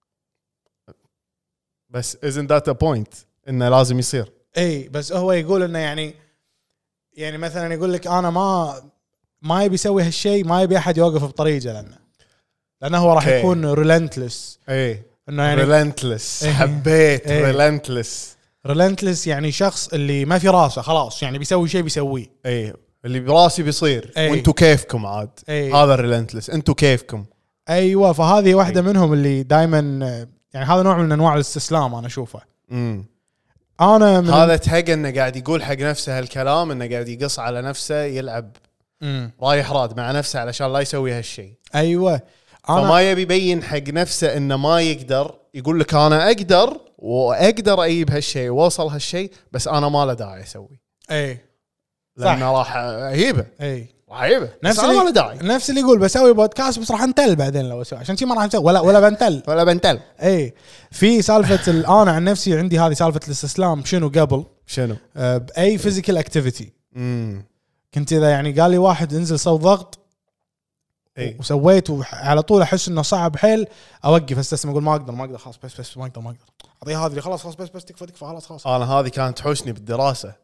Speaker 3: بس isn't that a point انه لازم يصير.
Speaker 4: اي بس هو يقول انه يعني يعني مثلا يقول لك انا ما ما يبي يسوي هالشيء، ما يبي احد يوقف بطريقه لانه لانه هو راح
Speaker 3: Okay.
Speaker 4: يكون ريلنتلس.
Speaker 3: اي
Speaker 4: انه يعني
Speaker 3: relentless.
Speaker 4: إيه.
Speaker 3: حبيت
Speaker 4: إيه.
Speaker 3: relentless.
Speaker 4: ريلنتلس يعني شخص اللي ما في راسه خلاص، يعني بيسوي شيء بيسويه.
Speaker 3: اي اللي براسي بيصير.
Speaker 4: إيه.
Speaker 3: وانتو كيفكم عاد.
Speaker 4: إيه.
Speaker 3: هذا relentless. انتو كيفكم.
Speaker 4: ايوه فهذه واحده
Speaker 3: إيه.
Speaker 4: منهم اللي دائما يعني هذا نوع من انواع الاستسلام انا اشوفه.
Speaker 3: امم
Speaker 4: انا من
Speaker 3: هذا تهق انه قاعد يقول حق نفسه هالكلام، انه قاعد يقص على نفسه، يلعب
Speaker 4: مم.
Speaker 3: رايح راد مع نفسه علشان لا يسوي هالشيء.
Speaker 4: ايوه انا
Speaker 3: فما يبي يبين حق نفسه انه ما يقدر. يقول لك انا اقدر واقدر اجيب هالشيء واوصل هالشيء، بس انا ما له داعي اسوي
Speaker 4: اي
Speaker 3: لانه راح اجيبه.
Speaker 4: اي
Speaker 3: راح اجيبه
Speaker 4: نفس
Speaker 3: نفس ما له
Speaker 4: اللي
Speaker 3: داعي.
Speaker 4: نفس اللي يقول بسوي بودكاست بس راح انتل بعدين لو اسوي، عشان شي ما راح اسوي ولا ولا بنتل.
Speaker 3: ولا بنتل.
Speaker 4: اي في سالفه ال- انا عن نفسي عندي هذه سالفه الاستسلام. شنو قبل
Speaker 3: شنو؟
Speaker 4: آه، باي فيزيكال اكتيفيتي
Speaker 3: امم
Speaker 4: كنت اذا يعني قال لي واحد انزل سوي ضغط
Speaker 3: اي
Speaker 4: وسويت وعلى طول احس انه صعب حيل اوقف استسلم اقول ما اقدر ما اقدر خلاص بس بس ما اقدر ما اقدر اعطيه هذه خلاص خلاص بس بس تكفى تكفى خلاص خلاص.
Speaker 3: انا هذه كانت تحوشني بالدراسه.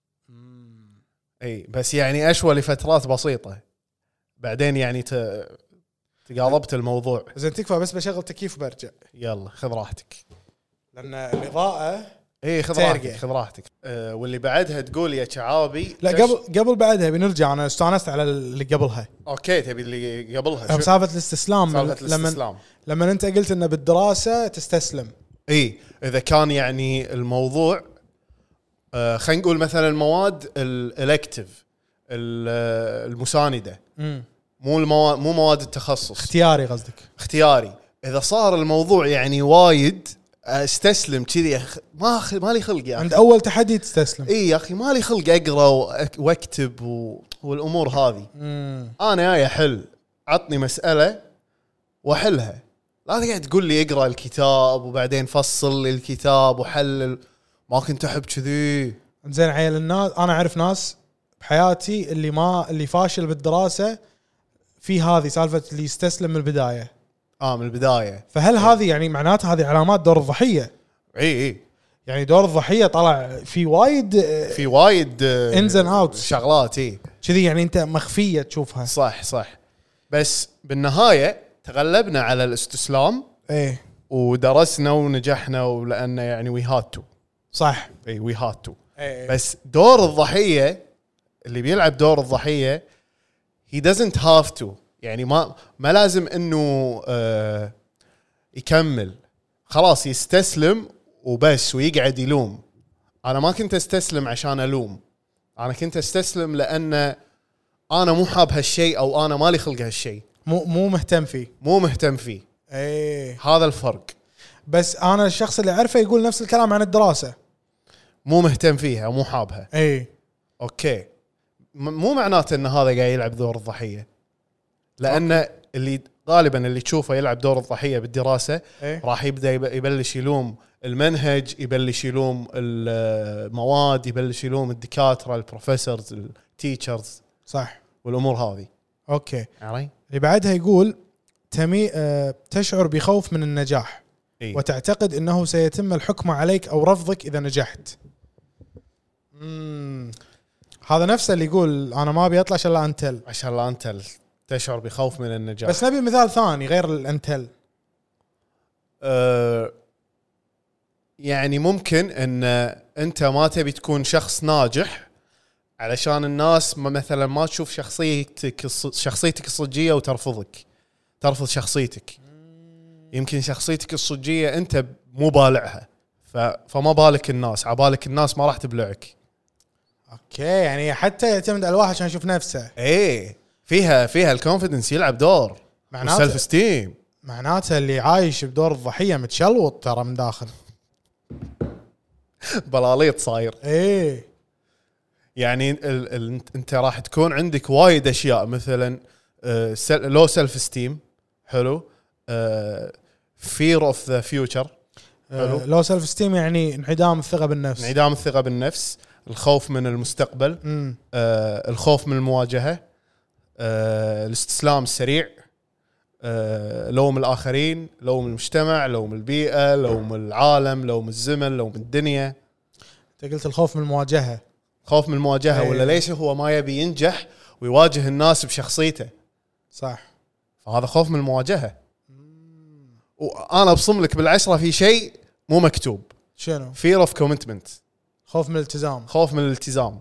Speaker 3: اي بس يعني اشوى لفترات بسيطه، بعدين يعني ت... تقاضبت الموضوع.
Speaker 4: زين تكفى بس بشغل تكييف وبرجع
Speaker 3: يلا خذ راحتك.
Speaker 4: لان الاضاءه.
Speaker 3: اي خذ
Speaker 4: ترقع.
Speaker 3: راحتك خذ راحتك. أه واللي بعدها تقول يا شعابي
Speaker 4: لا
Speaker 3: تش-
Speaker 4: قبل قبل بعدها بنرجع. انا استانست على اللي قبلها
Speaker 3: اوكي تبي اللي قبلها شو؟
Speaker 4: سالفه الاستسلام.
Speaker 3: سالفه
Speaker 4: لما
Speaker 3: الاستسلام.
Speaker 4: لما انت قلت انه بالدراسه تستسلم.
Speaker 3: اي اذا كان يعني الموضوع آه خلينا نقول مثلا المواد الالكتيف المسانده،
Speaker 4: مم.
Speaker 3: مو المواد مو مواد التخصص،
Speaker 4: اختياري قصدك.
Speaker 3: اختياري. اذا صار الموضوع يعني وايد استسلم كذي، أخ... ما أخ... ما لي خلق يا
Speaker 4: عند
Speaker 3: اخي.
Speaker 4: اول تحدي تستسلم.
Speaker 3: اي يا اخي ما لي خلق اقرا وأك... واكتب و... والامور هذه.
Speaker 4: مم.
Speaker 3: انا جاي احل، عطني مساله واحلها، لا تقعد تقول لي اقرا الكتاب وبعدين فصل لي الكتاب وحلل. ما كنت احب كذي.
Speaker 4: زين عيل الناس، انا اعرف ناس بحياتي اللي ما اللي فاشل بالدراسه في هذه سالفه اللي يستسلم من البدايه.
Speaker 3: اه من البدايه.
Speaker 4: فهل هذه يعني معناتها هذه علامات دور الضحيه؟
Speaker 3: اي اي
Speaker 4: يعني دور الضحيه طلع في وايد
Speaker 3: في وايد
Speaker 4: انز اند اوت
Speaker 3: شغلات. اي
Speaker 4: كذي يعني انت مخفيه تشوفها.
Speaker 3: صح صح. بس بالنهايه تغلبنا على الاستسلام،
Speaker 4: ايه
Speaker 3: ودرسنا ونجحنا، ولانه يعني وي هاد تو.
Speaker 4: صح.
Speaker 3: اي وي هاد تو.
Speaker 4: إيه.
Speaker 3: بس دور الضحيه، اللي بيلعب دور الضحيه he doesn't have to، يعني ما ما لازم انه آه يكمل، خلاص يستسلم وبس ويقعد يلوم. انا ما كنت استسلم عشان الوم، انا كنت استسلم لان انا مو حاب هالشيء، او انا مالي خلق هالشيء،
Speaker 4: مو مو مهتم فيه.
Speaker 3: مو مهتم فيه.
Speaker 4: ايه
Speaker 3: هذا الفرق.
Speaker 4: بس انا الشخص اللي اعرفه يقول نفس الكلام عن الدراسه،
Speaker 3: مو مهتم فيها ومو حابها.
Speaker 4: ايه
Speaker 3: اوكي، م- مو معناته ان هذا قاعد يلعب دور الضحيه، لان أوكي. اللي غالبا اللي تشوفه يلعب دور الضحيه بالدراسه
Speaker 4: إيه؟
Speaker 3: راح يبدا يبلش يلوم المنهج، يبلش يلوم المواد، يبلش يلوم الدكاتره، البروفيسورز، التيتشرز،
Speaker 4: صح،
Speaker 3: والامور هذه.
Speaker 4: اوكي.
Speaker 3: عري؟
Speaker 4: اللي بعدها يقول تمي... آه... تشعر بخوف من النجاح،
Speaker 3: إيه؟
Speaker 4: وتعتقد انه سيتم الحكم عليك او رفضك اذا نجحت. مم. هذا نفسه اللي يقول انا ما ابي اطلع عشان لا انتل،
Speaker 3: عشان لا انتل تشعر بخوف من النجاح.
Speaker 4: بس نبي مثال ثاني غير الانتل.
Speaker 3: أه يعني ممكن ان انت ما تبي تكون شخص ناجح علشان الناس ما مثلا ما تشوف شخصيتك شخصيتك الصجيه وترفضك، ترفض شخصيتك. يمكن شخصيتك الصجيه انت مو بالعها، فما بالك الناس، عبالك الناس ما راح تبلعك.
Speaker 4: اوكي، يعني حتى يعتمد على الواحد عشان يشوف نفسه.
Speaker 3: ايه فيها فيها الكونفيدنس يلعب دور،
Speaker 4: معناته
Speaker 3: السلف ستيم.
Speaker 4: معناته اللي عايش بدور الضحيه متشلوط ترى من داخل.
Speaker 3: بلاليط صاير.
Speaker 4: ايه
Speaker 3: يعني ال ال انت راح تكون عندك وايد اشياء، مثلا لو سيلف ستيم، حلو، فير اوف ذا فيوتشر،
Speaker 4: لو سيلف ستيم يعني انعدام الثقه بالنفس،
Speaker 3: انعدام الثقه بالنفس، الخوف من المستقبل، آه الخوف من المواجهه، آه الاستسلام السريع، آه لوم الآخرين، لوم المجتمع، لوم البيئة، لوم العالم، لوم الزمن، لوم الدنيا.
Speaker 4: انت قلت الخوف من المواجهة.
Speaker 3: خوف من المواجهة.
Speaker 4: أيه.
Speaker 3: ولا ليش هو ما يبي ينجح ويواجه الناس بشخصيته.
Speaker 4: صح،
Speaker 3: فهذا خوف من المواجهة. وأنا أبصم لك بالعشرة في شيء مو مكتوب.
Speaker 4: شنو؟
Speaker 3: fear of commitment،
Speaker 4: خوف من الالتزام.
Speaker 3: خوف من الالتزام.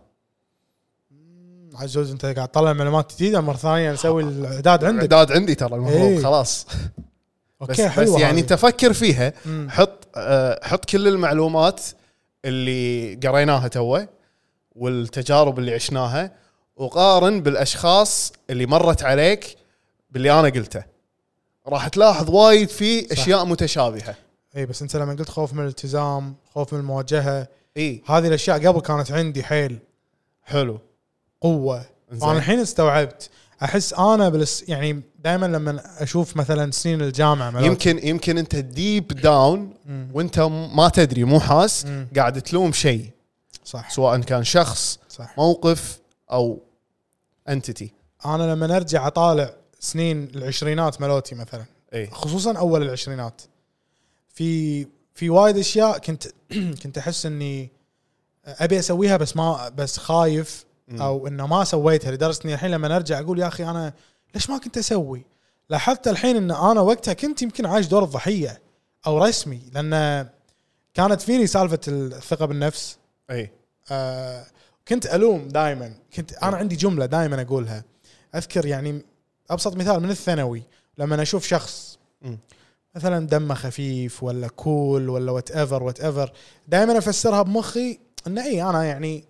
Speaker 4: عزوز انت قاعد تطلع معلومات جديدة مرة ثانية، نسوي الاعداد عندك.
Speaker 3: الاعداد عندي ترى المفروض.
Speaker 4: ايه.
Speaker 3: خلاص.
Speaker 4: اوكي
Speaker 3: بس,
Speaker 4: حلو.
Speaker 3: بس يعني انت فكر فيها.
Speaker 4: مم.
Speaker 3: حط أه حط كل المعلومات اللي قريناها توه والتجارب اللي عشناها، وقارن بالاشخاص اللي مرت عليك باللي انا قلته، راح تلاحظ وايد في اشياء متشابهه.
Speaker 4: اي بس انت لما قلت خوف من الالتزام، خوف من المواجهه،
Speaker 3: اي
Speaker 4: هذه الاشياء قبل كانت عندي حيل
Speaker 3: حلو
Speaker 4: قوه. انا الحين استوعبت. احس انا بلس يعني دائما لما اشوف مثلا سنين الجامعه ملوك.
Speaker 3: يمكن يمكن انت ديب داون وانت ما تدري، مو حاس،
Speaker 4: مم.
Speaker 3: قاعد تلوم شيء.
Speaker 4: صح،
Speaker 3: سواء كان شخص،
Speaker 4: صح،
Speaker 3: موقف، او انتيتي.
Speaker 4: انا لما ارجع اطالع سنين العشرينات ملوتي مثلا،
Speaker 3: اي
Speaker 4: خصوصا اول العشرينات، في في وايد اشياء كنت كنت احس اني ابي اسويها بس ما بس خايف او انه ما سويتها، لدرجه اني الحين لما ارجع اقول يا اخي انا ليش ما كنت اسوي. لاحظت الحين ان انا وقتها كنت يمكن عايش دور الضحيه او رسمي، لان كانت فيني سالفه الثقه بالنفس.
Speaker 3: اي
Speaker 4: آه كنت الوم دائما. كنت انا عندي جمله دائما اقولها، اذكر يعني ابسط مثال من الثانوي، لما اشوف شخص
Speaker 3: م.
Speaker 4: مثلا دمه خفيف ولا كول ولا وات ايفر وات ايفر، دائما افسرها بمخي انه اي انا يعني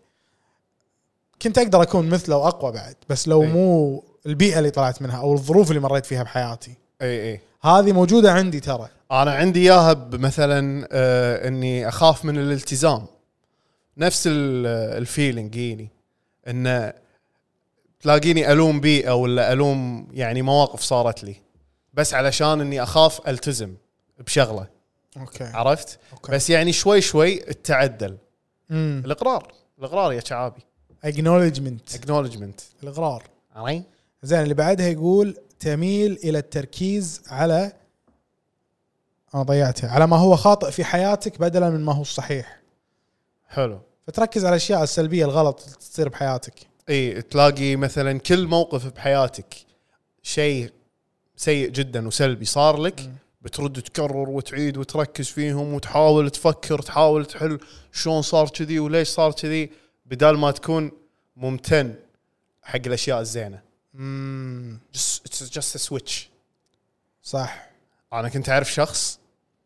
Speaker 4: كنت اقدر اكون مثله واقوى بعد، بس لو
Speaker 3: أي.
Speaker 4: مو البيئه اللي طلعت منها او الظروف اللي مريت فيها بحياتي،
Speaker 3: اي اي
Speaker 4: هذه موجوده عندي ترى.
Speaker 3: انا عندي اياها مثلا آه اني اخاف من الالتزام، نفس الفيلينج يجيني ان تلاقيني الوم بيئه ولا الوم يعني مواقف صارت لي بس علشان اني اخاف التزم بشغله.
Speaker 4: اوكي
Speaker 3: عرفت؟
Speaker 4: أوكي.
Speaker 3: بس يعني شوي شوي التعدل.
Speaker 4: امم
Speaker 3: الاقرار الاقرار يا شعابي.
Speaker 4: acknowledgement
Speaker 3: اكنولجمنت.
Speaker 4: الاقرار.
Speaker 3: عرفت؟
Speaker 4: زين اللي بعدها يقول تميل الى التركيز على انا ضيعتها على ما هو خاطئ في حياتك بدلا من ما هو الصحيح.
Speaker 3: حلو.
Speaker 4: فتركز على الاشياء السلبيه الغلط اللي تصير بحياتك.
Speaker 3: اي تلاقي مثلا كل موقف بحياتك شيء سيء جدا وسلبي صار لك م. بترد تكرر وتعيد وتركز فيهم وتحاول تفكر تحاول تحل شلون صار كذي وليش صار كذي بدال ما تكون ممتن حق الاشياء الزينه.
Speaker 4: امم
Speaker 3: just, it's just a switch.
Speaker 2: صح.
Speaker 3: انا كنت اعرف شخص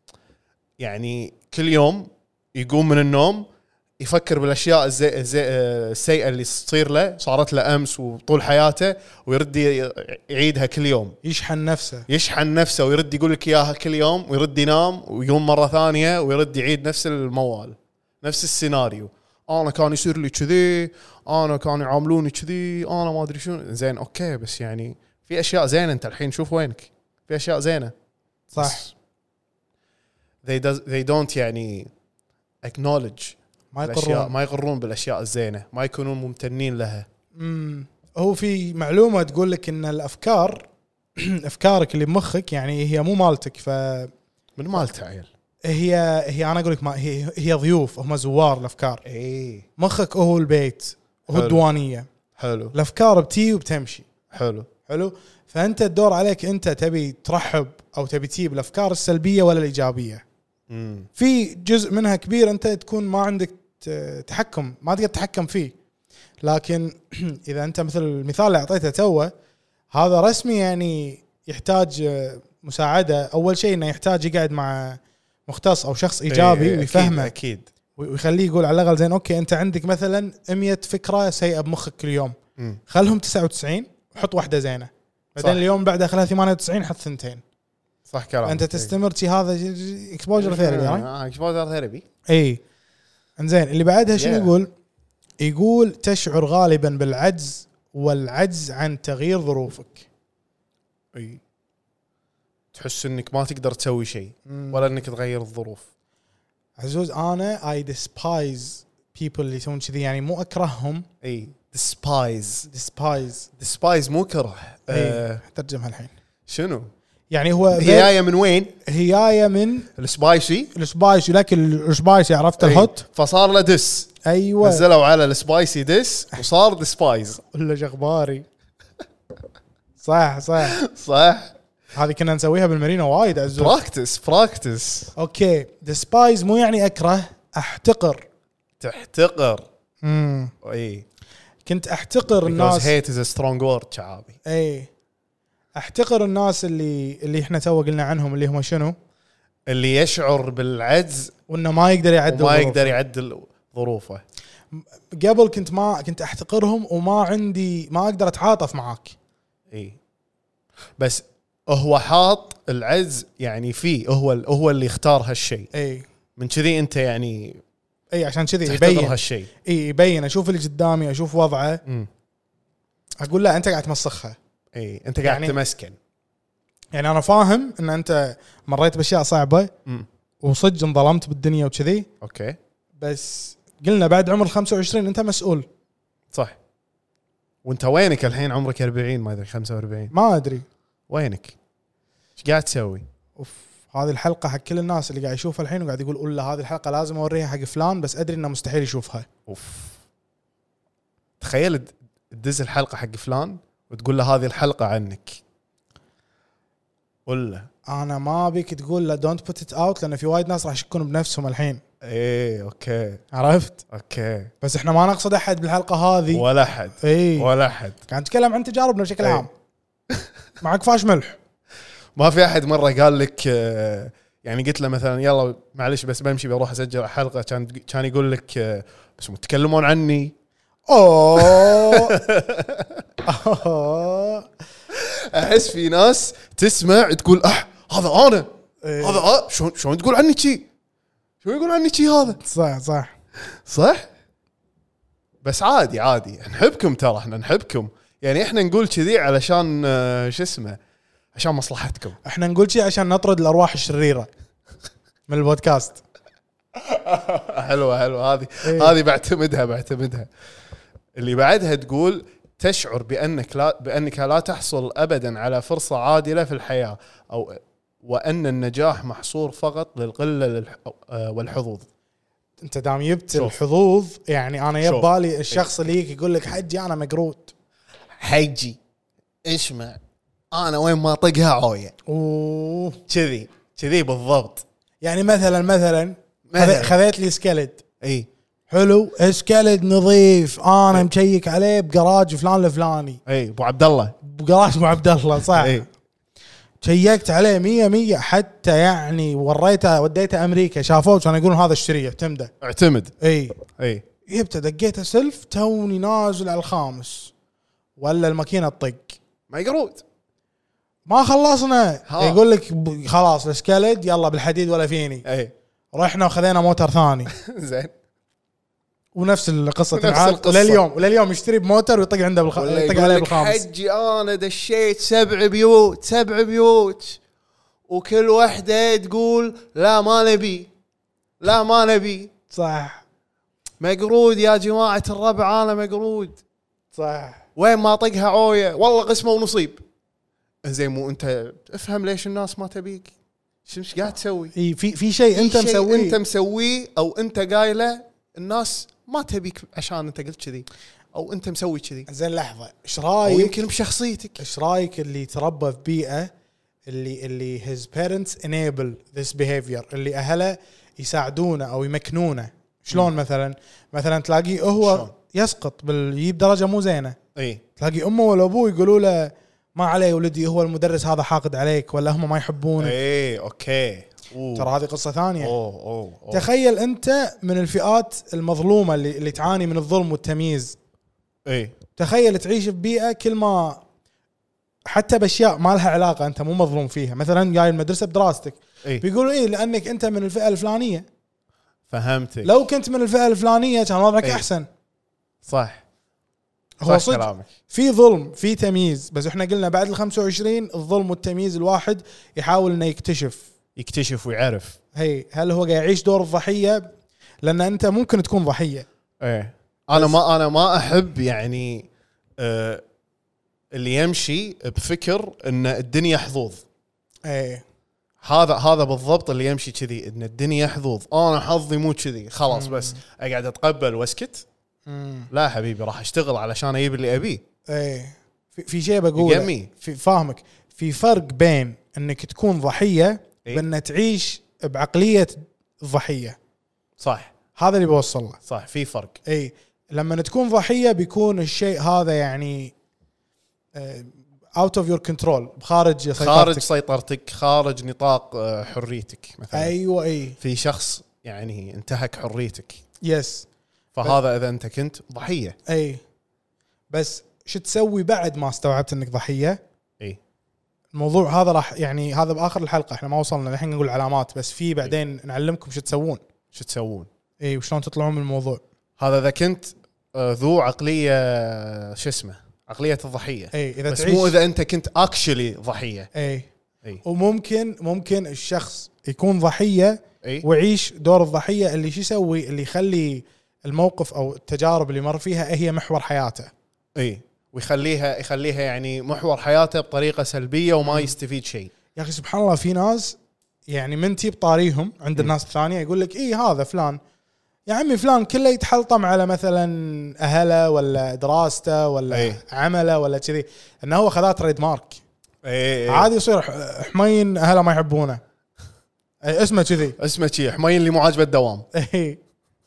Speaker 3: يعني كل يوم يقوم من النوم يفكر بالاشياء الزي الزي السيئه اللي تصير له صارت له امس وطول حياته ويرد يعيدها كل يوم.
Speaker 4: يشحن نفسه
Speaker 3: يشحن نفسه ويرد يقول لك اياها كل يوم ويرد ينام ويقوم مره ثانيه ويرد يعيد نفس الموال نفس السيناريو. انا كان يصير لي كذي، انا كانوا يعاملوني كذي، انا ما ادري شنو. زين اوكي بس يعني في اشياء زينه انت الحين شوف وينك. في اشياء زينه
Speaker 4: صح.
Speaker 3: they does they don't يعني acknowledge
Speaker 4: ما
Speaker 3: يقرون ما يقرون بالاشياء الزينه، ما يكونون ممتنين لها.
Speaker 4: امم هو في معلومه تقول لك ان الافكار افكارك اللي بمخك يعني هي مو مالتك، ف
Speaker 3: من مالته عيل.
Speaker 4: هي هي انا اقول لك ما هي هي ضيوف، هم زوار الافكار.
Speaker 3: اي
Speaker 4: مخك هو البيت، هو
Speaker 3: حلو.
Speaker 4: الديوانيه.
Speaker 3: حلو
Speaker 4: الافكار بتي وبتمشي.
Speaker 3: حلو
Speaker 4: حلو. فانت الدور عليك انت تبي ترحب او تبي تجيب الافكار السلبيه ولا الايجابيه.
Speaker 3: امم
Speaker 4: في جزء منها كبير انت تكون ما عندك تحكم، ما تقدر تتحكم فيه. لكن اذا انت مثل المثال اللي اعطيته توه، هذا رسمي يعني يحتاج مساعده. اول شيء انه يحتاج يقعد مع مختص او شخص ايجابي
Speaker 3: إيه
Speaker 4: ويفهمه
Speaker 3: اكيد
Speaker 4: ويخليه يقول على الاقل زين اوكي انت عندك مثلا مية فكره سيئه بمخك كل يوم،
Speaker 3: مم.
Speaker 4: خلهم تسعة وتسعين وحط واحده زينه، بعدين اليوم بعدها خلها ثمانية وتسعين حط ثنتين.
Speaker 3: صح كلام.
Speaker 4: انت تستمر شي هذا اكسبوجر ثيرابي.
Speaker 3: اه اكسبوجر ثيرابي.
Speaker 4: اي انزين اللي بعدها شنو
Speaker 3: yeah.
Speaker 4: يقول؟ يقول تشعر غالبا بالعجز والعجز عن تغيير ظروفك.
Speaker 3: اي تحس انك ما تقدر تسوي شيء ولا انك تغير الظروف.
Speaker 4: عزوز انا اي ديسبايز بيبل اللي يسوون كذي، يعني مو اكرههم.
Speaker 3: اي ديسبايز
Speaker 4: ديسبايز
Speaker 3: ديسبايز مو كره. آه
Speaker 4: ترجمها الحين
Speaker 3: شنو
Speaker 4: يعني؟ هو
Speaker 3: هي جايه من وين؟
Speaker 4: هي جايه من
Speaker 3: السبايسي.
Speaker 4: السبايسي، لكن السبايسي عرفت الهوت،
Speaker 3: فصار له دس.
Speaker 4: ايوه
Speaker 3: نزلوا على السبايسي دس وصار ديسبايز.
Speaker 4: ولا جغباري. صح صح
Speaker 3: صح.
Speaker 4: هذه كنا نسويها بالمارينا وايد عزوز.
Speaker 3: براكتس براكتس.
Speaker 4: اوكي ديسبايز مو يعني اكره، احتقر.
Speaker 3: تحتقر.
Speaker 4: امم
Speaker 3: اي
Speaker 4: كنت احتقر الناس.
Speaker 3: hate is a strong word شعابي.
Speaker 4: اي احتقر الناس اللي اللي احنا تو قلنا عنهم، اللي هم شنو؟
Speaker 3: اللي يشعر بالعجز
Speaker 4: وانه ما يقدر يعدل
Speaker 3: وما
Speaker 4: ظروفه.
Speaker 3: يقدر يعدل ظروفه.
Speaker 4: قبل كنت ما كنت احتقرهم وما عندي ما اقدر اتعاطف معاك.
Speaker 3: اي بس هو حاط العز يعني فيه، هو هو اللي اختار هالشيء.
Speaker 4: اي
Speaker 3: من كذي انت يعني
Speaker 4: اي عشان كذي
Speaker 3: تحتقر
Speaker 4: يبين
Speaker 3: هالشيء.
Speaker 4: اي يبين اشوف اللي قدامي اشوف وضعه
Speaker 3: امم
Speaker 4: اقول لا انت قاعد تمسخها.
Speaker 3: اي انت قاعد
Speaker 4: يعني
Speaker 3: تمسكن.
Speaker 4: يعني انا فاهم ان انت مريت باشياء صعبه
Speaker 3: امم
Speaker 4: وصدق انظلمت بالدنيا وكذي،
Speaker 3: اوكي
Speaker 4: بس قلنا بعد عمر خمسة وعشرين انت مسؤول.
Speaker 3: صح. وانت وينك الحين عمرك أربعين ما ادري خمسة وأربعين
Speaker 4: ما ادري
Speaker 3: وينك؟ ايش قاعد تسوي؟
Speaker 4: اوف هذه الحلقه حق كل الناس اللي قاعد يشوفها الحين وقاعد يقول قول له هذه الحلقه لازم اوريها حق فلان، بس ادري انه مستحيل يشوفها.
Speaker 3: اوف تخيل تدز الحلقه حق فلان وتقول له هذه الحلقه عنك. ولا
Speaker 4: انا ما بيك تقول لا دونت بوت ات اوت، لان في وايد ناس راح يشكون بنفسهم الحين.
Speaker 3: ايه اوكي
Speaker 4: عرفت؟
Speaker 3: اوكي
Speaker 4: بس احنا ما نقصد احد بالحلقه هذه
Speaker 3: ولا حد.
Speaker 4: اي
Speaker 3: ولا حد
Speaker 4: قاعد نتكلم عن تجاربنا بشكل عام. معك فاش ملح
Speaker 3: ما في احد مره قال لك آه يعني قلت له مثلا يلا معلش بس بمشي بروح اسجل حلقه، كان كان يقول لك آه، بس تتكلمون عني.
Speaker 4: اوه
Speaker 3: احس في ناس تسمع تقول اح هذا انا
Speaker 4: إيه.
Speaker 3: هذا آه شلون شلون تقول عني شي، شلون يقول عني شي هذا.
Speaker 4: صح صح
Speaker 3: صح بس عادي عادي نحبكم ترى احنا نحبكم، يعني احنا نقول كذي علشان آه، شو اسمه عشان مصلحتكم.
Speaker 4: احنا نقول شيء عشان نطرد الارواح الشريره من البودكاست.
Speaker 3: حلوه حلوه هذه
Speaker 4: إيه.
Speaker 3: هذه بعتمدها بعتمدها. اللي بعدها تقول تشعر بانك لا بانك لا تحصل ابدا على فرصه عادله في الحياه، او وان النجاح محصور فقط للقله للح- آه، والحظوظ.
Speaker 4: انت دام جبت
Speaker 3: شوف.
Speaker 4: الحظوظ، يعني انا
Speaker 3: شوف.
Speaker 4: يبالي الشخص اللي يجي يقول لك حجي انا مقرود.
Speaker 3: حجي اسمع انا وين ما طقها عويه
Speaker 4: اوه
Speaker 3: كذي كذي بالضبط.
Speaker 4: يعني مثلا مثلا
Speaker 3: مثلاً.
Speaker 4: خذيت لي سكلد
Speaker 3: اي
Speaker 4: حلو، سكلد نظيف انا مشيك عليه بجراج فلان الفلاني،
Speaker 3: اي ابو عبد الله
Speaker 4: بجراج ابو عبد الله صح.
Speaker 3: اي
Speaker 4: شيكت عليه مية مية، حتى يعني وريته وديته امريكا شافوه كانوا يقولون هذا اشتريه اعتمده.
Speaker 3: اعتمد
Speaker 4: اي
Speaker 3: اي
Speaker 4: جبته دقيته سلف توني نازل على الخامس ولا الماكينه تطق
Speaker 3: ما يقرود.
Speaker 4: ما خلصنا.
Speaker 3: ها.
Speaker 4: يقول لك ب- خلاص السكلد يلا بالحديد ولا فيني.
Speaker 3: اي
Speaker 4: رحنا وخذينا موتر ثاني
Speaker 3: زين
Speaker 4: ونفس القصه
Speaker 3: ونفس
Speaker 4: تنعاد
Speaker 3: القصة.
Speaker 4: ولليوم ولليوم يشتري بموتر ويطق عنده بالخ...
Speaker 3: ولا
Speaker 4: يطق
Speaker 3: يقول
Speaker 4: عليه
Speaker 3: لك
Speaker 4: بالخامس.
Speaker 3: حجي انا دشيت سبع بيوت سبع بيوت وكل وحده تقول لا ما نبي لا ما نبي.
Speaker 4: صح
Speaker 3: مقرود يا جماعه الربع انا مقرود
Speaker 4: صح
Speaker 3: وين ما طقها عويه والله قسمه ونصيب. زين مو انت افهم ليش الناس ما تبيك، شو مش قاعد تسوي؟
Speaker 4: اي في في شيء انت
Speaker 3: في شيء
Speaker 4: مسويه
Speaker 3: انت مسويه او انت قايله الناس ما تبيك عشان انت قلت كذي او انت مسوي كذي،
Speaker 4: زين لحظه ايش
Speaker 3: او
Speaker 4: رايك
Speaker 3: يمكن بشخصيتك.
Speaker 4: ايش رايك اللي تربى في بيئه اللي اللي his parents enable this behavior، اللي اهله يساعدونه او يمكنونه. شلون مثلا مثلا تلاقيه هو
Speaker 3: شلون؟
Speaker 4: يسقط باليجيب درجه مو زينه،
Speaker 3: اي
Speaker 4: تلاقي امه ولا ابوه يقولوا له ما عليه ولدي هو المدرس هذا حاقد عليك ولا هم ما يحبونك.
Speaker 3: اي اوكي أوه.
Speaker 4: ترى هذه قصه ثانيه.
Speaker 3: أوه أوه أوه.
Speaker 4: تخيل انت من الفئات المظلومه اللي, اللي تعاني من الظلم والتمييز.
Speaker 3: اي
Speaker 4: تخيل تعيش في بيئه كل ما حتى باشياء ما لها علاقه انت مو مظلوم فيها، مثلا جاي المدرسه بدراستك
Speaker 3: اي
Speaker 4: بيقولوا ايه لانك انت من الفئه الفلانيه،
Speaker 3: فهمتك.
Speaker 4: لو كنت من الفئه الفلانيه كان وضعك
Speaker 3: إيه.
Speaker 4: احسن.
Speaker 3: صح
Speaker 4: هو
Speaker 3: صح
Speaker 4: صدق
Speaker 3: كلامك.
Speaker 4: في ظلم في تمييز، بس احنا قلنا بعد ال خمسة وعشرين الظلم والتمييز الواحد يحاول انه يكتشف
Speaker 3: يكتشف ويعرف.
Speaker 4: هي هل هو قاعد يعيش دور الضحيه، لان انت ممكن تكون ضحيه.
Speaker 3: ايه انا ما انا ما احب يعني آه اللي يمشي بفكر ان الدنيا حظوظ.
Speaker 4: ايه
Speaker 3: هذا هذا بالضبط اللي يمشي كذي ان الدنيا حظوظ، انا حظي مو كذي خلاص بس اقعد اتقبل واسكت.
Speaker 4: مم.
Speaker 3: لا حبيبي راح اشتغل علشان اجيب اللي ابيه.
Speaker 4: ايه في, في شيء بقوله
Speaker 3: يقمي.
Speaker 4: في فاهمك، في فرق بين انك تكون ضحيه
Speaker 3: إيه؟
Speaker 4: بان تعيش بعقليه الضحيه.
Speaker 3: صح
Speaker 4: هذا اللي بوصل له.
Speaker 3: صح في فرق.
Speaker 4: اي لما تكون ضحيه بيكون الشيء هذا يعني اوت اوف يور كنترول، خارج سيطرتك.
Speaker 3: خارج سيطرتك، خارج نطاق آه، حريتك مثلا.
Speaker 4: ايوه اي
Speaker 3: في شخص يعني انتهك حريتك،
Speaker 4: يس
Speaker 3: فهذا اذا انت كنت ضحيه.
Speaker 4: اي بس شو تسوي بعد ما استوعبت انك ضحيه؟
Speaker 3: اي
Speaker 4: الموضوع هذا راح يعني هذا باخر الحلقه، احنا ما وصلنا الحين نقول علامات، بس في بعدين نعلمكم شو تسوون.
Speaker 3: شو تسوون؟
Speaker 4: اي وشلون تطلعون من الموضوع.
Speaker 3: هذا اذا كنت آه، ذو عقليه آه، شو اسمه عقليه الضحيه.
Speaker 4: اي اذا
Speaker 3: بس
Speaker 4: تعيش
Speaker 3: مو اذا انت كنت اكشلي ضحيه.
Speaker 4: اي
Speaker 3: اي
Speaker 4: وممكن ممكن الشخص يكون ضحيه
Speaker 3: اي
Speaker 4: ويعيش دور الضحيه اللي شو يسوي، اللي يخلي الموقف او التجارب اللي مر فيها هي محور حياته.
Speaker 3: اي ويخليها يخليها يعني محور حياته بطريقه سلبيه وما يستفيد شيء.
Speaker 4: يا اخي سبحان الله في ناس يعني من تجيب طاريهم عند الناس الثانيه يقول لك ايه هذا فلان يا عمي فلان كله يتحلطم على مثلا اهله ولا دراسته ولا
Speaker 3: أي.
Speaker 4: عمله ولا كذي، انه هو خذاه تريد مارك.
Speaker 3: اي
Speaker 4: عادي يصير ح- حمين اهله ما يحبونه. أي اسمه كذي.
Speaker 3: اسمه شي حمين اللي مو عاجبه الدوام،
Speaker 4: اي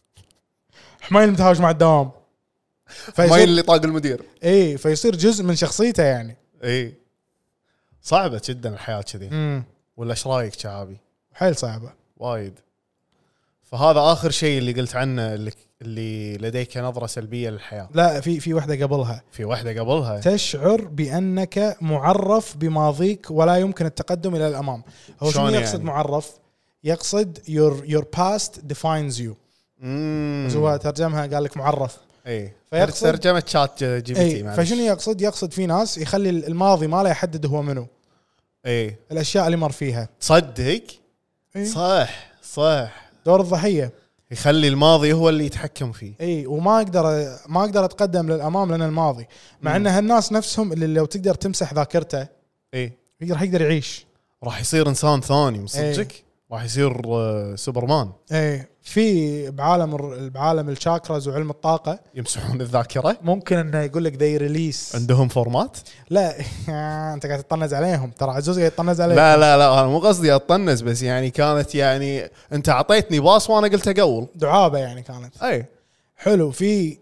Speaker 4: حمين متهاوش مع الدوام.
Speaker 3: حمين
Speaker 4: فيصير
Speaker 3: اللي طاق المدير.
Speaker 4: اي فيصير جزء من شخصيته يعني.
Speaker 3: اي صعبه جدا الحياه كذي.
Speaker 4: امم
Speaker 3: ولا ايش رايك شعابي؟
Speaker 4: حيل صعبه
Speaker 3: وايد. فهذا اخر شيء اللي قلت عنه، اللي, اللي لديك نظره سلبيه للحياه.
Speaker 4: لا في في وحده قبلها،
Speaker 3: في واحده قبلها،
Speaker 4: تشعر بانك معرف بماضيك ولا يمكن التقدم الى الامام. هو شنو يقصد يعني؟ معرف يقصد your your past defines you.
Speaker 3: امم
Speaker 4: بس هو ترجمها قال لك معرف.
Speaker 3: اي
Speaker 4: فيقصد
Speaker 3: ترجمه شات جي بي تي.
Speaker 4: فشنو يقصد؟ يقصد في ناس يخلي الماضي ما له يحدد هو منه.
Speaker 3: اي
Speaker 4: الاشياء اللي مر فيها.
Speaker 3: تصدق
Speaker 4: إيه؟
Speaker 3: صح صح،
Speaker 4: دور الضحيه
Speaker 3: يخلي الماضي هو اللي يتحكم فيه.
Speaker 4: اي وما اقدر ما اقدر اتقدم للامام لان الماضي، مع ان هالناس نفسهم اللي لو تقدر تمسح ذاكرته
Speaker 3: اي
Speaker 4: راح يقدر يعيش،
Speaker 3: راح يصير انسان ثاني مصدقك. راح يصير آه سوبرمان.
Speaker 4: اي في بعالم بعالم الشاكراز وعلم الطاقه
Speaker 3: يمسحون الذاكره.
Speaker 4: ممكن انه يقول لك ذي ريليس
Speaker 3: عندهم فورمات.
Speaker 4: لا انت قاعد تطنز عليهم، ترى عزوز قاعد يطنز عليهم.
Speaker 3: لا لا لا انا مو قصدي اطنز، بس يعني كانت يعني انت اعطيتني باص وانا قلت اقول
Speaker 4: دعابه يعني كانت.
Speaker 3: اي
Speaker 4: حلو. في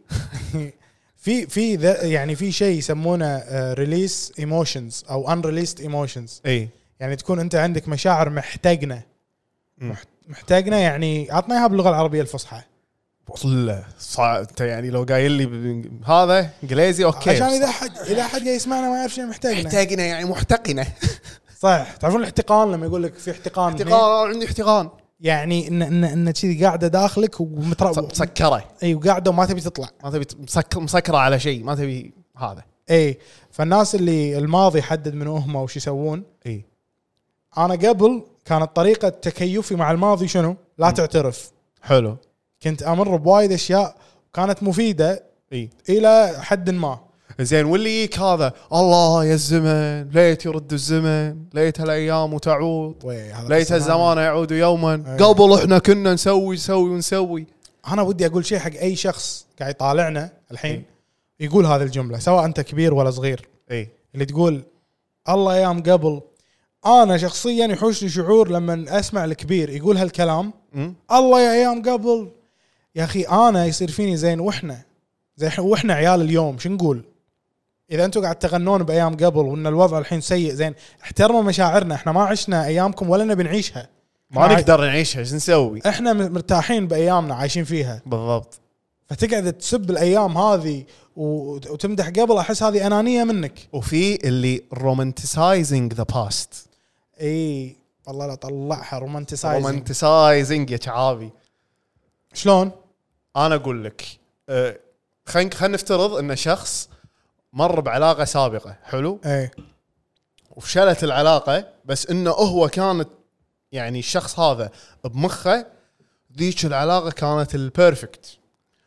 Speaker 4: في في يعني في شيء يسمونه ريليس ايموشنز او ان ريليست ايموشنز.
Speaker 3: اي
Speaker 4: يعني تكون انت عندك مشاعر محتجنه. محتاجنا يعني عطنا اياها باللغه العربيه الفصحى.
Speaker 3: والله صعب انت يعني لو قايل لي هذا انجليزي اوكي،
Speaker 4: عشان اذا حد اذا حد قاعد يسمعنا ما يعرف شنو محتاجنا.
Speaker 3: محتاجنا يعني محتقنه.
Speaker 4: صح. تعرفون الاحتقان لما يقول لك في احتقان؟
Speaker 3: احتقان عندي احتقان
Speaker 4: يعني ان ان ان كذي قاعده داخلك
Speaker 3: ومسكره.
Speaker 4: اي وقاعده وما تبي تطلع،
Speaker 3: ما تبي مسكر مسكره على شيء، ما تبي هذا.
Speaker 4: اي فالناس اللي الماضي حدد منو هم وش يسوون.
Speaker 3: اي
Speaker 4: انا قبل كانت طريقه تكيفي مع الماضي شنو؟ لا م. تعترف.
Speaker 3: حلو.
Speaker 4: كنت امر بوايد اشياء كانت مفيده
Speaker 3: اي
Speaker 4: الى حد ما.
Speaker 3: زين واللي يك هذا الله يا الزمن ليت يرد الزمن، ليت هالايام وتعود، ليت الزمان يعود يوما. أيه. قبل احنا كنا نسوي نسوي ونسوي.
Speaker 4: انا ودي اقول شيء حق اي شخص قاعد يطالعنا الحين. أيه. يقول هذه الجمله سواء انت كبير ولا صغير.
Speaker 3: اي
Speaker 4: اللي تقول الله ايام قبل. انا شخصيا يحوش لي شعور لما اسمع الكبير يقول هالكلام.
Speaker 3: م?
Speaker 4: الله يا ايام قبل. يا اخي انا يصير فيني زين واحنا زي واحنا عيال اليوم شو نقول؟ اذا انتم قاعد تغنون بايام قبل وان الوضع الحين سيء، زين احترموا مشاعرنا. احنا ما عشنا ايامكم ولا نبي نعيشها،
Speaker 3: ما نقدر نعيشها. شو نسوي؟
Speaker 4: احنا مرتاحين بايامنا عايشين فيها.
Speaker 3: بالضبط.
Speaker 4: فتقعد تسب الايام هذه وتمدح قبل، احس هذه انانيه منك.
Speaker 3: وفي اللي رومانتسايزنج ذا باست.
Speaker 4: اي والله لا طلعها رومانتسايزنج.
Speaker 3: رومانتسايزنج يا شعابي.
Speaker 4: شلون؟
Speaker 3: انا اقول لك أه خلينا خلينا نفترض ان شخص مر بعلاقه سابقه. حلو.
Speaker 4: اي
Speaker 3: وفشلت العلاقه، بس انه هو كانت يعني الشخص هذا بمخه ذيك العلاقه كانت البيرفكت،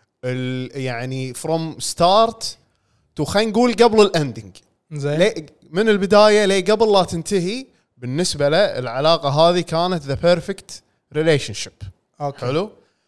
Speaker 3: يعني فروم ستارت تو خلينا نقول قبل الاندنج.
Speaker 4: زين
Speaker 3: من البدايه لي قبل لا تنتهي بالنسبه له العلاقه هذه كانت ذا بيرفكت ريليشن شيب. حلو.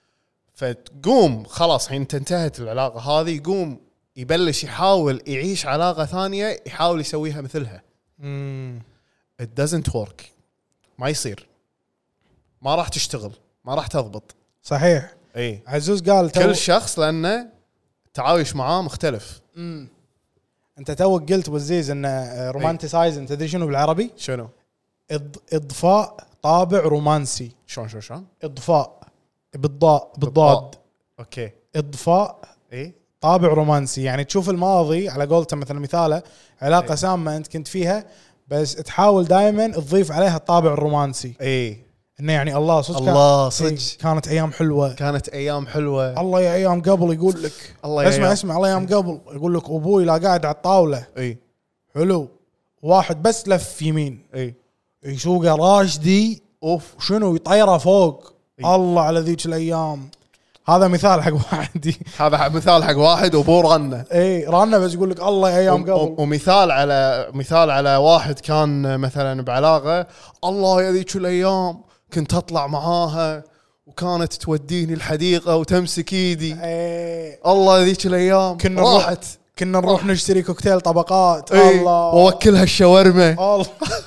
Speaker 3: فتقوم خلاص حين انتهت العلاقه هذه يقوم يبلش يحاول يعيش علاقه ثانيه، يحاول يسويها مثلها.
Speaker 4: امم
Speaker 3: it doesn't work. ما يصير، ما راح تشتغل، ما راح تضبط.
Speaker 4: صحيح.
Speaker 3: اي
Speaker 4: عزوز قال
Speaker 3: كل تو... شخص لانه التعايش معاه مختلف.
Speaker 4: امم انت توك قلت وزيز ان رومانتسايز، انت تدري شنو بالعربي؟
Speaker 3: شنو؟
Speaker 4: إض... اضفاء طابع رومانسي.
Speaker 3: شلون شلون شلون؟
Speaker 4: اضفاء بالضاء بالضاد.
Speaker 3: اوكي.
Speaker 4: اضفاء
Speaker 3: اي
Speaker 4: طابع رومانسي، يعني تشوف الماضي على قولته مثلا مثاله علاقه أي. سامه انت كنت فيها، بس تحاول دائما تضيف عليها الطابع الرومانسي.
Speaker 3: اي
Speaker 4: انه يعني الله صدق
Speaker 3: الله صدق
Speaker 4: إيه كانت ايام حلوه،
Speaker 3: كانت ايام حلوه.
Speaker 4: الله يا ايام قبل يقول لك
Speaker 3: الله
Speaker 4: اسمع
Speaker 3: أيام.
Speaker 4: اسمع الله ايام قبل يقول لك ابوي لا قاعد على الطاوله.
Speaker 3: اي
Speaker 4: حلو. واحد بس لف يمين
Speaker 3: اي
Speaker 4: يسوقه راشدي
Speaker 3: اوف
Speaker 4: شنو يطيره فوق.
Speaker 3: أي.
Speaker 4: الله على ذيك الايام. هذا مثال حق واحد.
Speaker 3: هذا مثال حق واحد وابوه رنه.
Speaker 4: اي رنه بس يقول لك الله يا ايام قبل.
Speaker 3: ومثال على مثال على واحد كان مثلا بعلاقه، الله يا ذيك الايام كنت اطلع معاها وكانت توديني الحديقه وتمسك ايدي.
Speaker 4: اي
Speaker 3: الله ذيك الايام
Speaker 4: كنا
Speaker 3: راحت
Speaker 4: كنا نروح نشتري كوكتيل طبقات.
Speaker 3: ايه
Speaker 4: الله
Speaker 3: واوكلها الشاورما.
Speaker 4: الله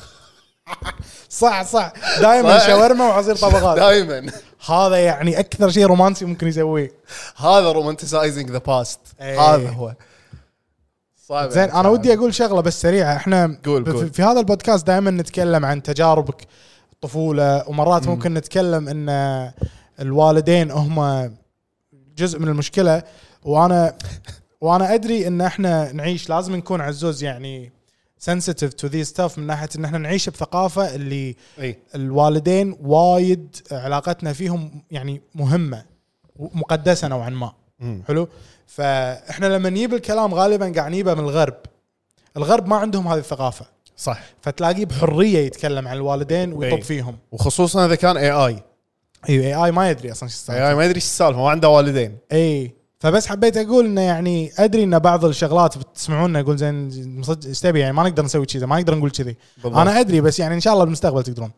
Speaker 4: صح صح دائما شاورما وعصير طبقات
Speaker 3: دائما.
Speaker 4: هذا يعني اكثر شيء رومانسي ممكن يسويه.
Speaker 3: هذا رومانتسايزنج ذا باست. هذا هو
Speaker 4: صعب. زين انا ودي اقول شغله بس سريعه. احنا
Speaker 3: قول قول.
Speaker 4: في هذا البودكاست دائما نتكلم عن تجاربك طفوله، ومرات ممكن نتكلم ان الوالدين هم جزء من المشكله. وانا وانا ادري ان احنا نعيش لازم نكون عزوز يعني sensitive to these stuff من ناحيه ان احنا نعيش بثقافه اللي
Speaker 3: اي
Speaker 4: الوالدين وايد علاقتنا فيهم يعني مهمه ومقدسه نوعا ما.
Speaker 3: مم.
Speaker 4: حلو. فاحنا لما نجيب الكلام غالبا قاعد نجيبه من الغرب. الغرب ما عندهم هذه الثقافه،
Speaker 3: صح.
Speaker 4: فتلاقيه بحريه يتكلم عن الوالدين ويطب
Speaker 3: أي.
Speaker 4: فيهم.
Speaker 3: وخصوصا اذا كان اي اي
Speaker 4: ايوه اي اي ما يدري اصلا شو السالفه.
Speaker 3: اي اي ما يدري ايش السالفه، ما عنده والدين.
Speaker 4: اي فبس حبيت اقول انه يعني ادري ان بعض الشغلات بتسمعونا يقول زين صدق ايش تبي يعني ما نقدر نسوي كذا ما نقدر نقول كذي. انا ادري بس يعني ان شاء الله بالمستقبل تقدرون.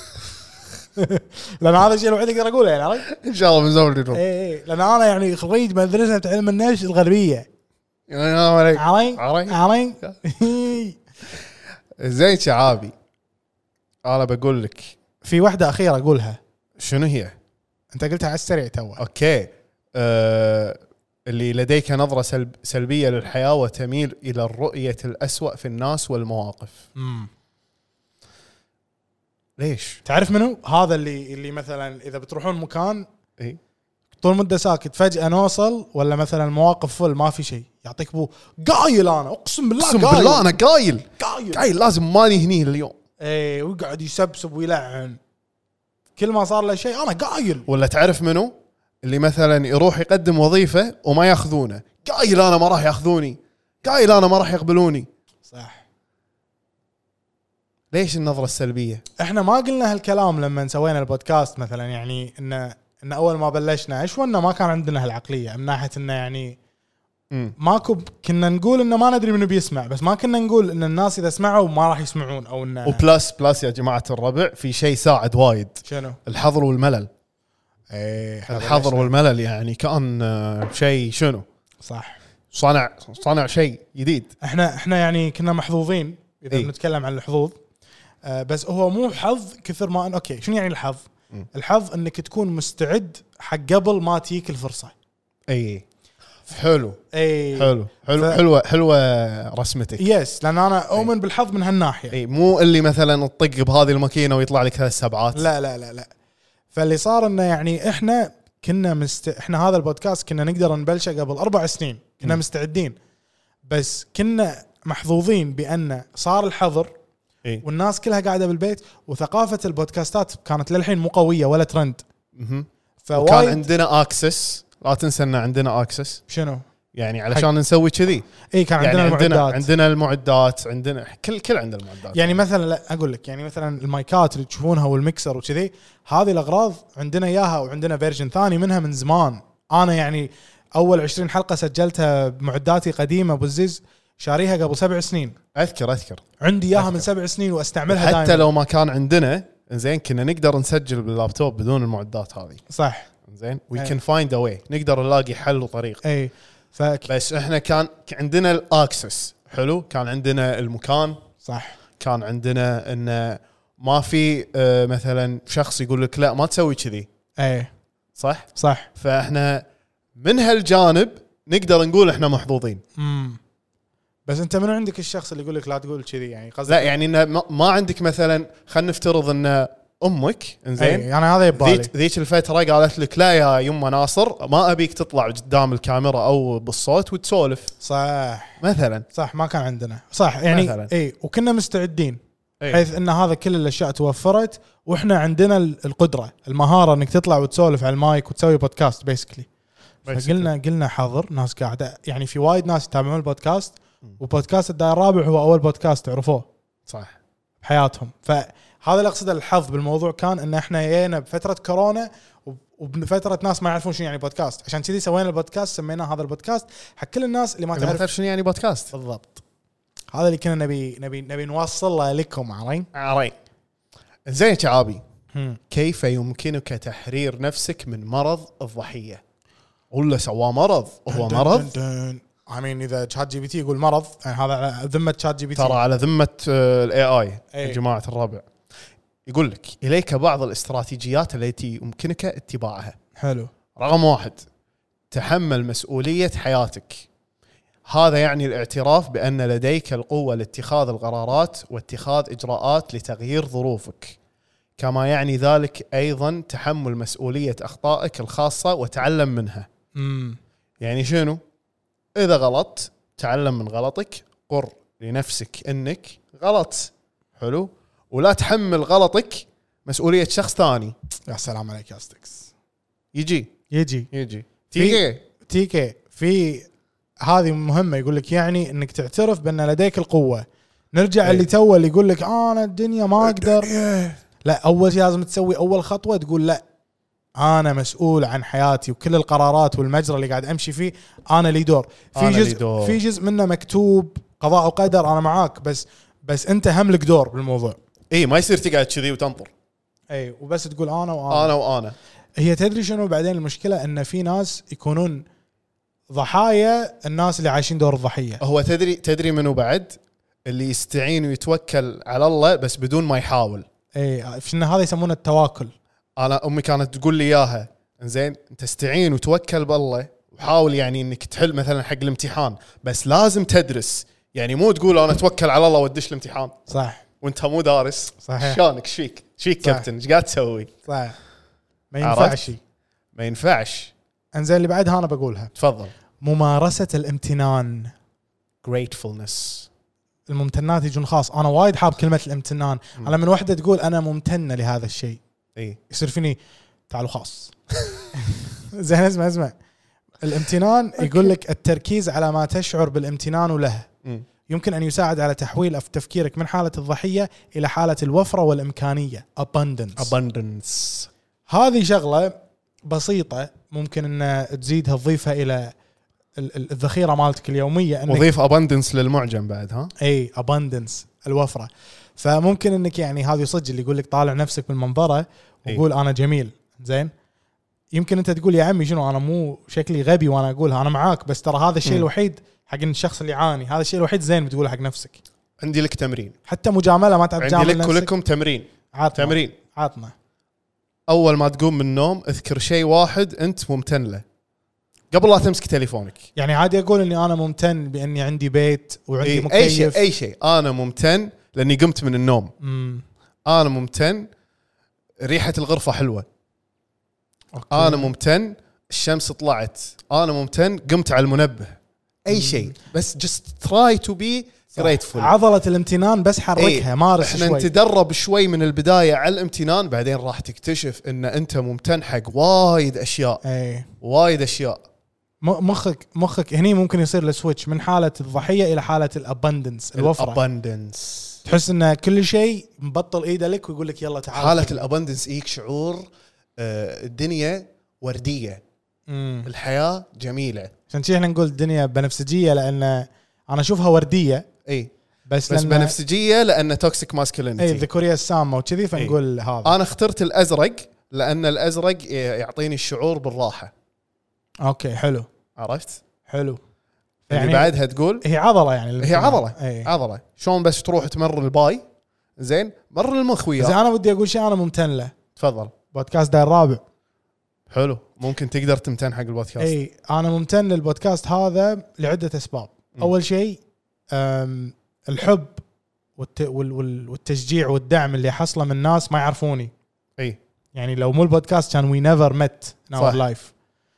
Speaker 4: لان هذا الشيء الوحيد اقدر اقوله يعني.
Speaker 3: ان شاء الله بنزود لكم.
Speaker 4: اي اي لان انا يعني خريج مدرسه علم النفس الغربيه.
Speaker 3: علي
Speaker 4: علي علي
Speaker 3: زين شعابي، انا بقول لك
Speaker 4: في واحده اخيره اقولها.
Speaker 3: شنو هي؟
Speaker 4: انت قلتها على السريع تو.
Speaker 3: اوكي. أه اللي لديك نظرة سلب سلبية للحياة وتميل إلى الرؤية الأسوأ في الناس والمواقف.
Speaker 4: امم
Speaker 3: ليش؟
Speaker 4: تعرف منو هذا اللي اللي مثلا إذا بتروحون مكان
Speaker 3: إيه؟
Speaker 4: طول مدة ساكت فجأة نوصل ولا مثلا المواقف فل ما في شيء يعطيك بو قايل. أنا أقسم بالله
Speaker 3: أقسم
Speaker 4: قايل.
Speaker 3: بالله أنا قايل
Speaker 4: قايل
Speaker 3: قايل لازم ماني هني اليوم.
Speaker 4: إيه ويقعد يسبسب ويلعن كل ما صار له شيء. أنا قايل.
Speaker 3: ولا تعرف منو اللي مثلا يروح يقدم وظيفة وما ياخذونه؟ قايل أنا ما راح ياخذوني، قايل أنا ما راح يقبلوني.
Speaker 4: صح.
Speaker 3: ليش النظرة السلبية؟
Speaker 4: احنا ما قلنا هالكلام لما سوينا البودكاست مثلا يعني ان ان اول ما بلشنا ايش ونا ما كان عندنا هالعقليه من ناحيه انه يعني
Speaker 3: مم.
Speaker 4: ماكو كنا نقول انه ما ندري منو بيسمع بس ما كنا نقول ان الناس اذا سمعوا ما راح يسمعون او انه.
Speaker 3: وبلاس بلاس يا جماعة الربع في شيء ساعد وايد،
Speaker 4: شنو؟
Speaker 3: الحظر والملل.
Speaker 4: ايه
Speaker 3: الحظر والملل يعني كان آه، شيء شنو
Speaker 4: صح
Speaker 3: صانع صانع شيء جديد.
Speaker 4: احنا احنا يعني كنا محظوظين اذا
Speaker 3: إيه؟
Speaker 4: بنتكلم عن الحظوظ. آه بس هو مو حظ كثر ما اوكي شنو يعني الحظ؟
Speaker 3: م.
Speaker 4: الحظ انك تكون مستعد حق قبل ما تجيك الفرصه.
Speaker 3: اي حلو
Speaker 4: اي
Speaker 3: حلو حلو
Speaker 4: ف...
Speaker 3: حلوه حلوه رسمتك.
Speaker 4: يس لان انا اؤمن بالحظ من هالناحيه.
Speaker 3: اي مو اللي مثلا تطق بهذه الماكينه ويطلع لك ثلاث سبعات.
Speaker 4: لا لا لا لا. فاللي صار انه يعني احنا كنا مست... احنا هذا البودكاست كنا نقدر نبلشه قبل اربع سنين كنا م. مستعدين بس كنا محظوظين بان صار الحظر.
Speaker 3: إيه؟
Speaker 4: والناس كلها قاعده بالبيت وثقافه البودكاستات كانت للحين مو قويه ولا ترند.
Speaker 3: فكان عندنا اكسس. لا تنسى ان عندنا اكسس.
Speaker 4: شنو
Speaker 3: يعني علشان نسوي كذي.
Speaker 4: اي كان
Speaker 3: يعني
Speaker 4: عندنا
Speaker 3: عندنا
Speaker 4: المعدات.
Speaker 3: عندنا المعدات عندنا كل كل عندنا المعدات.
Speaker 4: يعني مثلا لا اقول لك يعني مثلا المايكات اللي تشوفونها والميكسر وكذي هذه الاغراض عندنا اياها وعندنا فيرجن ثاني منها من زمان. انا يعني اول عشرين حلقه سجلتها بمعداتي قديمه بوزيز شاريها قبل سبع سنين.
Speaker 3: اذكر اذكر
Speaker 4: عندي اياها من سبع سنين واستعملها دائما.
Speaker 3: حتى لو ما كان عندنا زين كنا نقدر نسجل باللابتوب بدون المعدات هذه.
Speaker 4: صح
Speaker 3: زين وي كان فايند ا واي نقدر نلاقي حل وطريقه.
Speaker 4: اي فك...
Speaker 3: بس احنا كان عندنا الاكسس حلو. كان عندنا المكان.
Speaker 4: صح.
Speaker 3: كان عندنا انه ما في اه مثلا شخص يقول لك لا ما تسوي كذي.
Speaker 4: اي
Speaker 3: صح
Speaker 4: صح.
Speaker 3: فاحنا من هالجانب نقدر نقول احنا محظوظين.
Speaker 4: امم بس انت من عندك الشخص اللي يقول لك لا تقول كذي يعني قصدك
Speaker 3: لا يعني انه ما عندك مثلا خلينا نفترض ان امك انزين
Speaker 4: يعني هذا يبالي
Speaker 3: ذيك ذيك الفتره قالت لك لا يا يما ناصر ما ابيك تطلع قدام الكاميرا او بالصوت وتسولف.
Speaker 4: صح
Speaker 3: مثلا
Speaker 4: صح ما كان عندنا صح يعني مثلاً. اي وكنا مستعدين
Speaker 3: أي.
Speaker 4: حيث ان هذا كل الاشياء توفرت واحنا عندنا القدره المهاره انك تطلع وتسولف على المايك وتسوي بودكاست بيسكلي. فقلنا قلنا حاضر ناس قاعده يعني في وايد ناس يتابعون البودكاست وبودكاست الدائري الرابع هو اول بودكاست عرفوه
Speaker 3: صح
Speaker 4: بحياتهم. فهذا اللي اقصده الحظ بالموضوع كان ان احنا جينا بفتره كورونا وبفتره ناس ما يعرفون شنو يعني بودكاست عشان كذي سوينا البودكاست سميناه هذا البودكاست حق كل الناس اللي ما
Speaker 3: تعرف
Speaker 4: تعرف
Speaker 3: شنو يعني بودكاست.
Speaker 4: بالضبط. هذا اللي كنا نبي نبي نبي نوصله لكم عرين
Speaker 3: عرين. زين شعابي كيف يمكنك تحرير نفسك من مرض الضحيه؟ ولا سواه مرض هو مرض
Speaker 4: I mean إذا شات جي بي تي يقول مرض يعني هذا على ذمة شات جي بي تي.
Speaker 3: ترى على ذمة الاي اي يا جماعة الربع. يقول لك إليك بعض الاستراتيجيات التي يمكنك اتباعها.
Speaker 4: حلو.
Speaker 3: رقم واحد تحمل مسؤولية حياتك. هذا يعني الاعتراف بأن لديك القوة لاتخاذ القرارات واتخاذ إجراءات لتغيير ظروفك. كما يعني ذلك أيضا تحمل مسؤولية أخطائك الخاصة وتعلم منها.
Speaker 4: امم
Speaker 3: يعني شنو؟ إذا غلط تعلم من غلطك، قر لنفسك إنك غلط. حلو. ولا تحمل غلطك مسؤولية شخص ثاني.
Speaker 4: يا سلام عليك يا ستكس.
Speaker 3: يجي
Speaker 4: يجي
Speaker 3: يجي تيجي
Speaker 4: تيكي في هذه مهمة. يقول لك يعني انك تعترف بان لديك القوة. نرجع
Speaker 3: أي.
Speaker 4: اللي تو اللي يقول لك آه انا الدنيا ما اقدر. لا، اول شيء لازم تسوي اول خطوة تقول لا، انا مسؤول عن حياتي وكل القرارات والمجرى اللي قاعد امشي فيه انا لي دور. في
Speaker 3: أنا لي
Speaker 4: جزء
Speaker 3: دور.
Speaker 4: في جزء منه مكتوب قضاء وقدر، انا معاك، بس بس انت هم لك دور بالموضوع.
Speaker 3: اي ما يصير تقعد كذي وتنطر
Speaker 4: اي وبس تقول انا وانا
Speaker 3: انا وانا.
Speaker 4: هي تدري شنو بعدين المشكلة؟ ان في ناس يكونون ضحايا الناس اللي عايشين دور الضحية.
Speaker 3: هو تدري تدري منو بعد اللي يستعين ويتوكل على الله بس بدون ما يحاول.
Speaker 4: اي فشنا هذا يسمونه التواكل.
Speaker 3: انا امي كانت تقول لي اياها. زين انت استعين وتوكل بالله وحاول يعني انك تحل مثلا حق الامتحان، بس لازم تدرس. يعني مو تقول انا اتوكل على الله وادش الامتحان
Speaker 4: صح
Speaker 3: وانت مو دارس.
Speaker 4: صحيح.
Speaker 3: شلونك ايش فيك ايش فيك
Speaker 4: صح.
Speaker 3: كابتن ايش قاعد تسوي؟
Speaker 4: صح ما
Speaker 3: عرفت؟
Speaker 4: ينفعش.
Speaker 3: ما ينفعش.
Speaker 4: انزين اللي بعدها انا بقولها،
Speaker 3: تفضل.
Speaker 4: ممارسة الامتنان.
Speaker 3: gratefulness.
Speaker 4: الممتنات يجون خاص. انا وايد حاب كلمة الامتنان.
Speaker 3: م.
Speaker 4: انا من وحدة تقول انا ممتنة لهذا الشيء
Speaker 3: اي
Speaker 4: يصير فيني تعالوا خاص. زين اسمع اسمع الامتنان يقول لك التركيز على ما تشعر بالامتنان له
Speaker 3: م.
Speaker 4: يمكن أن يساعد على تحويل تفكيرك من حالة الضحية إلى حالة الوفرة والإمكانية abundance.
Speaker 3: abundance.
Speaker 4: هذه شغلة بسيطة ممكن أن تزيدها تضيفها إلى ال- ال- الذخيرة مالتك اليومية. إنك
Speaker 3: وضيف abundance للمعجم بعد. ها
Speaker 4: أي abundance الوفرة. فممكن أنك يعني هذه صدق اللي يقول لك طالع نفسك بالمنظرة وقول أنا جميل. زين يمكن أنت تقول يا عمي شنو أنا مو شكلي غبي وأنا أقولها أنا معاك، بس ترى هذا الشيء
Speaker 3: م.
Speaker 4: الوحيد حق الشخص اللي يعاني. هذا الشيء الوحيد زين بتقوله حق نفسك.
Speaker 3: عندي لك تمرين.
Speaker 4: حتى مجامله ما تعرف
Speaker 3: عندي
Speaker 4: تجامل
Speaker 3: لك
Speaker 4: نفسك.
Speaker 3: ولكم تمرين.
Speaker 4: عطنا.
Speaker 3: تمرين
Speaker 4: عطنا.
Speaker 3: اول ما تقوم من النوم اذكر شيء واحد انت ممتن له قبل لا تمسك تليفونك.
Speaker 4: يعني عادي اقول اني انا ممتن باني عندي بيت وعندي
Speaker 3: اي
Speaker 4: مكيف.
Speaker 3: اي شيء اي شيء انا ممتن لاني قمت من النوم.
Speaker 4: مم.
Speaker 3: انا ممتن ريحه الغرفه حلوه.
Speaker 4: أوكي.
Speaker 3: انا ممتن الشمس طلعت. انا ممتن قمت على المنبه. اي شيء بس just try to be grateful.
Speaker 4: عضله الامتنان بس حركها.
Speaker 3: إيه.
Speaker 4: مارس
Speaker 3: احنا
Speaker 4: شوي.
Speaker 3: نتدرب شوي من البدايه على الامتنان، بعدين راح تكتشف ان انت ممتن حق وايد اشياء.
Speaker 4: اي
Speaker 3: وايد اشياء.
Speaker 4: م- مخك مخك هني ممكن يصير السويتش من حاله الضحيه الى حاله الابندنس الوفره.
Speaker 3: الابندنس.
Speaker 4: تحس ان كل شيء مبطل ايده لك ويقول لك يلا تعال.
Speaker 3: حاله الابندنس يجيك شعور آه، الدنيا ورديه.
Speaker 4: مم.
Speaker 3: الحياه جميله.
Speaker 4: عشان شي احنا نقول الدنيا بنفسجيه لان انا اشوفها ورديه
Speaker 3: اي
Speaker 4: بس,
Speaker 3: بس
Speaker 4: لأن
Speaker 3: بنفسجيه لان توكسيك
Speaker 4: اي
Speaker 3: ماسكولينيتي.
Speaker 4: الذكوريه السامه وكذي فنقول هذا.
Speaker 3: انا اخترت الازرق لان الازرق يعطيني الشعور بالراحه.
Speaker 4: اوكي حلو
Speaker 3: عرفت؟
Speaker 4: حلو.
Speaker 3: يعني بعدها تقول
Speaker 4: هي عضله يعني
Speaker 3: هي عضله.
Speaker 4: أي.
Speaker 3: عضله شلون بس تروح تمر الباي. زين مر المخ وياه.
Speaker 4: زين انا ودي اقول شيء انا ممتن له.
Speaker 3: تفضل.
Speaker 4: بودكاست داير الرابع.
Speaker 3: حلو ممكن تقدر تمتن حق البودكاست.
Speaker 4: اي انا ممتن للبودكاست هذا لعده اسباب.
Speaker 3: م.
Speaker 4: اول شيء أم، الحب والت... وال... وال... والتشجيع والدعم اللي حصله من الناس ما يعرفوني.
Speaker 3: اي
Speaker 4: يعني لو مو البودكاست كان وي نيفر مت ان اور لايف.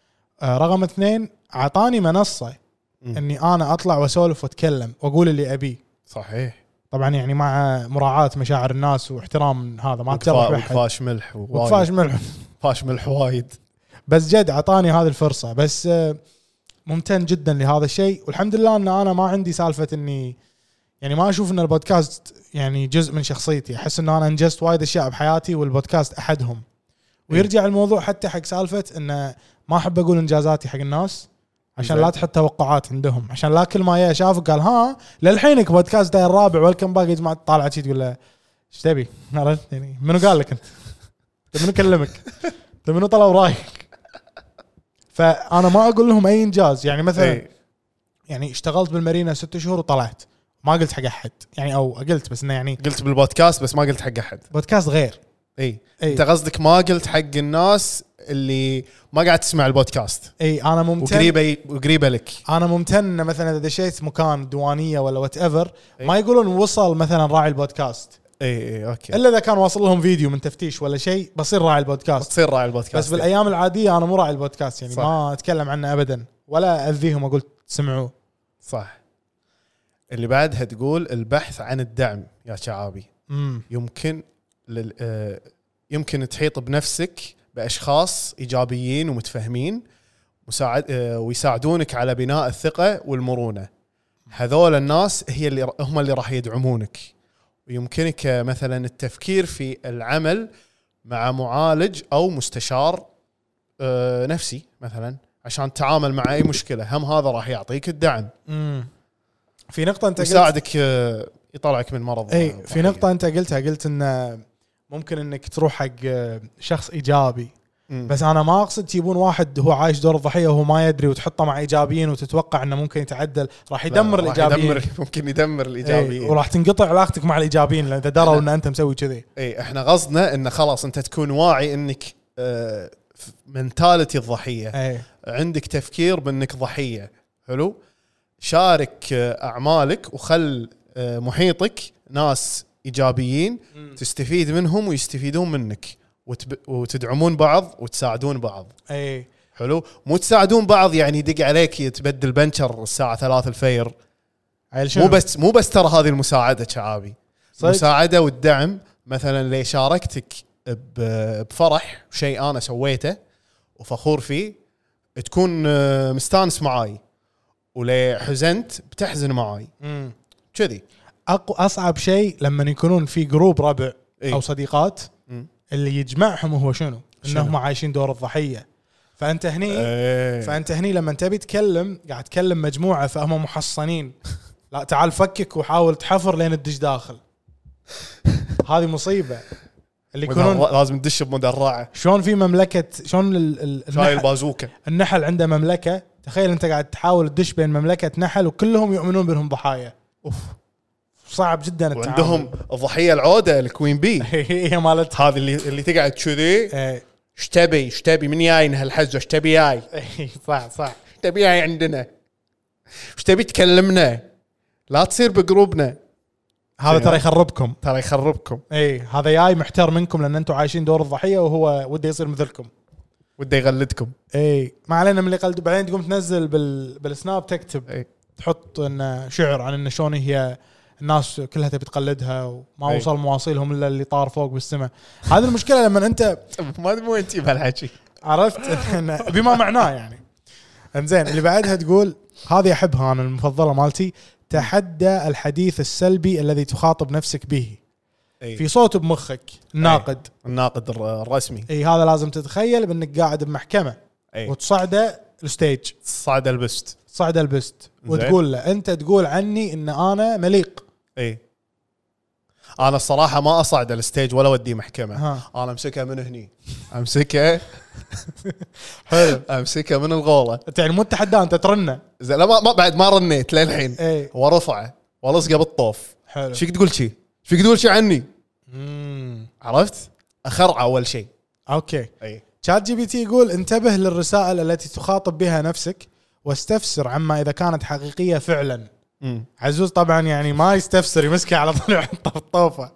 Speaker 4: رقم اثنين اعطاني منصه
Speaker 3: م.
Speaker 4: اني انا اطلع واسولف واتكلم واقول اللي ابيه.
Speaker 3: صحيح.
Speaker 4: طبعا يعني مع مراعاه مشاعر الناس واحترام هذا ما تجرح بحد.
Speaker 3: وقفاش ملح
Speaker 4: وقفاش ملح.
Speaker 3: وقفاش ملح وايد.
Speaker 4: بس جد عطاني هذه الفرصة. بس آه، ممتن جدا لهذا الشيء والحمد لله ان انا ما عندي سالفة اني يعني ما اشوف ان البودكاست يعني جزء من شخصيتي. احس ان انا انجزت وايد اشياء بحياتي والبودكاست احدهم. ويرجع الموضوع حتى حق سالفة ان ما احب اقول انجازاتي حق الناس عشان لا تحط توقعات عندهم، عشان لا كل ما شافه قال ها للحينك بودكاست داير الرابع ويلكم باك يا جماعه طالعه شي تقول له ايش تبي؟ عرفت يعني منو قال لك انت؟ انت منو كلمك؟ انت منو طلب رايك؟ فانا ما اقول لهم اي انجاز. يعني مثلا
Speaker 3: اي
Speaker 4: يعني اشتغلت بالمارينا ست شهور وطلعت ما قلت حق احد يعني او قلت بس انه يعني
Speaker 3: قلت بالبودكاست بس ما قلت حق احد.
Speaker 4: بودكاست غير.
Speaker 3: اي
Speaker 4: أي.
Speaker 3: انت قصدك ما قلت حق الناس اللي ما قاعد تسمع البودكاست
Speaker 4: اي انا ممتن
Speaker 3: وقريبه وقريبه لك.
Speaker 4: انا ممتن مثلا اذا دشيت مكان ديوانيه ولا وات ايفر ما يقولون وصل مثلا راعي البودكاست.
Speaker 3: اي اي اوكي.
Speaker 4: الا اذا كان واصل لهم فيديو من تفتيش ولا شيء بصير راعي البودكاست.
Speaker 3: تصير راعي البودكاست.
Speaker 4: بس بالايام العاديه انا مو راعي البودكاست يعني
Speaker 3: صح.
Speaker 4: ما اتكلم عنه ابدا ولا اذيهم اقول سمعوه.
Speaker 3: صح. اللي بعدها تقول البحث عن الدعم يا شعابي.
Speaker 4: امم
Speaker 3: يمكن لل... آه، يمكن تحيط بنفسك باشخاص ايجابيين ومتفهمين مساعد آه، ويساعدونك على بناء الثقه والمرونه. هذول الناس هي اللي هم اللي راح يدعمونك. ويمكنك مثلا التفكير في العمل مع معالج او مستشار آه، نفسي مثلا عشان تتعامل مع اي مشكله. هم هذا راح يعطيك الدعم.
Speaker 4: امم في نقطه انت
Speaker 3: يساعدك آه، يطلعك من مرض.
Speaker 4: اي
Speaker 3: ضحية.
Speaker 4: في نقطه انت قلتها قلت ان ممكن انك تروح حق شخص ايجابي.
Speaker 3: مم.
Speaker 4: بس انا ما اقصد تجيبون واحد هو عايش دور الضحيه وهو ما يدري وتحطه مع ايجابيين وتتوقع انه ممكن يتعدل. راح يدمر
Speaker 3: لا، راح
Speaker 4: الايجابيين.
Speaker 3: يدمر ممكن يدمر الايجابيين.
Speaker 4: ايه وراح تنقطع علاقتك مع الايجابيين لان اذا دروا ان انت مسوي كذي.
Speaker 3: اي احنا قصدنا انه خلاص انت تكون واعي انك آه منتاليتي الضحيه.
Speaker 4: ايه
Speaker 3: عندك تفكير بانك ضحيه. حلو. شارك آه اعمالك وخل آه محيطك ناس ايجابيين تستفيد منهم ويستفيدون منك وتب... وتدعمون بعض وتساعدون بعض.
Speaker 4: ايه
Speaker 3: حلو. مو تساعدون بعض يعني يدق عليك يتبدل بنشر الساعه ثلاثة الفير. مو بس مو بس ترى هذه المساعده شعابي. المساعده والدعم مثلا اللي شاركتك بفرح شيء انا سويته وفخور فيه تكون مستانس معاي ولي حزنت بتحزن معاي كذي.
Speaker 4: اصعب شيء لما يكونون في جروب ربع
Speaker 3: إيه؟
Speaker 4: او صديقات
Speaker 3: م.
Speaker 4: اللي يجمعهم هو شنو؟ انهم عايشين دور الضحيه. فانت هني
Speaker 3: ايه.
Speaker 4: فانت هني لما تبي تكلم قاعد تكلم مجموعه فهم محصنين. لا تعال فكك وحاول تحفر لين تدش داخل. هذه مصيبه. اللي يكونون
Speaker 3: لازم تدش بمدرعه.
Speaker 4: شلون في مملكه شلون ال... ال...
Speaker 3: شاي البازوكه.
Speaker 4: النحل عنده مملكه. تخيل انت قاعد تحاول تدش بين مملكه نحل وكلهم يؤمنون بانهم ضحايا. اوف صعب جدا التعامل.
Speaker 3: وعندهم الضحيه العوده الكوين بي.
Speaker 4: هي مالت
Speaker 3: هذه اللي اللي تقعد كذي.
Speaker 4: ايه
Speaker 3: ايش تبي ايش تبي من جاي هالحزه ايش تبي جاي
Speaker 4: صح صح
Speaker 3: ايش تبي جاي عندنا ايش تبي تكلمنا لا تصير بجروبنا.
Speaker 4: هذا ترى يخربكم
Speaker 3: ترى يخربكم.
Speaker 4: اي هذا جاي محتار منكم لان انتم عايشين دور الضحيه وهو وده يصير مثلكم
Speaker 3: وده يغلدكم.
Speaker 4: اي ما علينا من اللي قلد. بعدين تقوم تنزل بال... بالسناب تكتب
Speaker 3: أي.
Speaker 4: تحط ان شعر عن ان شلون هي الناس كلها تبي تقلدها وما
Speaker 3: أي.
Speaker 4: وصل مواصيلهم الا اللي طار فوق بالسماء. هذه المشكله لما انت
Speaker 3: ما ادري وين تجيب هالحكي.
Speaker 4: عرفت إن بما معناه يعني. انزين اللي بعدها تقول هذه احبها انا المفضله مالتي. تحدى الحديث السلبي الذي تخاطب نفسك به.
Speaker 3: أي.
Speaker 4: في صوت بمخك الناقد.
Speaker 3: أي. الناقد الرسمي.
Speaker 4: اي هذا لازم تتخيل بانك قاعد بمحكمه.
Speaker 3: أي.
Speaker 4: وتصعده الستيج
Speaker 3: صعد البست
Speaker 4: صعد البست وتقول له انت تقول عني ان انا مليق.
Speaker 3: اي انا الصراحه ما اصعد الستيج ولا ودي محكمه.
Speaker 4: ها.
Speaker 3: انا امسكها من هني امسكها
Speaker 4: حلو
Speaker 3: امسكها من الغوله.
Speaker 4: انت يعني مو تحداه انت ترنه.
Speaker 3: زين لا ما, ما بعد ما رنيت للحين.
Speaker 4: اي
Speaker 3: ورفعه ولصقه بالطوف.
Speaker 4: حلو
Speaker 3: ايش فيك تقول شيء ايش فيك تقول شيء عني.
Speaker 4: امم
Speaker 3: عرفت اخرع اول شيء.
Speaker 4: اوكي.
Speaker 3: اي
Speaker 4: شات جي بي تي يقول انتبه للرسائل التي تخاطب بها نفسك واستفسر عما اذا كانت حقيقيه فعلا.
Speaker 3: امم
Speaker 4: عزوز طبعا يعني ما يستفسر يمسكها على طول يحطها في الطوفه.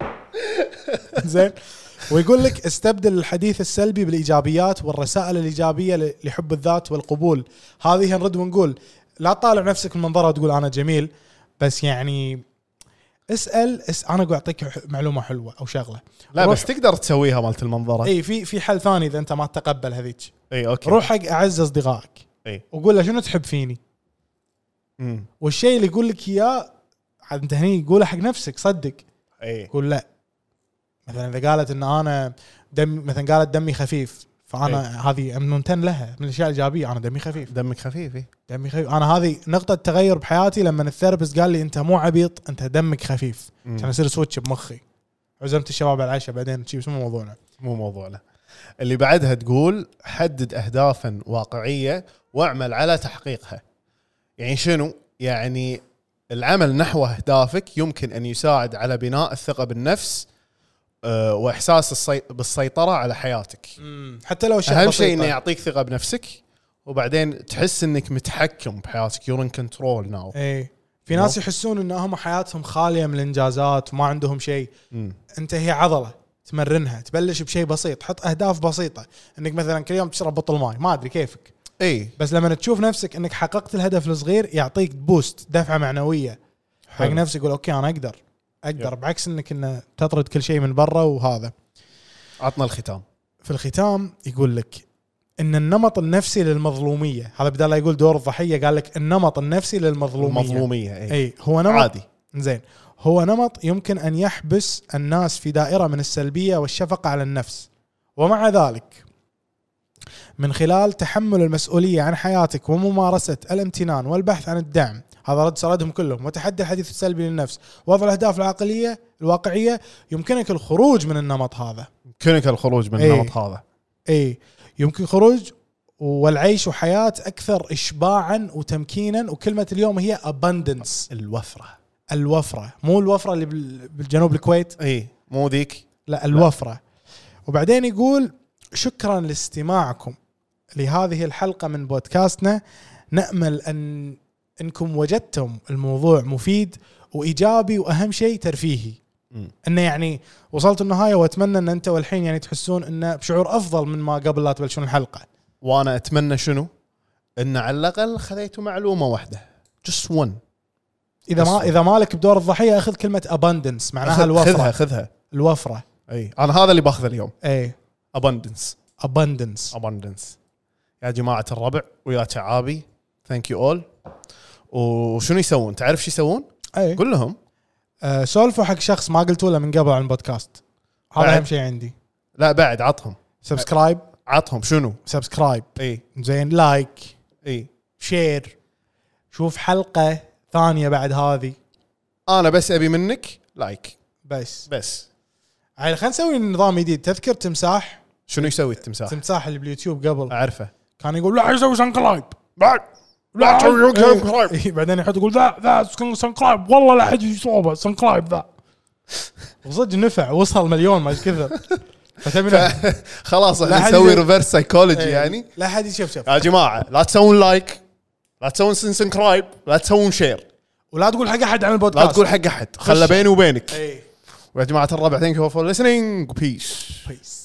Speaker 4: زين ويقول لك استبدل الحديث السلبي بالايجابيات والرسائل الايجابيه لحب الذات والقبول. هذه نرد ونقول لا تطالع نفسك المنظره وتقول انا جميل بس يعني اسال اس انا اقول اعطيك معلومه حلوه او شغله.
Speaker 3: لا بس تقدر تسويها مالت المنظره.
Speaker 4: اي في في حل ثاني اذا انت ما تتقبل هذيك.
Speaker 3: اي اوكي
Speaker 4: روح حق اعز اصدقائك
Speaker 3: اي
Speaker 4: وقول له شنو تحب فيني.
Speaker 3: امم
Speaker 4: والشيء اللي يقول لك اياه انت هني قوله حق نفسك صدق.
Speaker 3: اي
Speaker 4: قول لا مثلا اذا قالت ان انا دم مثلا قالت دمي خفيف فانا
Speaker 3: أي.
Speaker 4: هذه ممتن لها من الاشياء الايجابيه. انا دمي خفيف
Speaker 3: دمك خفيف. إيه؟
Speaker 4: دمي خفيف. انا هذه نقطه تغير بحياتي لما الثيرابيست قال لي انت مو عبيط انت دمك خفيف.
Speaker 3: مم.
Speaker 4: كان يصير سويتش بمخي. عزمت الشباب على العشاء بعدين شيء اسمه موضوعنا
Speaker 3: مو موضوعنا. اللي بعدها تقول حدد اهدافا واقعيه واعمل على تحقيقها. يعني شنو يعني العمل نحو اهدافك يمكن ان يساعد على بناء الثقه بالنفس أه واحساس السي... بالسيطره على حياتك.
Speaker 4: حتى لو
Speaker 3: اهم شيء انه يعطيك ثقه بنفسك وبعدين تحس انك متحكم بحياتك. يور ان كنترول ناو.
Speaker 4: اي في ناس يحسون ان هم حياتهم خاليه من الانجازات وما عندهم شيء. انت هي عضله تمرنها، تبلش بشيء بسيط، حط اهداف بسيطه، انك مثلا كل يوم تشرب بطل ماي، ما ادري كيفك
Speaker 3: اي،
Speaker 4: بس لما تشوف نفسك انك حققت الهدف الصغير يعطيك بوست، دفعه معنويه حق نفسك، يقول اوكي انا اقدر اقدر يب. بعكس انك انه تطرد كل شيء من برا. وهذا
Speaker 3: عطنا الختام.
Speaker 4: في الختام يقول لك ان النمط النفسي للمظلوميه، هذا بدل لا يقول دور الضحيه قال لك النمط النفسي للمظلوميه.
Speaker 3: المظلوميه اي,
Speaker 4: أي هو نمط
Speaker 3: عادي.
Speaker 4: زين، هو نمط يمكن ان يحبس الناس في دائره من السلبيه والشفقه على النفس، ومع ذلك من خلال تحمل المسؤوليه عن حياتك وممارسه الامتنان والبحث عن الدعم، هذا رد سردهم كلهم، وتحدي الحديث السلبي للنفس، وضع الاهداف العقليه الواقعيه، يمكنك الخروج من النمط هذا.
Speaker 3: يمكنك الخروج من
Speaker 4: أي.
Speaker 3: النمط هذا.
Speaker 4: اي يمكن خروج والعيش حياه اكثر اشباعا وتمكينا. وكلمه اليوم هي abundance،
Speaker 3: الوفره.
Speaker 4: الوفره، مو الوفره اللي بالجنوب الكويت،
Speaker 3: اي مو ذيك،
Speaker 4: لا الوفره. لا. وبعدين يقول شكرا لاستماعكم لهذه الحلقه من بودكاستنا، نأمل ان انكم وجدتم الموضوع مفيد وايجابي، واهم شيء ترفيهي. م. انه يعني وصلت النهايه، واتمنى ان انت والحين يعني تحسون انه بشعور افضل من ما قبل لا تبلشون الحلقه.
Speaker 3: وانا اتمنى شنو؟ ان على الاقل خذيتوا معلومه واحده، just one.
Speaker 4: اذا ما اذا مالك بدور الضحيه اخذ كلمه abundance، معناها
Speaker 3: أخذ
Speaker 4: الوفره.
Speaker 3: خذها خذها
Speaker 4: الوفره.
Speaker 3: اي انا هذا اللي باخذه اليوم.
Speaker 4: اي
Speaker 3: abundance
Speaker 4: abundance
Speaker 3: abundance. يا جماعه الربع ويا شعابي، ثانك يو اول. وشنو يسوون؟ تعرف شو يسوون؟
Speaker 4: اي
Speaker 3: قول لهم.
Speaker 4: أه سولفوا حق شخص ما قلتوا له من قبل عن البودكاست، هذا اهم شيء عندي.
Speaker 3: لا بعد عطهم
Speaker 4: سبسكرايب.
Speaker 3: عطهم شنو؟
Speaker 4: سبسكرايب.
Speaker 3: اي
Speaker 4: زين، لايك.
Speaker 3: اي
Speaker 4: شير. شوف حلقه ثانيه بعد هذه.
Speaker 3: انا بس ابي منك لايك
Speaker 4: بس
Speaker 3: بس.
Speaker 4: يعني خلينا نسوي نظام جديد. تذكر تمساح؟
Speaker 3: شنو يسوي التمساح؟
Speaker 4: تمساح اللي باليوتيوب قبل
Speaker 3: اعرفه،
Speaker 4: كان يقول لا يسوي سبسكرايب بعد،
Speaker 3: لا تسوي سبسكرايب.
Speaker 4: بعدين يحط يقول ذا ذا سبسكرايب، والله لا حد يصوبه سبسكرايب ذا. وصدق نفع، وصل مليون ما كثر. فتبينا
Speaker 3: خلاص احنا نسوي ريفرس سايكولوجي. يعني
Speaker 4: لا حد يشوف شوف
Speaker 3: يا جماعه، لا تسوون لايك، لا تسوون سبسكرايب، لا تسوون شير،
Speaker 4: ولا تقول حق احد عن البودكاست،
Speaker 3: لا تقول حق احد، خله بيني وبينك.
Speaker 4: اي
Speaker 3: ويا جماعه الربع، ثانك يو فور listening. بيس.